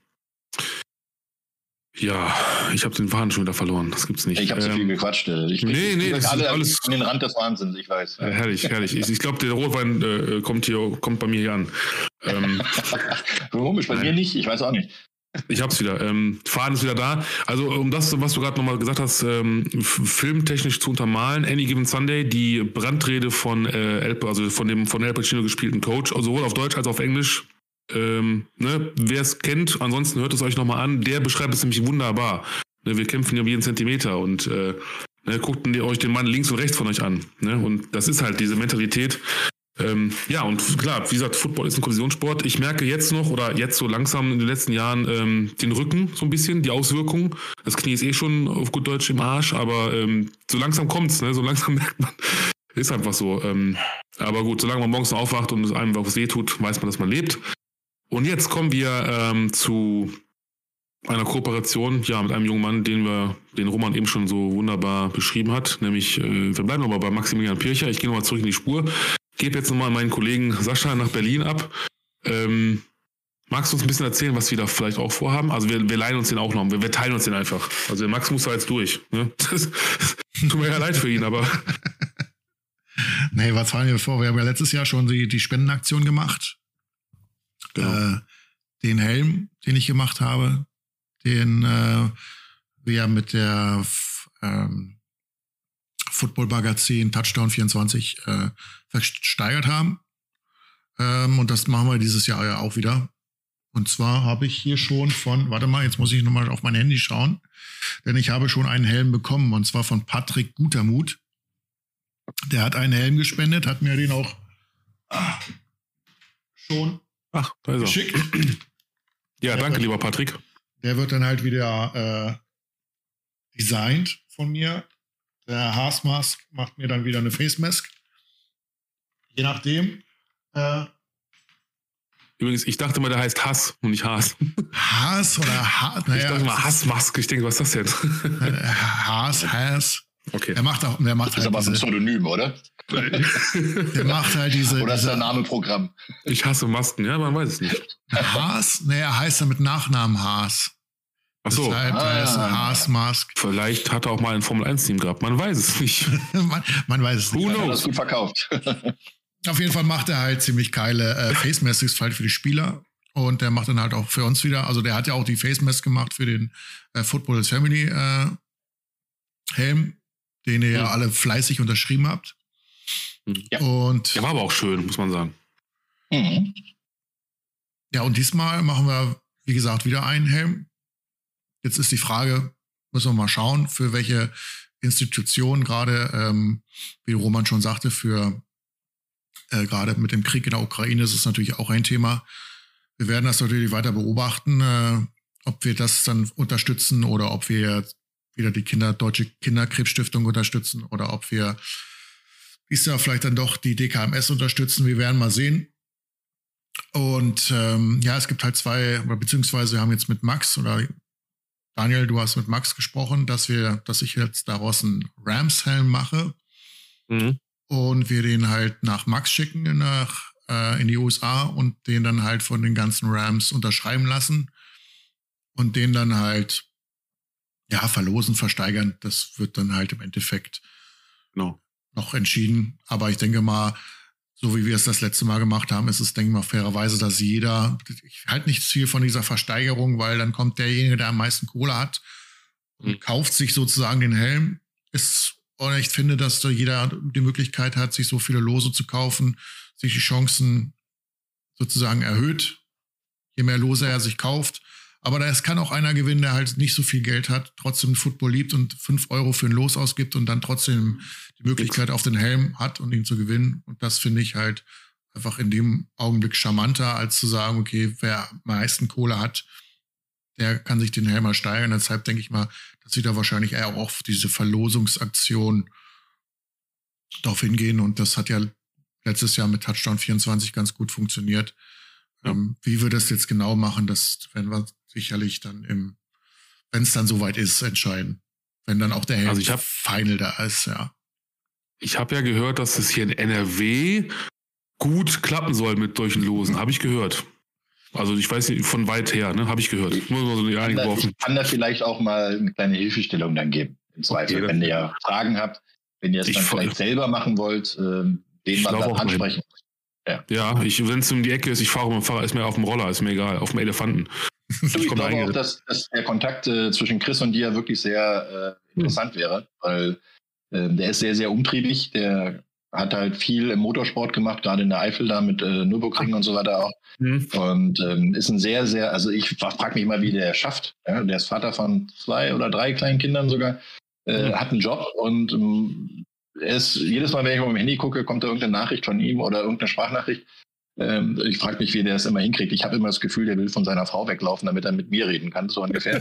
C: ja, ich habe den Faden schon wieder verloren. Das gibt's nicht.
D: Ich habe
C: ähm,
D: zu viel gequatscht. Ich
C: nee, nee, das
D: alle
C: ist alles
D: an den Rand des Wahnsinns, ich weiß.
C: Äh, herrlich, herrlich. Ich, ich glaube, der Rotwein äh, kommt hier, kommt bei mir hier an. Ähm,
D: Komisch, bei
C: nein.
D: mir nicht. Ich weiß auch nicht.
C: Ich hab's wieder. Ähm, Faden ist wieder da. Also um das, was du gerade nochmal gesagt hast, ähm, filmtechnisch zu untermalen, Any Given Sunday, die Brandrede von äh, El, also von dem von Al Pacino gespielten Coach, also sowohl auf Deutsch als auch auf Englisch. Ähm, ne? Wer es kennt, ansonsten hört es euch nochmal an. Der beschreibt es nämlich wunderbar. Ne? Wir kämpfen ja um jeden Zentimeter und äh, ne? guckt euch den Mann links und rechts von euch an. Ne? Und das ist halt diese Mentalität. Ähm, ja, und klar, wie gesagt, Football ist ein Kollisionssport. Ich merke jetzt noch, oder jetzt so langsam in den letzten Jahren, ähm, den Rücken so ein bisschen, die Auswirkungen. Das Knie ist eh schon auf gut Deutsch im Arsch, aber ähm, so langsam kommt's, ne? So langsam merkt man, ist einfach so. Ähm, aber gut, solange man morgens aufwacht und es einem was weh tut, weiß man, dass man lebt. Und jetzt kommen wir ähm, zu einer Kooperation, ja, mit einem jungen Mann, den wir, den Roman eben schon so wunderbar beschrieben hat, nämlich, äh, wir bleiben aber bei Maximilian Pircher. Ich gehe nochmal zurück in die Spur. Gebe jetzt nochmal meinen Kollegen Sascha nach Berlin ab. Ähm, Magst du uns ein bisschen erzählen, was wir da vielleicht auch vorhaben? Also wir, wir leihen uns den auch noch, wir, wir teilen uns den einfach. Also der Max muss da jetzt durch. Ne? Das tut mir ja leid für ihn, aber...
B: Nee, was haben wir vor? Wir haben ja letztes Jahr schon die, die Spendenaktion gemacht. Genau. Äh, den Helm, den ich gemacht habe, den äh, wir mit der ähm, Football-Magazin Touchdown vierundzwanzig äh, versteigert haben. Ähm, und das machen wir dieses Jahr ja auch wieder. Und zwar habe ich hier schon von, warte mal, jetzt muss ich nochmal auf mein Handy schauen, denn ich habe schon einen Helm bekommen, und zwar von Patrick Gutermuth. Der hat einen Helm gespendet, hat mir den auch ah, schon
C: Ach, da ist
B: geschickt.
C: Er. Ja,
B: der
C: danke,
B: wird,
C: lieber Patrick.
B: Der wird dann halt wieder äh, designt von mir. Der Haas Mask macht mir dann wieder eine Face Mask. Je nachdem. Äh,
C: Übrigens, ich dachte mal, der heißt Hass und nicht Haas.
B: Haas oder Haas? Naja,
C: ich dachte mal Hassmaske. Ich denke, was ist das denn?
B: Haas, Haas.
C: Okay.
B: Der macht auch, der macht
D: das
B: halt
D: ist aber
B: diese,
D: ein Pseudonym, oder?
B: Der macht halt diese.
D: Oder ist
B: diese,
D: der Name Programm?
C: Ich hasse Masken, ja, man weiß es nicht.
B: Haas? Nee, er heißt ja mit Nachnamen Haas.
C: Ach so.
B: Deshalb
D: Ah.
B: heißt Haas Mask.
C: Vielleicht hat er auch mal ein Formel eins Team gehabt. Man weiß es nicht.
B: man, man weiß es nicht.
C: Who
D: Ja,
C: knows?
D: das ist gut verkauft.
B: Auf jeden Fall macht er halt ziemlich geile äh, Face Masks halt für die Spieler. Und der macht dann halt auch für uns wieder. Also der hat ja auch die Face Mask gemacht für den äh, Football Family äh, Helm, den ihr ja
C: Mhm.
B: alle fleißig unterschrieben habt.
D: Ja.
B: Und
C: Der war aber auch schön, muss man sagen.
D: Mhm.
B: ja, und diesmal machen wir, wie gesagt, wieder einen Helm. Jetzt ist die Frage, müssen wir mal schauen, für welche Institutionen gerade, ähm, wie Roman schon sagte, für äh, gerade mit dem Krieg in der Ukraine ist es natürlich auch ein Thema. Wir werden das natürlich weiter beobachten, äh, ob wir das dann unterstützen oder ob wir wieder die Kinder, Deutsche Kinderkrebsstiftung unterstützen oder ob wir dieses Jahr vielleicht dann doch die D K M S unterstützen. Wir werden mal sehen. Und ähm, ja, es gibt halt zwei, oder beziehungsweise wir haben jetzt mit Max oder Daniel, du hast mit Max gesprochen, dass wir, dass ich jetzt daraus einen Rams-Helm mache
C: Mhm.
B: und wir den halt nach Max schicken nach äh, in die U S A und den dann halt von den ganzen Rams unterschreiben lassen und den dann halt ja verlosen, versteigern. Das wird dann halt im Endeffekt
C: Genau.
B: noch entschieden. Aber ich denke mal, so wie wir es das letzte Mal gemacht haben, ist es, denke ich mal, fairerweise, dass jeder, ich halte nicht viel von dieser Versteigerung, weil dann kommt derjenige, der am meisten Kohle hat und
C: Mhm.
B: kauft sich sozusagen den Helm. Ist, und ich finde, dass da jeder die Möglichkeit hat, sich so viele Lose zu kaufen, sich die Chancen sozusagen erhöht, je mehr Lose er sich kauft. Aber es kann auch einer gewinnen, der halt nicht so viel Geld hat, trotzdem Football liebt und fünf Euro für ein Los ausgibt und dann trotzdem die Möglichkeit auf den Helm hat und ihn zu gewinnen. Und das finde ich halt einfach in dem Augenblick charmanter, als zu sagen, okay, wer am meisten Kohle hat, der kann sich den Helm mal steigern. Deshalb denke ich mal, dass sie da wahrscheinlich eher auch auf diese Verlosungsaktion darauf hingehen. Und das hat ja letztes Jahr mit Touchdown vierundzwanzig ganz gut funktioniert.
C: Ja.
B: Ähm, wie wir das jetzt genau machen, das werden wir sicherlich dann im, wenn es dann soweit ist, entscheiden. Wenn dann auch der Helm
C: Also ich hab-
B: Final da ist, ja.
C: Ich habe ja gehört, dass es hier in N R W gut klappen soll mit solchen Losen. Habe ich gehört. Also ich weiß nicht, von weit her, ne? Habe ich gehört. Muss man so eine
D: Ich
C: eingeworfen.
D: kann da vielleicht auch mal eine kleine Hilfestellung dann geben. Im Zweifel,
C: Okay,
D: wenn ihr Fragen habt, wenn ihr es
C: Ich
D: dann
C: voll-
D: vielleicht selber machen wollt, ähm, den
C: Ich
D: mal
C: lauf
D: dann
C: auch mal hin.
D: ansprechen.
C: Ja, ich, wenn es um die Ecke ist, ich fahre mit dem Fahrrad, ist mir auf dem Roller, ist mir egal, auf dem Elefanten.
D: Du, ich
C: komm
D: glaube auch,
C: eingeritten.
D: dass, dass der Kontakt äh, zwischen Chris und dir wirklich sehr äh, interessant wäre, weil äh, der ist sehr, sehr umtriebig. Der hat halt viel im Motorsport gemacht, gerade in der Eifel da mit äh, Nürburgring und so weiter auch.
C: Hm.
D: Und ähm, ist ein sehr, sehr, also ich frage mich mal, wie der schafft. Ja? Der ist Vater von zwei oder drei kleinen Kindern sogar, äh,
C: Mhm.
D: hat einen Job und ähm, er ist, jedes Mal, wenn ich auf mein Handy gucke, kommt da irgendeine Nachricht von ihm oder irgendeine Sprachnachricht. Ähm, ich frage mich, wie der es immer hinkriegt. Ich habe immer das Gefühl, der will von seiner Frau weglaufen, damit er mit mir reden kann, so ungefähr.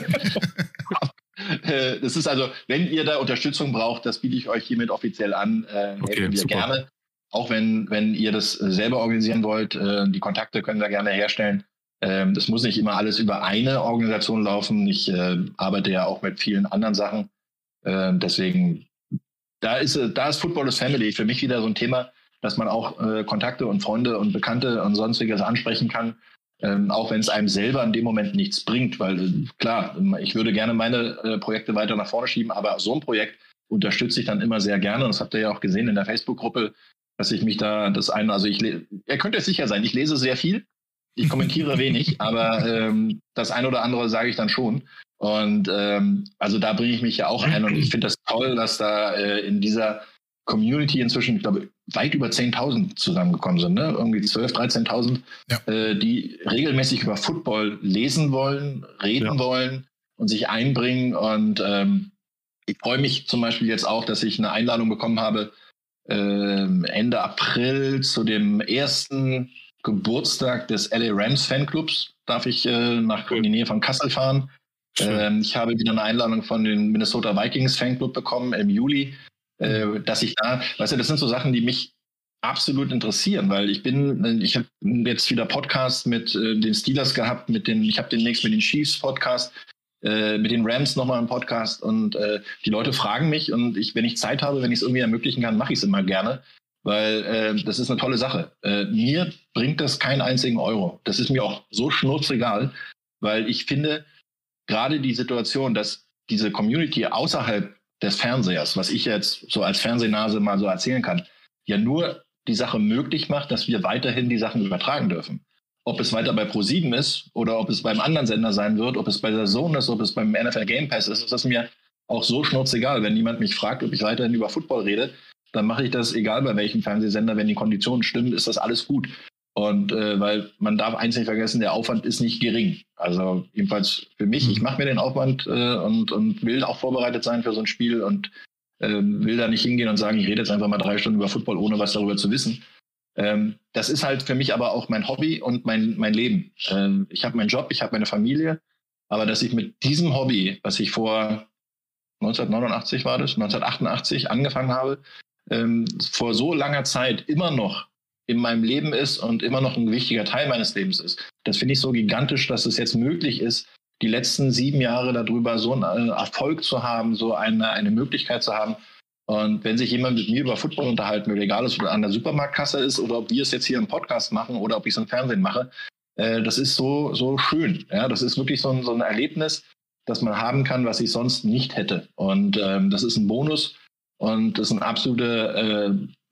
D: äh, das ist also, wenn ihr da Unterstützung braucht, das biete ich euch hiermit offiziell an. Äh,
C: Okay,
D: helfen wir
C: super.
D: gerne. Auch wenn, wenn ihr das äh, selber organisieren wollt, äh, die Kontakte können wir gerne herstellen. Ähm, das muss nicht immer alles über eine Organisation laufen. Ich äh, arbeite ja auch mit vielen anderen Sachen. Äh, deswegen, da ist, äh, da ist Football is Family für mich wieder so ein Thema, dass man auch äh, Kontakte und Freunde und Bekannte und sonstiges ansprechen kann. Ähm, auch wenn es einem selber in dem Moment nichts bringt, weil äh, klar, ich würde gerne meine äh, Projekte weiter nach vorne schieben, aber so ein Projekt unterstütze ich dann immer sehr gerne. Und das habt ihr ja auch gesehen in der Facebook-Gruppe, dass ich mich da das eine, also ich, ihr könnt euch sicher sein, ich lese sehr viel, ich kommentiere wenig, aber ähm, das eine oder andere sage ich dann schon. Und ähm, also da bringe ich mich ja auch ein und ich finde das toll, dass da äh, in dieser Community inzwischen, ich glaube, weit über zehntausend zusammengekommen sind, ne? Irgendwie zwölftausend, dreizehntausend, ja. äh, die regelmäßig über Football lesen wollen, reden ja. wollen und sich einbringen. Und ähm, ich freue mich zum Beispiel jetzt auch, dass ich eine Einladung bekommen habe, äh, Ende April zu dem ersten Geburtstag des L A Rams Fanclubs. Darf ich äh, nach in die Nähe von Kassel fahren. Ähm, ich habe wieder eine Einladung von den Minnesota Vikings Fanclub bekommen im Juli. Äh, dass ich da, weißt du, das sind so Sachen, die mich absolut interessieren, weil ich bin, ich habe jetzt wieder Podcasts mit äh, den Steelers gehabt, mit den, ich habe demnächst mit den Chiefs Podcast, äh, mit den Rams nochmal einen Podcast und äh, die Leute fragen mich und ich, wenn ich Zeit habe, wenn ich es irgendwie ermöglichen kann, mache ich es immer gerne, weil äh, das ist eine tolle Sache. Äh, mir bringt das keinen einzigen Euro. Das ist mir auch so schnurzegal, weil ich finde, gerade die Situation, dass diese Community außerhalb des Fernsehers, was ich jetzt so als Fernsehnase mal so erzählen kann, ja nur die Sache möglich macht, dass wir weiterhin die Sachen übertragen dürfen. Ob es weiter bei ProSieben ist oder ob es beim anderen Sender sein wird, ob es bei der Zone ist, ob es beim N F L Game Pass ist, ist das mir auch so schnurzegal. Wenn jemand mich fragt, ob ich weiterhin über Football rede, dann mache ich das, egal bei welchem Fernsehsender, wenn die Konditionen stimmen, ist das alles gut. Und äh, weil man darf eins nicht vergessen, der Aufwand ist nicht gering. Also jedenfalls für mich, ich mache mir den Aufwand äh, und, und will auch vorbereitet sein für so ein Spiel und äh, will da nicht hingehen und sagen, ich rede jetzt einfach mal drei Stunden über Football, ohne was darüber zu wissen. Ähm, das ist halt für mich aber auch mein Hobby und mein, mein Leben. Ähm, ich habe meinen Job, ich habe meine Familie, aber dass ich mit diesem Hobby, was ich vor neunzehnhundertneunundachtzig war das, neunzehnhundertachtundachtzig angefangen habe, ähm, vor so langer Zeit immer noch in meinem Leben ist und immer noch ein wichtiger Teil meines Lebens ist. Das finde ich so gigantisch, dass es jetzt möglich ist, die letzten sieben Jahre darüber so einen Erfolg zu haben, so eine, eine Möglichkeit zu haben. Und wenn sich jemand mit mir über Football unterhalten will, egal ob es an der Supermarktkasse ist oder ob wir es jetzt hier im Podcast machen oder ob ich es im Fernsehen mache, äh, das ist so, so schön. Ja, das ist wirklich so ein, so ein Erlebnis, das man haben kann, was ich sonst nicht hätte. Und ähm, das ist ein Bonus und das ist ein absoluter äh,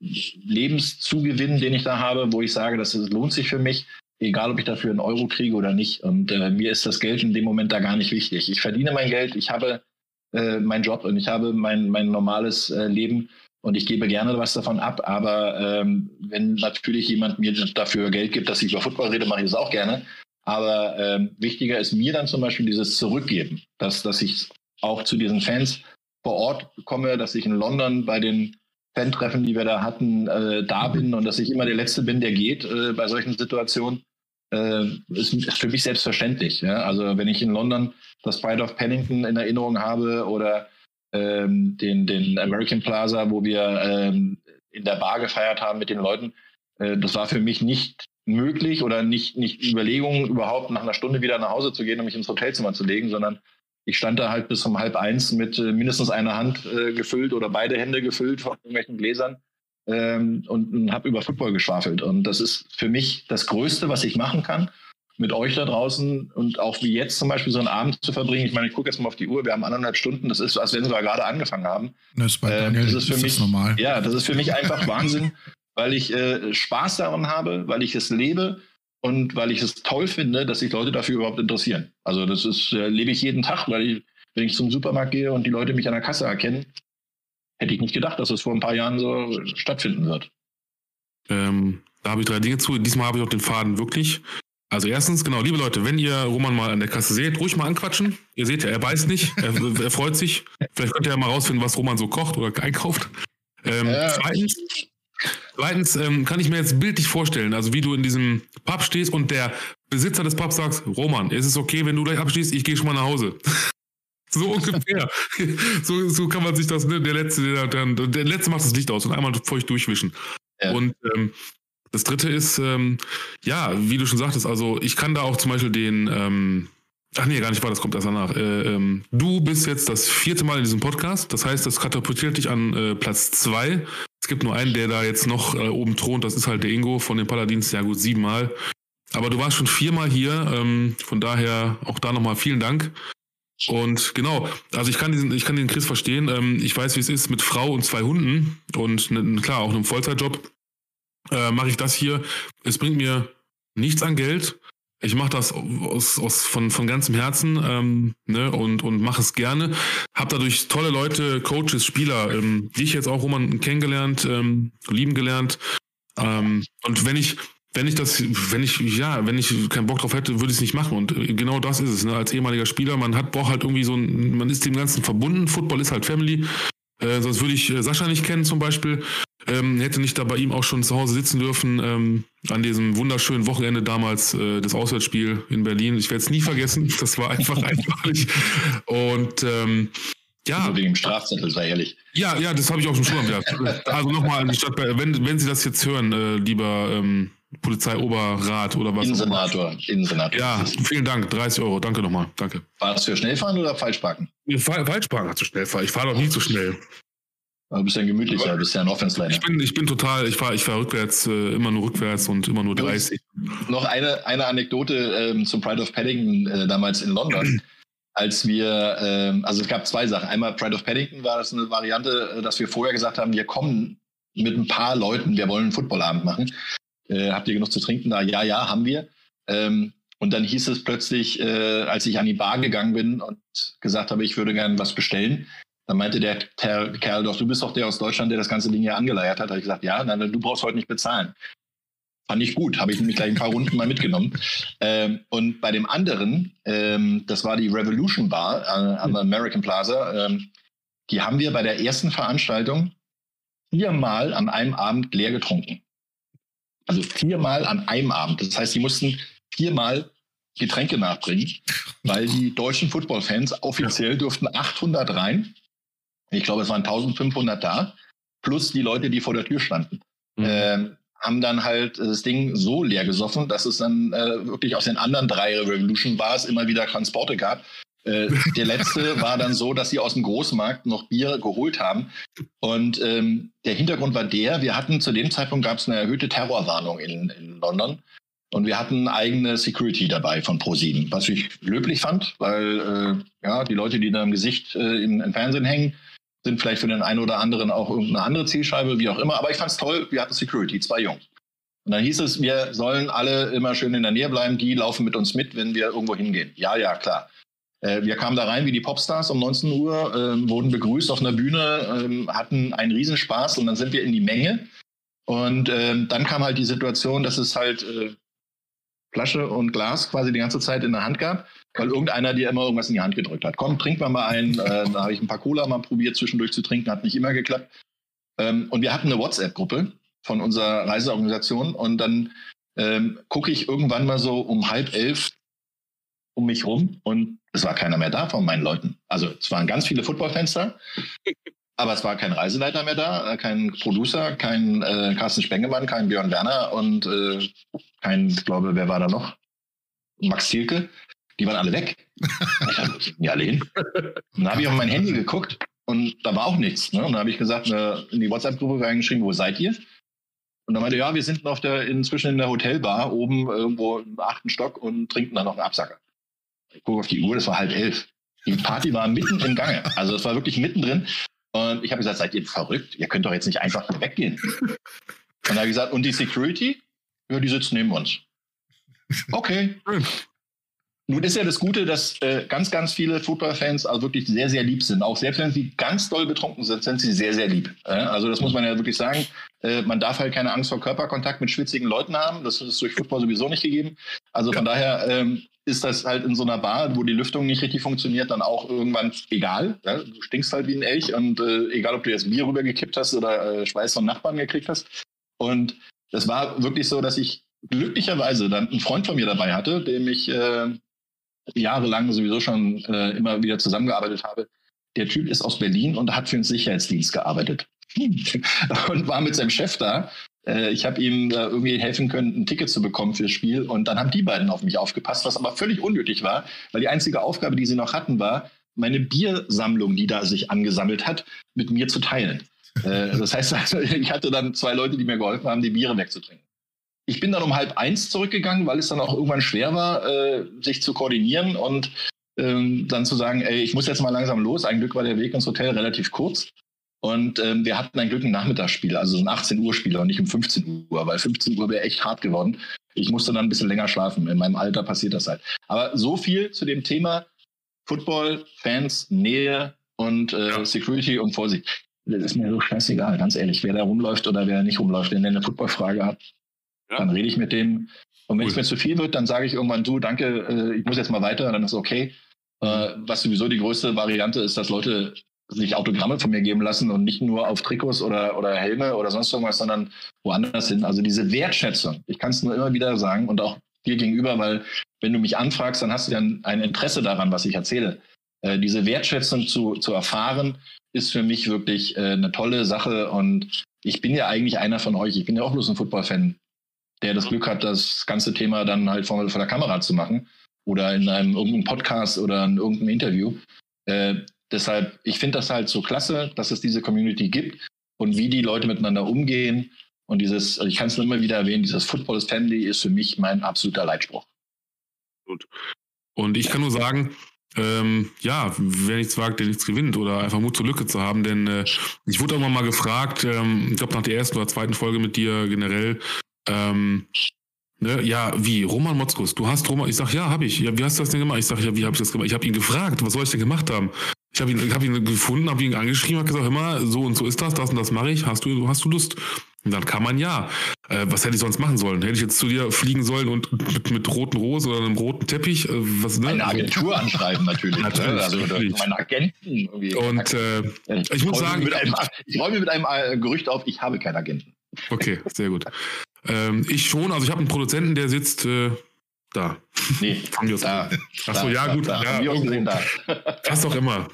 D: Lebenszugewinn, den ich da habe, wo ich sage, das lohnt sich für mich, egal ob ich dafür einen Euro kriege oder nicht. Und äh, mir ist das Geld in dem Moment da gar nicht wichtig. Ich verdiene mein Geld, ich habe äh, meinen Job und ich habe mein, mein normales äh, Leben und ich gebe gerne was davon ab. Aber ähm, wenn natürlich jemand mir dafür Geld gibt, dass ich über Football rede, mache ich das auch gerne. Aber ähm, wichtiger ist mir dann zum Beispiel dieses Zurückgeben, dass, dass ich auch zu diesen Fans vor Ort komme, dass ich in London bei den Fan-Treffen, die wir da hatten, äh, da bin und dass ich immer der Letzte bin, der geht äh, bei solchen Situationen, äh, ist, ist für mich selbstverständlich. Ja? Also wenn ich in London das Pride of Pennington in Erinnerung habe oder ähm, den, den American Plaza, wo wir ähm, in der Bar gefeiert haben mit den Leuten, äh, das war für mich nicht möglich oder nicht, nicht Überlegung, überhaupt nach einer Stunde wieder nach Hause zu gehen und mich ins Hotelzimmer zu legen, sondern ich stand da halt bis um halb eins mit äh, mindestens einer Hand äh, gefüllt oder beide Hände gefüllt von irgendwelchen Gläsern ähm, und, und habe über Football geschwafelt. Und das ist für mich das Größte, was ich machen kann, mit euch da draußen und auch wie jetzt zum Beispiel so einen Abend zu verbringen. Ich meine, ich gucke jetzt mal auf die Uhr, wir haben anderthalb Stunden, das ist, als wenn wir gerade angefangen haben.
B: Das ist, bei Daniel, äh, das ist für
D: ist
B: mich normal.
D: Ja, das ist für mich einfach Wahnsinn, weil ich äh, Spaß daran habe, weil ich es lebe. Und weil ich es toll finde, dass sich Leute dafür überhaupt interessieren. Also das ist, äh, lebe ich jeden Tag, weil ich, wenn ich zum Supermarkt gehe und die Leute mich an der Kasse erkennen, hätte ich nicht gedacht, dass es vor ein paar Jahren so stattfinden wird.
C: Ähm, da habe ich drei Dinge zu. Diesmal habe ich auch den Faden wirklich. Also erstens, genau, liebe Leute, wenn ihr Roman mal an der Kasse seht, ruhig mal anquatschen. Ihr seht ja, er beißt nicht, er, er freut sich. Vielleicht könnt ihr ja mal rausfinden, was Roman so kocht oder einkauft. Ähm, ja. Zweitens, Zweitens ähm, kann ich mir jetzt bildlich vorstellen, also wie du in diesem Pub stehst und der Besitzer des Pubs sagt, Roman, ist es okay, wenn du gleich abschließt, ich gehe schon mal nach Hause. So ungefähr. so, so kann man sich das, ne, der Letzte, der, der, der Letzte macht das Licht aus und einmal feucht durchwischen. Ja. Und ähm, das Dritte ist, ähm, ja, wie du schon sagtest, also ich kann da auch zum Beispiel den, ähm, ach nee, gar nicht wahr, das kommt erst danach. Äh, ähm, du bist jetzt das vierte Mal in diesem Podcast, das heißt, das katapultiert dich an äh, Platz zwei. Es gibt nur einen, der da jetzt noch äh, oben thront, das ist halt der Ingo von den Paladins, ja gut, siebenmal. Aber du warst schon viermal hier, ähm, von daher auch da nochmal vielen Dank. Und genau, also ich kann diesen, ich kann den Chris verstehen. Ähm, ich weiß, wie es ist mit Frau und zwei Hunden und ne, klar, auch einem Vollzeitjob äh, mache ich das hier. Es bringt mir nichts an Geld. Ich mache das aus, aus, von, von ganzem Herzen ähm, ne, und, und mache es gerne. Habe dadurch tolle Leute, Coaches, Spieler, ähm, dich jetzt auch, Roman, kennengelernt, ähm, lieben gelernt. Ähm, und wenn ich Wenn ich das, wenn ich, ja, wenn ich keinen Bock drauf hätte, würde ich es nicht machen. Und genau das ist es, ne? Als ehemaliger Spieler, man hat, braucht halt irgendwie so ein, man ist dem Ganzen verbunden. Football ist halt Family. Äh, sonst würde ich äh, Sascha nicht kennen zum Beispiel. Ähm, hätte nicht da bei ihm auch schon zu Hause sitzen dürfen, ähm, an diesem wunderschönen Wochenende damals, äh, das Auswärtsspiel in Berlin. Ich werde es nie vergessen. Das war einfach einmalig. Und, ähm, ja.
D: Nur wegen dem Strafzettel, sei ehrlich.
C: Ja, ja, das habe ich auch schon schon gehabt. Also nochmal an die Stadt, wenn, wenn Sie das jetzt hören, äh, lieber, ähm, Polizeioberrat oder was?
D: Innensenator. Innensenator.
C: Ja, vielen Dank. dreißig Euro. Danke nochmal. Danke.
D: War das für Schnellfahren oder Falschparken?
C: Falschparken hat zu schnell fahren. Ich fahre doch nie zu schnell.
D: Du bist ja ein gemütlicher, du bist ja ein Offense-Liner.
C: Ich bin, ich bin total, ich fahre ich fahr rückwärts, äh, immer nur rückwärts und immer nur dreißig.
D: Noch eine, eine Anekdote ähm, zum Pride of Paddington äh, damals in London. Als wir, ähm, also es gab zwei Sachen. Einmal Pride of Paddington war das eine Variante, dass wir vorher gesagt haben, wir kommen mit ein paar Leuten, wir wollen einen Footballabend machen. Äh, habt ihr genug zu trinken da? Ja, ja, haben wir. Ähm, und dann hieß es plötzlich, äh, als ich an die Bar gegangen bin und gesagt habe, ich würde gerne was bestellen, dann meinte der, der Kerl doch, du bist doch der aus Deutschland, der das ganze Ding hier angeleiert hat. Da habe ich gesagt, ja, na, du brauchst heute nicht bezahlen. Fand ich gut, habe ich nämlich gleich ein paar Runden mal mitgenommen. Ähm, und bei dem anderen, ähm, das war die Revolution Bar äh, am American Plaza, ähm, die haben wir bei der ersten Veranstaltung viermal an einem Abend leer getrunken. Also viermal an einem Abend. Das heißt, sie mussten viermal Getränke nachbringen, weil die deutschen Football-Fans offiziell durften achthundert rein. Ich glaube, es waren eintausendfünfhundert da, plus die Leute, die vor der Tür standen. Mhm. Ähm, haben dann halt das Ding so leer gesoffen, dass es dann äh, wirklich aus den anderen drei Revolution Bars immer wieder Transporte gab. Äh, der letzte war dann so, dass sie aus dem Großmarkt noch Bier geholt haben. Und ähm, der Hintergrund war der, wir hatten zu dem Zeitpunkt gab es eine erhöhte Terrorwarnung in, in London. Und wir hatten eigene Security dabei von ProSieben, was ich löblich fand, weil äh, ja die Leute, die da im Gesicht äh, im, im Fernsehen hängen, sind vielleicht für den einen oder anderen auch irgendeine andere Zielscheibe, wie auch immer. Aber ich fand es toll, wir hatten Security, zwei Jungs. Und dann hieß es, wir sollen alle immer schön in der Nähe bleiben, die laufen mit uns mit, wenn wir irgendwo hingehen. Ja, ja, klar. Äh, wir kamen da rein wie die Popstars um neunzehn Uhr, äh, wurden begrüßt auf einer Bühne, äh, hatten einen Riesenspaß und dann sind wir in die Menge. Und äh, dann kam halt die Situation, dass es halt äh, Flasche und Glas quasi die ganze Zeit in der Hand gab, weil irgendeiner dir immer irgendwas in die Hand gedrückt hat. Komm, trink mal mal einen. Äh, da habe ich ein paar Cola mal probiert, zwischendurch zu trinken, hat nicht immer geklappt. Ähm, und wir hatten eine WhatsApp-Gruppe von unserer Reiseorganisation und dann ähm, gucke ich irgendwann mal so um halb elf um mich rum und es war keiner mehr da von meinen Leuten. Also es waren ganz viele Footballfans da, aber es war kein Reiseleiter mehr da, kein Producer, kein äh, Carsten Spengemann, kein Björn Werner und äh, kein, ich glaube, wer war da noch? Max Zielke. Die waren alle weg. Ich dachte, wo sind die alle hin? Und dann habe ich auf mein Handy geguckt und da war auch nichts. Ne? Und dann habe ich gesagt, äh, in die WhatsApp-Gruppe reingeschrieben, wo seid ihr? Und dann meinte, ja, wir sind auf der, inzwischen in der Hotelbar oben irgendwo im achten Stock und trinken dann noch einen Absacker. Ich gucke auf die Uhr, das war halb elf. Die Party war mitten im Gange. Also es war wirklich mittendrin. Und ich habe gesagt, seid ihr verrückt? Ihr könnt doch jetzt nicht einfach weggehen. Und dann habe ich gesagt, und die Security? Ja, die sitzt neben uns. Okay. Nun ist ja das Gute, dass äh, ganz, ganz viele Football-Fans also wirklich sehr, sehr lieb sind. Auch selbst wenn sie ganz doll betrunken sind, sind sie sehr, sehr lieb. Äh, also das muss man ja wirklich sagen. Äh, man darf halt keine Angst vor Körperkontakt mit schwitzigen Leuten haben. Das ist durch Football sowieso nicht gegeben. Also von ja. daher ähm, ist das halt in so einer Bar, wo die Lüftung nicht richtig funktioniert, dann auch irgendwann egal. Ja? Du stinkst halt wie ein Elch und äh, egal, ob du jetzt Bier rübergekippt hast oder äh, Schweiß von Nachbarn gekriegt hast. Und das war wirklich so, dass ich glücklicherweise dann einen Freund von mir dabei hatte, dem ich äh, jahrelang sowieso schon äh, immer wieder zusammengearbeitet habe. Der Typ ist aus Berlin und hat für den Sicherheitsdienst gearbeitet. Und war mit seinem Chef da. Äh, ich habe ihm da irgendwie helfen können, ein Ticket zu bekommen fürs Spiel. Und dann haben die beiden auf mich aufgepasst, was aber völlig unnötig war, weil die einzige Aufgabe, die sie noch hatten, war, meine Biersammlung, die da sich angesammelt hat, mit mir zu teilen. Äh, das heißt, also, ich hatte dann zwei Leute, die mir geholfen haben, die Biere wegzutrinken. ich bin dann um halb eins zurückgegangen, weil es dann auch irgendwann schwer war, äh, sich zu koordinieren und ähm, dann zu sagen, ey, ich muss jetzt mal langsam los. Ein Glück war der Weg ins Hotel relativ kurz. Und ähm, wir hatten ein Glück ein Nachmittagsspiel, also so ein achtzehn Uhr Spiel und nicht um fünfzehn Uhr, weil fünfzehn Uhr wäre echt hart geworden. Ich musste dann ein bisschen länger schlafen. In meinem Alter passiert das halt. Aber so viel zu dem Thema Football, Fans, Nähe und äh, ja. Security und Vorsicht. Das ist mir so scheißegal, ganz ehrlich. Wer da rumläuft oder wer nicht rumläuft, wenn der eine Footballfrage hat, ja. dann rede ich mit dem. Und wenn cool. es mir zu viel wird, dann sage ich irgendwann, du, danke, äh, ich muss jetzt mal weiter, dann ist okay. Äh, was sowieso die größte Variante ist, dass Leute sich Autogramme von mir geben lassen und nicht nur auf Trikots oder, oder Helme oder sonst irgendwas, sondern woanders hin. Also diese Wertschätzung, ich kann es nur immer wieder sagen und auch dir gegenüber, weil wenn du mich anfragst, dann hast du ja ein, ein Interesse daran, was ich erzähle. Äh, diese Wertschätzung zu, zu erfahren, ist für mich wirklich äh, eine tolle Sache und ich bin ja eigentlich einer von euch, ich bin ja auch bloß ein Football-Fan, der das Glück hat, das ganze Thema dann halt vor, vor der Kamera zu machen oder in einem irgendeinem Podcast oder in irgendeinem Interview. Äh, deshalb, ich finde das halt so klasse, dass es diese Community gibt und wie die Leute miteinander umgehen. Und dieses, also ich kann es nur immer wieder erwähnen, dieses Football is Family ist für mich mein absoluter Leitspruch.
C: Gut. Und ich kann nur sagen, ähm, ja, wer nichts wagt, der nichts gewinnt oder einfach Mut zur Lücke zu haben, denn äh, ich wurde auch mal gefragt, ähm, ich glaube nach der ersten oder zweiten Folge mit dir generell, ähm, ne, ja, wie, Roman Motzkus, du hast Roman, ich sag, ja, habe ich, ja, wie hast du das denn gemacht? Ich sag, ja, wie habe ich das gemacht? Ich habe ihn gefragt, was soll ich denn gemacht haben? Ich habe ihn, ich hab ihn gefunden, habe ihn angeschrieben, habe gesagt, hör mal, so und so ist das, das und das mache ich, hast du, hast du Lust? Und dann kam man ja. Äh, was hätte ich sonst machen sollen? Hätte ich jetzt zu dir fliegen sollen und mit, mit roten Rosen oder einem roten Teppich? Äh, was, ne?
D: Eine Agentur anschreiben natürlich.
C: natürlich,
D: ne? Also
C: natürlich.
D: Meine Agenten. Irgendwie.
C: Und äh, ich, ich muss sagen...
D: Mit einem, ich räume mit einem äh, Gerücht auf, ich habe keinen Agenten.
C: Okay, sehr gut. Ähm, ich schon, also ich habe einen Produzenten, der sitzt äh, da.
D: Nee, da.
C: Achso, ja, gut.
D: Da,
C: ja,
D: irgendwo da.
C: Was auch immer.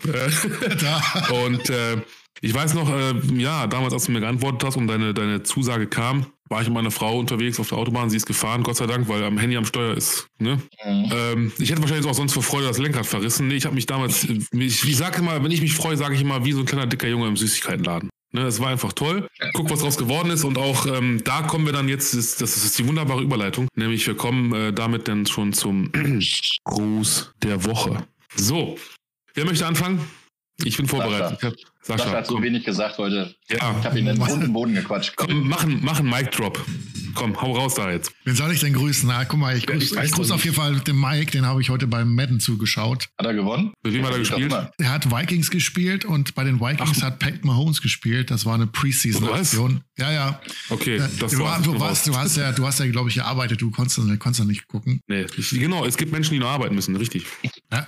C: da. Und äh, ich weiß noch, äh, ja, damals, als du mir geantwortet hast und deine, deine Zusage kam, war ich mit meiner Frau unterwegs auf der Autobahn. Sie ist gefahren, Gott sei Dank, weil am Handy am Steuer ist. Ne? Mhm. Ähm, ich hätte wahrscheinlich auch sonst vor Freude das Lenkrad verrissen. Nee, ich habe mich damals, ich, ich sage immer, wenn ich mich freue, sage ich immer, wie so ein kleiner dicker Junge im Süßigkeitenladen. Ne, es war einfach toll. Guck, was draus geworden ist. Und auch ähm, da kommen wir dann jetzt, das, das ist die wunderbare Überleitung. Nämlich wir kommen äh, damit dann schon zum Gruß der Woche. So, wer möchte anfangen? Ich bin vorbereitet.
D: Sascha, Sascha, Sascha hat so wenig gesagt heute.
C: Ja.
D: Ich habe ihn in den runden Boden gequatscht.
C: Komm, mach einen, mach einen Mic-Drop. Komm, hau raus da jetzt.
B: Wen soll ich denn grüßen? Na, guck mal, ich grüße ja, grüß auf jeden Fall den Mike, den habe ich heute beim Madden zugeschaut.
D: Hat er gewonnen?
C: Mit wem hat er gespielt?
B: Er hat Vikings gespielt und bei den Vikings Ach. hat Pat Mahomes gespielt. Das war eine Preseason-Aktion. Ja, ja.
C: Okay, das
B: du,
C: war
B: du, warst, du hast ja, du hast ja, glaube ich, gearbeitet. Du konntest, konntest ja nicht gucken.
C: Nee, ich, genau. Es gibt Menschen, die noch arbeiten müssen, richtig.
B: Ja.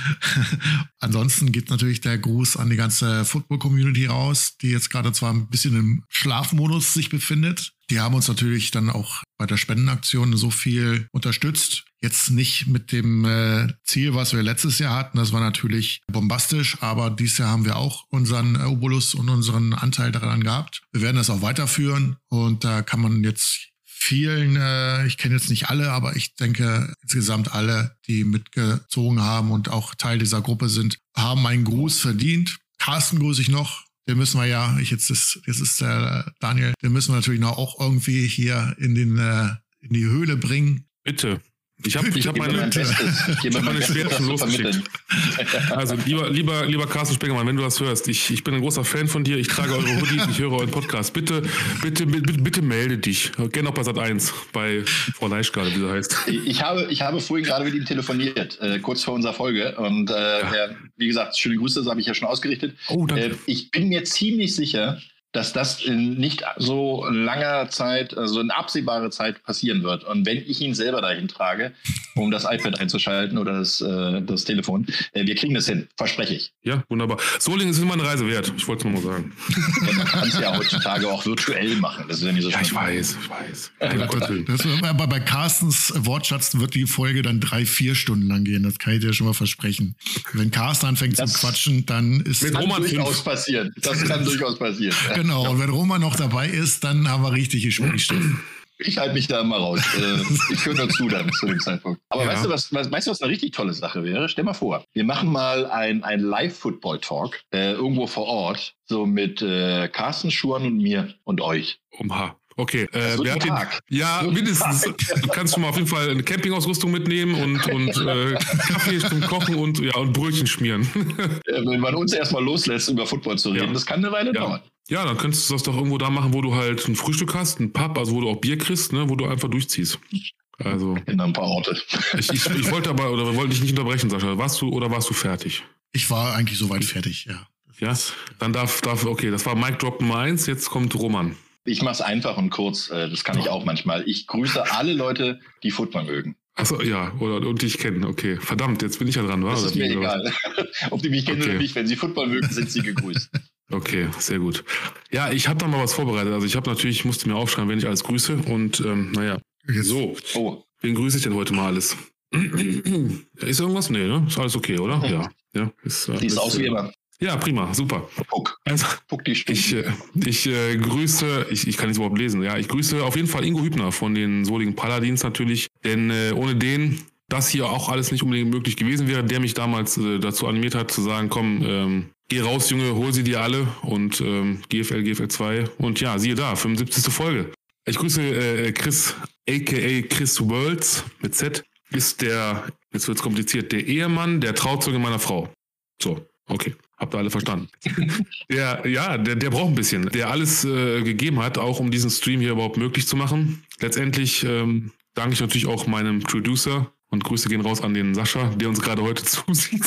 B: Ansonsten geht natürlich der Gruß an die ganze Football-Community raus, die jetzt gerade zwar ein bisschen im Schlafmodus sich befindet. Die haben uns natürlich dann auch bei der Spendenaktion so viel unterstützt. Jetzt nicht mit dem äh, Ziel, was wir letztes Jahr hatten. Das war natürlich bombastisch, aber dieses Jahr haben wir auch unseren äh, Obolus und unseren Anteil daran gehabt. Wir werden das auch weiterführen und da kann man jetzt vielen, äh, ich kenne jetzt nicht alle, aber ich denke insgesamt alle, die mitgezogen haben und auch Teil dieser Gruppe sind, haben einen Gruß verdient. Carsten grüße ich noch. Den müssen wir ja, ich jetzt ist, jetzt ist der Daniel, den müssen wir natürlich noch auch irgendwie hier in den äh, in die Höhle bringen.
C: Bitte. Ich habe ich hab meine, ich hab meine Schwerten losgeschickt. Also lieber, lieber, lieber Carsten Spengemann, wenn du das hörst, ich, ich bin ein großer Fan von dir, ich trage eure Hoodies, ich höre euren Podcast. Bitte, bitte, bitte, bitte melde dich. Gerne auch bei Sat eins, bei Frau Leischgade, wie sie heißt.
D: Ich habe, ich habe vorhin gerade mit ihm telefoniert, äh, kurz vor unserer Folge. Und äh, ja. er, wie gesagt, schöne Grüße, das habe ich ja schon ausgerichtet.
C: Oh, danke.
D: Äh, ich bin mir ziemlich sicher, dass das in nicht so langer Zeit, also in absehbare Zeit passieren wird. Und wenn ich ihn selber dahin trage, um das iPad einzuschalten oder das, äh, das Telefon, äh, wir kriegen das hin, verspreche ich.
C: Ja, wunderbar. Solingen ist immer eine Reise wert, ich wollte es nur mal sagen.
D: Ja, man kann es ja heutzutage auch virtuell machen, das ist ja nicht so
C: schlimm. Ja, ich weiß, ich weiß. Ja,
B: das, aber bei Carstens Wortschatz wird die Folge dann drei, vier Stunden lang gehen, das kann ich dir schon mal versprechen. Wenn Carsten anfängt das zu quatschen, dann ist...
D: Das kann durchaus passieren, das kann durchaus passieren.
B: Genau, ja. Und wenn Roman noch dabei ist, dann haben wir richtig Gesprächsstoff.
D: Ich halte mich da mal raus. Ich höre nur zu dann zu dem Zeitpunkt. Aber ja. weißt du, was, was, weißt du, was eine richtig tolle Sache wäre? Stell mal vor, wir machen mal ein, ein Live-Football-Talk äh, irgendwo vor Ort, so mit äh, Carsten, Schuhan und mir und euch.
C: Umha. Okay, äh,
D: so
C: wer hat den, ja,
D: so
C: mindestens. Du kannst schon mal auf jeden Fall eine Campingausrüstung mitnehmen und, und äh, Kaffee zum Kochen und, ja, und Brötchen schmieren.
D: Wenn man uns erstmal loslässt, über Football zu reden,
C: ja.
D: das kann eine Weile
C: ja.
D: dauern.
C: Ja, dann könntest du das doch irgendwo da machen, wo du halt ein Frühstück hast, ein Pub, also wo du auch Bier kriegst, ne, wo du einfach durchziehst. Also.
D: In ein paar Orte.
C: Ich, ich, ich wollte aber, oder wollte dich nicht unterbrechen, Sascha. Warst du oder warst du fertig?
B: Ich war eigentlich soweit fertig, ja.
C: Ja, dann darf, darf, okay, das war Mic Drop Nummer eins, jetzt kommt Roman.
D: Ich mach's einfach und kurz, das kann ich auch manchmal. Ich grüße alle Leute, die Football mögen.
C: Achso, ja, oder und dich kennen, okay. Verdammt, jetzt bin ich ja dran, wa?
D: Das ist mir egal. Ob die mich kennen
C: okay.
D: oder nicht, wenn sie Football mögen, sind sie gegrüßt.
C: Okay, sehr gut. Ja, ich habe da mal was vorbereitet. Also ich habe natürlich, ich musste mir aufschreiben, wen ich alles grüße. Und ähm, naja, so.
D: Oh.
C: Wen grüße ich denn heute mal alles? Ist irgendwas? Nee, ne? Ist alles okay, oder? Ja. ja ist, äh,
D: Sieht aus wie immer.
C: Ja, prima, super.
D: Puck.
C: Also,
D: Puck die Stunde.
C: ich, äh, ich äh, grüße, ich, ich kann nicht überhaupt lesen, ja, ich grüße auf jeden Fall Ingo Hübner von den Soligen Paladins natürlich, denn äh, ohne den das hier auch alles nicht unbedingt möglich gewesen wäre, der mich damals äh, dazu animiert hat zu sagen, komm, ähm, geh raus, Junge, hol sie dir alle und ähm, G F L, G F L zwei und ja, siehe da, fünfundsiebzigste Folge. Ich grüße äh, Chris, aka Chris Worlds mit Z, ist der, jetzt wird's kompliziert, der Ehemann der Trauzeuge meiner Frau. So, okay. Habt ihr alle verstanden? der, ja, der, der braucht ein bisschen. Der alles äh, gegeben hat, auch um diesen Stream hier überhaupt möglich zu machen. Letztendlich ähm, danke ich natürlich auch meinem Producer und Grüße gehen raus an den Sascha, der uns gerade heute zusieht.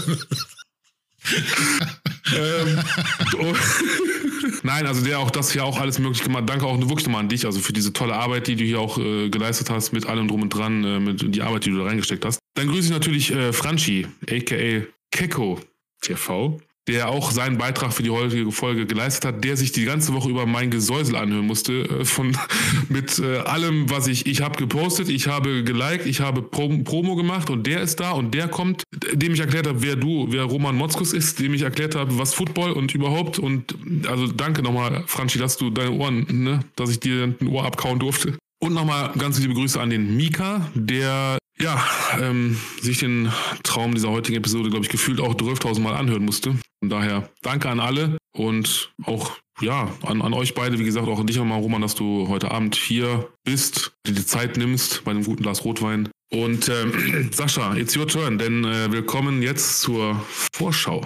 C: ähm, oh. Nein, also der auch das hier auch alles möglich gemacht. Danke auch wirklich nochmal an dich, also für diese tolle Arbeit, die du hier auch äh, geleistet hast, mit allem drum und dran, äh, mit die Arbeit, die du da reingesteckt hast. Dann grüße ich natürlich äh, Franchi, aka Keko T V, der auch seinen Beitrag für die heutige Folge geleistet hat, der sich die ganze Woche über mein Gesäusel anhören musste, äh, von mit äh, allem, was ich, ich habe gepostet, ich habe geliked, ich habe Prom- Promo gemacht und der ist da und der kommt, dem ich erklärt habe, wer du, wer Roman Motzkus ist, dem ich erklärt habe, was Football und überhaupt und also danke nochmal, Franchi, dass du deine Ohren, ne, dass ich dir ein Ohr abkauen durfte. Und nochmal ganz liebe Grüße an den Mika, der ja, ähm, sich den Traum dieser heutigen Episode, glaube ich, gefühlt auch zwölftausend Mal anhören musste. Von daher danke an alle und auch ja an, an euch beide, wie gesagt, auch an dich nochmal, Roman, dass du heute Abend hier bist, dir die Zeit nimmst bei einem guten Glas Rotwein. Und ähm, Sascha, it's your turn, denn äh, wir kommen jetzt zur Vorschau.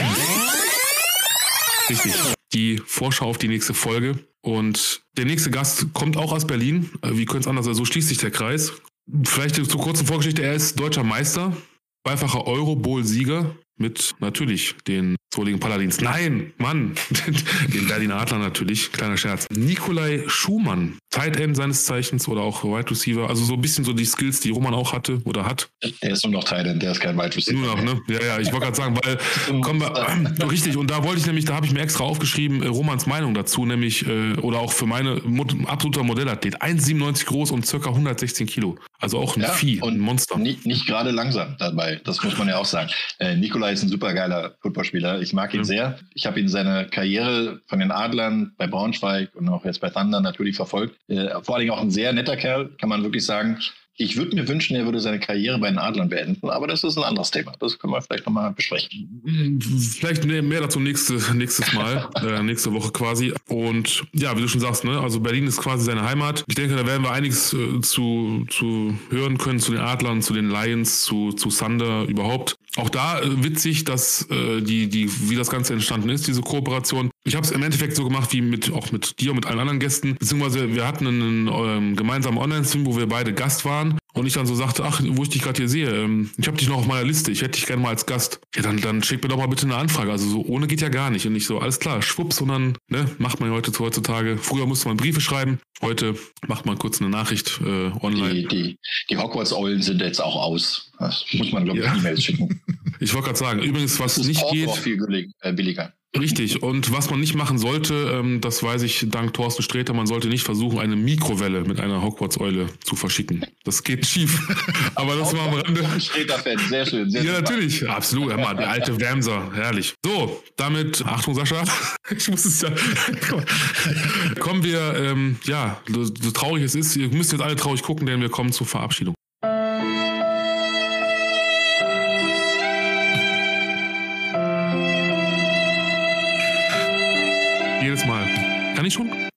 C: Richtig, die Vorschau auf die nächste Folge. Und der nächste Gast kommt auch aus Berlin. Wie könnte es anders sein? So schließt sich der Kreis. Vielleicht zur kurzen Vorgeschichte. Er ist deutscher Meister, zweifacher Euro-Bowl-Sieger mit natürlich den Soligen Paladins. Nein, Mann, den Berliner Adler natürlich. Kleiner Scherz. Nikolai Schumann, Tight End seines Zeichens oder auch Wide Receiver. Also so ein bisschen so die Skills, die Roman auch hatte oder hat.
D: Der ist nur noch Tight End, der ist kein Wide Receiver.
C: Nur noch, ne? Ja, ja, ich wollte gerade sagen, weil, komm, äh, richtig, und da wollte ich nämlich, da habe ich mir extra aufgeschrieben, äh, Romans Meinung dazu, nämlich, äh, oder auch für meine Mod- absoluter Modellathlet, eins Komma siebenundneunzig groß und circa hundertsechzehn Kilo. Also auch ein
D: ja,
C: Vieh,
D: und
C: ein Monster.
D: Nicht, nicht gerade langsam dabei, das muss man ja auch sagen. Äh, Nikolai ist ein supergeiler Footballspieler, ich mag ihn ja. sehr. Ich habe ihn seine Karriere von den Adlern bei Braunschweig und auch jetzt bei Thunder natürlich verfolgt. Äh, vor allen Dingen auch ein sehr netter Kerl, kann man wirklich sagen. Ich würde mir wünschen, er würde seine Karriere bei den Adlern beenden, aber das ist ein anderes Thema. Das können wir vielleicht nochmal besprechen.
C: Vielleicht mehr, mehr dazu nächste, nächstes Mal, äh, nächste Woche quasi. Und ja, wie du schon sagst, ne, also Berlin ist quasi seine Heimat. Ich denke, da werden wir einiges äh, zu, zu hören können zu den Adlern, zu den Lions, zu, zu Thunder überhaupt. Auch da äh, witzig, dass äh, die, die, wie das Ganze entstanden ist, diese Kooperation. Ich habe es im Endeffekt so gemacht wie mit auch mit dir und mit allen anderen Gästen, beziehungsweise wir hatten einen ähm, gemeinsamen Online-Stream, wo wir beide Gast waren und ich dann so sagte, ach, wo ich dich gerade hier sehe, ähm, ich habe dich noch auf meiner Liste, ich hätte dich gerne mal als Gast. Ja, dann, dann schick mir doch mal bitte eine Anfrage. Also so ohne geht ja gar nicht. Und nicht so, alles klar, schwupps, sondern ne, macht man ja heute heutzutage. Früher musste man Briefe schreiben, heute macht man kurz eine Nachricht äh, online.
D: Die, die, die Hogwarts-Eulen sind jetzt auch aus. Das muss man, glaube ich, ja. E-Mails schicken.
C: Ich wollte gerade sagen, übrigens, was das nicht geht...
D: Auch viel billiger.
C: Richtig, und was man nicht machen sollte, ähm, das weiß ich dank Thorsten Sträter, man sollte nicht versuchen, eine Mikrowelle mit einer Hogwarts-Eule zu verschicken. Das geht schief. Aber das war am Rande.
D: Sträter-Fan, sehr schön. Sehr
C: ja, natürlich, absolut. Hör mal, der alte Wärmser, herrlich. So, damit, Achtung Sascha, ich muss es ja... kommen wir, ähm, ja, so, so traurig es ist, ihr müsst jetzt alle traurig gucken, denn wir kommen zur Verabschiedung. Jedes Mal. Kann ich schon?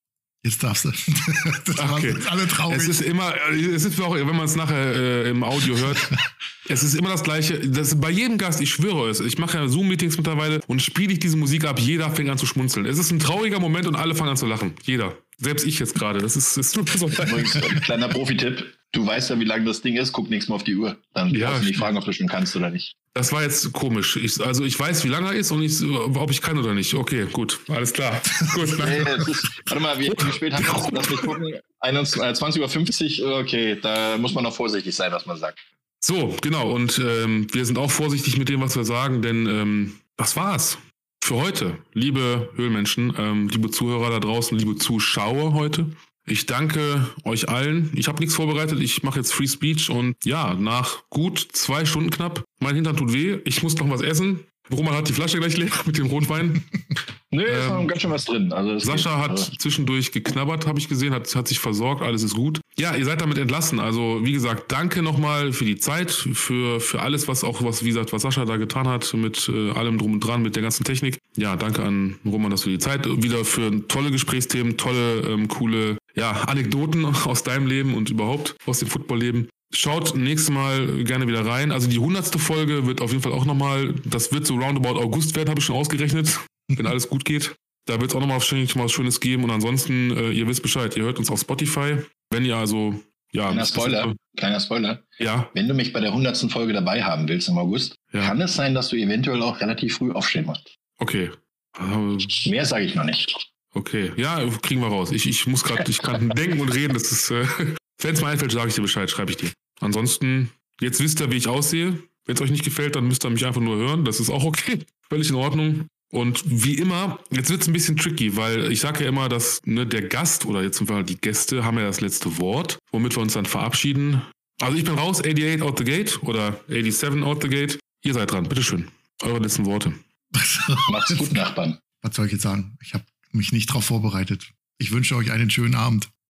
B: Jetzt darfst du. Das
C: Ach, okay.
B: waren alle traurig.
C: Es ist immer, es ist auch, wenn man es nachher äh, im Audio hört, es ist immer das Gleiche. Das ist bei jedem Gast, ich schwöre es, ich mache ja Zoom-Meetings mittlerweile und spiele ich diese Musik ab, jeder fängt an zu schmunzeln. Es ist ein trauriger Moment und alle fangen an zu lachen. Jeder. Selbst ich jetzt gerade. Das ist, ist so
D: Übrigens, kleiner Profi-Tipp. Du weißt ja, wie lang das Ding ist. Guck nächstes Mal auf die Uhr. Dann
C: ja,
D: brauchst du nicht fragen, ob du schon kannst oder nicht.
C: Das war jetzt komisch. Ich, also ich weiß, wie lange er ist und ich, ob ich kann oder nicht. Okay, gut. Alles klar. Gut.
D: Nee, ist, warte mal, wie, wie spät haben wir das? Lass mich gucken. zwanzig Uhr fünfzig. Okay, da muss man noch vorsichtig sein, was man sagt.
C: So, genau. Und ähm, wir sind auch vorsichtig mit dem, was wir sagen, denn ähm, das war's für heute. Liebe Höhlenmenschen, ähm, liebe Zuhörer da draußen, liebe Zuschauer heute. Ich danke euch allen. Ich habe nichts vorbereitet. Ich mache jetzt Free Speech und ja, nach gut zwei Stunden knapp. Mein Hintern tut weh. Ich muss noch was essen. Roman hat die Flasche gleich leer mit dem Rotwein.
D: Nee, ist noch ganz schön was drin. Also
C: Sascha
D: geht,
C: hat
D: also.
C: zwischendurch geknabbert, habe ich gesehen, hat, hat sich versorgt, alles ist gut. Ja, ihr seid damit entlassen. Also wie gesagt, danke nochmal für die Zeit, für, für alles, was auch, was wie gesagt, was Sascha da getan hat, mit äh, allem drum und dran, mit der ganzen Technik. Ja, danke an Roman, dass du die Zeit wieder für tolle Gesprächsthemen, tolle, ähm, coole ja, Anekdoten aus deinem Leben und überhaupt aus dem Footballleben. Schaut nächstes Mal gerne wieder rein. Also die hundertste Folge wird auf jeden Fall auch nochmal, das wird so roundabout August werden, habe ich schon ausgerechnet, wenn alles gut geht. Da wird es auch nochmal was Schönes geben. Und ansonsten, äh, ihr wisst Bescheid, ihr hört uns auf Spotify. Wenn ihr also, ja...
D: Kleiner Spoiler, ist, kleiner Spoiler.
C: Ja.
D: Wenn du mich bei der hundertsten Folge dabei haben willst im August, ja. kann es sein, dass du eventuell auch relativ früh aufstehen musst.
C: Okay.
D: Also, mehr sage ich noch nicht.
C: Okay, ja, kriegen wir raus. Ich, ich muss gerade, ich kann denken und reden, das ist... Äh, wenn es mir einfällt, sage ich dir Bescheid, schreibe ich dir. Ansonsten, jetzt wisst ihr, wie ich aussehe. Wenn es euch nicht gefällt, dann müsst ihr mich einfach nur hören. Das ist auch okay. Völlig in Ordnung. Und wie immer, jetzt wird es ein bisschen tricky, weil ich sage ja immer, dass ne, der Gast oder jetzt im Fall die Gäste haben ja das letzte Wort, womit wir uns dann verabschieden. Also ich bin raus, achtundachtzig out the gate oder siebenundachtzig out the gate. Ihr seid dran, bitteschön. Eure letzten Worte.
D: Macht's gut, Nachbarn.
B: Was soll ich jetzt sagen? Ich habe mich nicht darauf vorbereitet. Ich wünsche euch einen schönen Abend.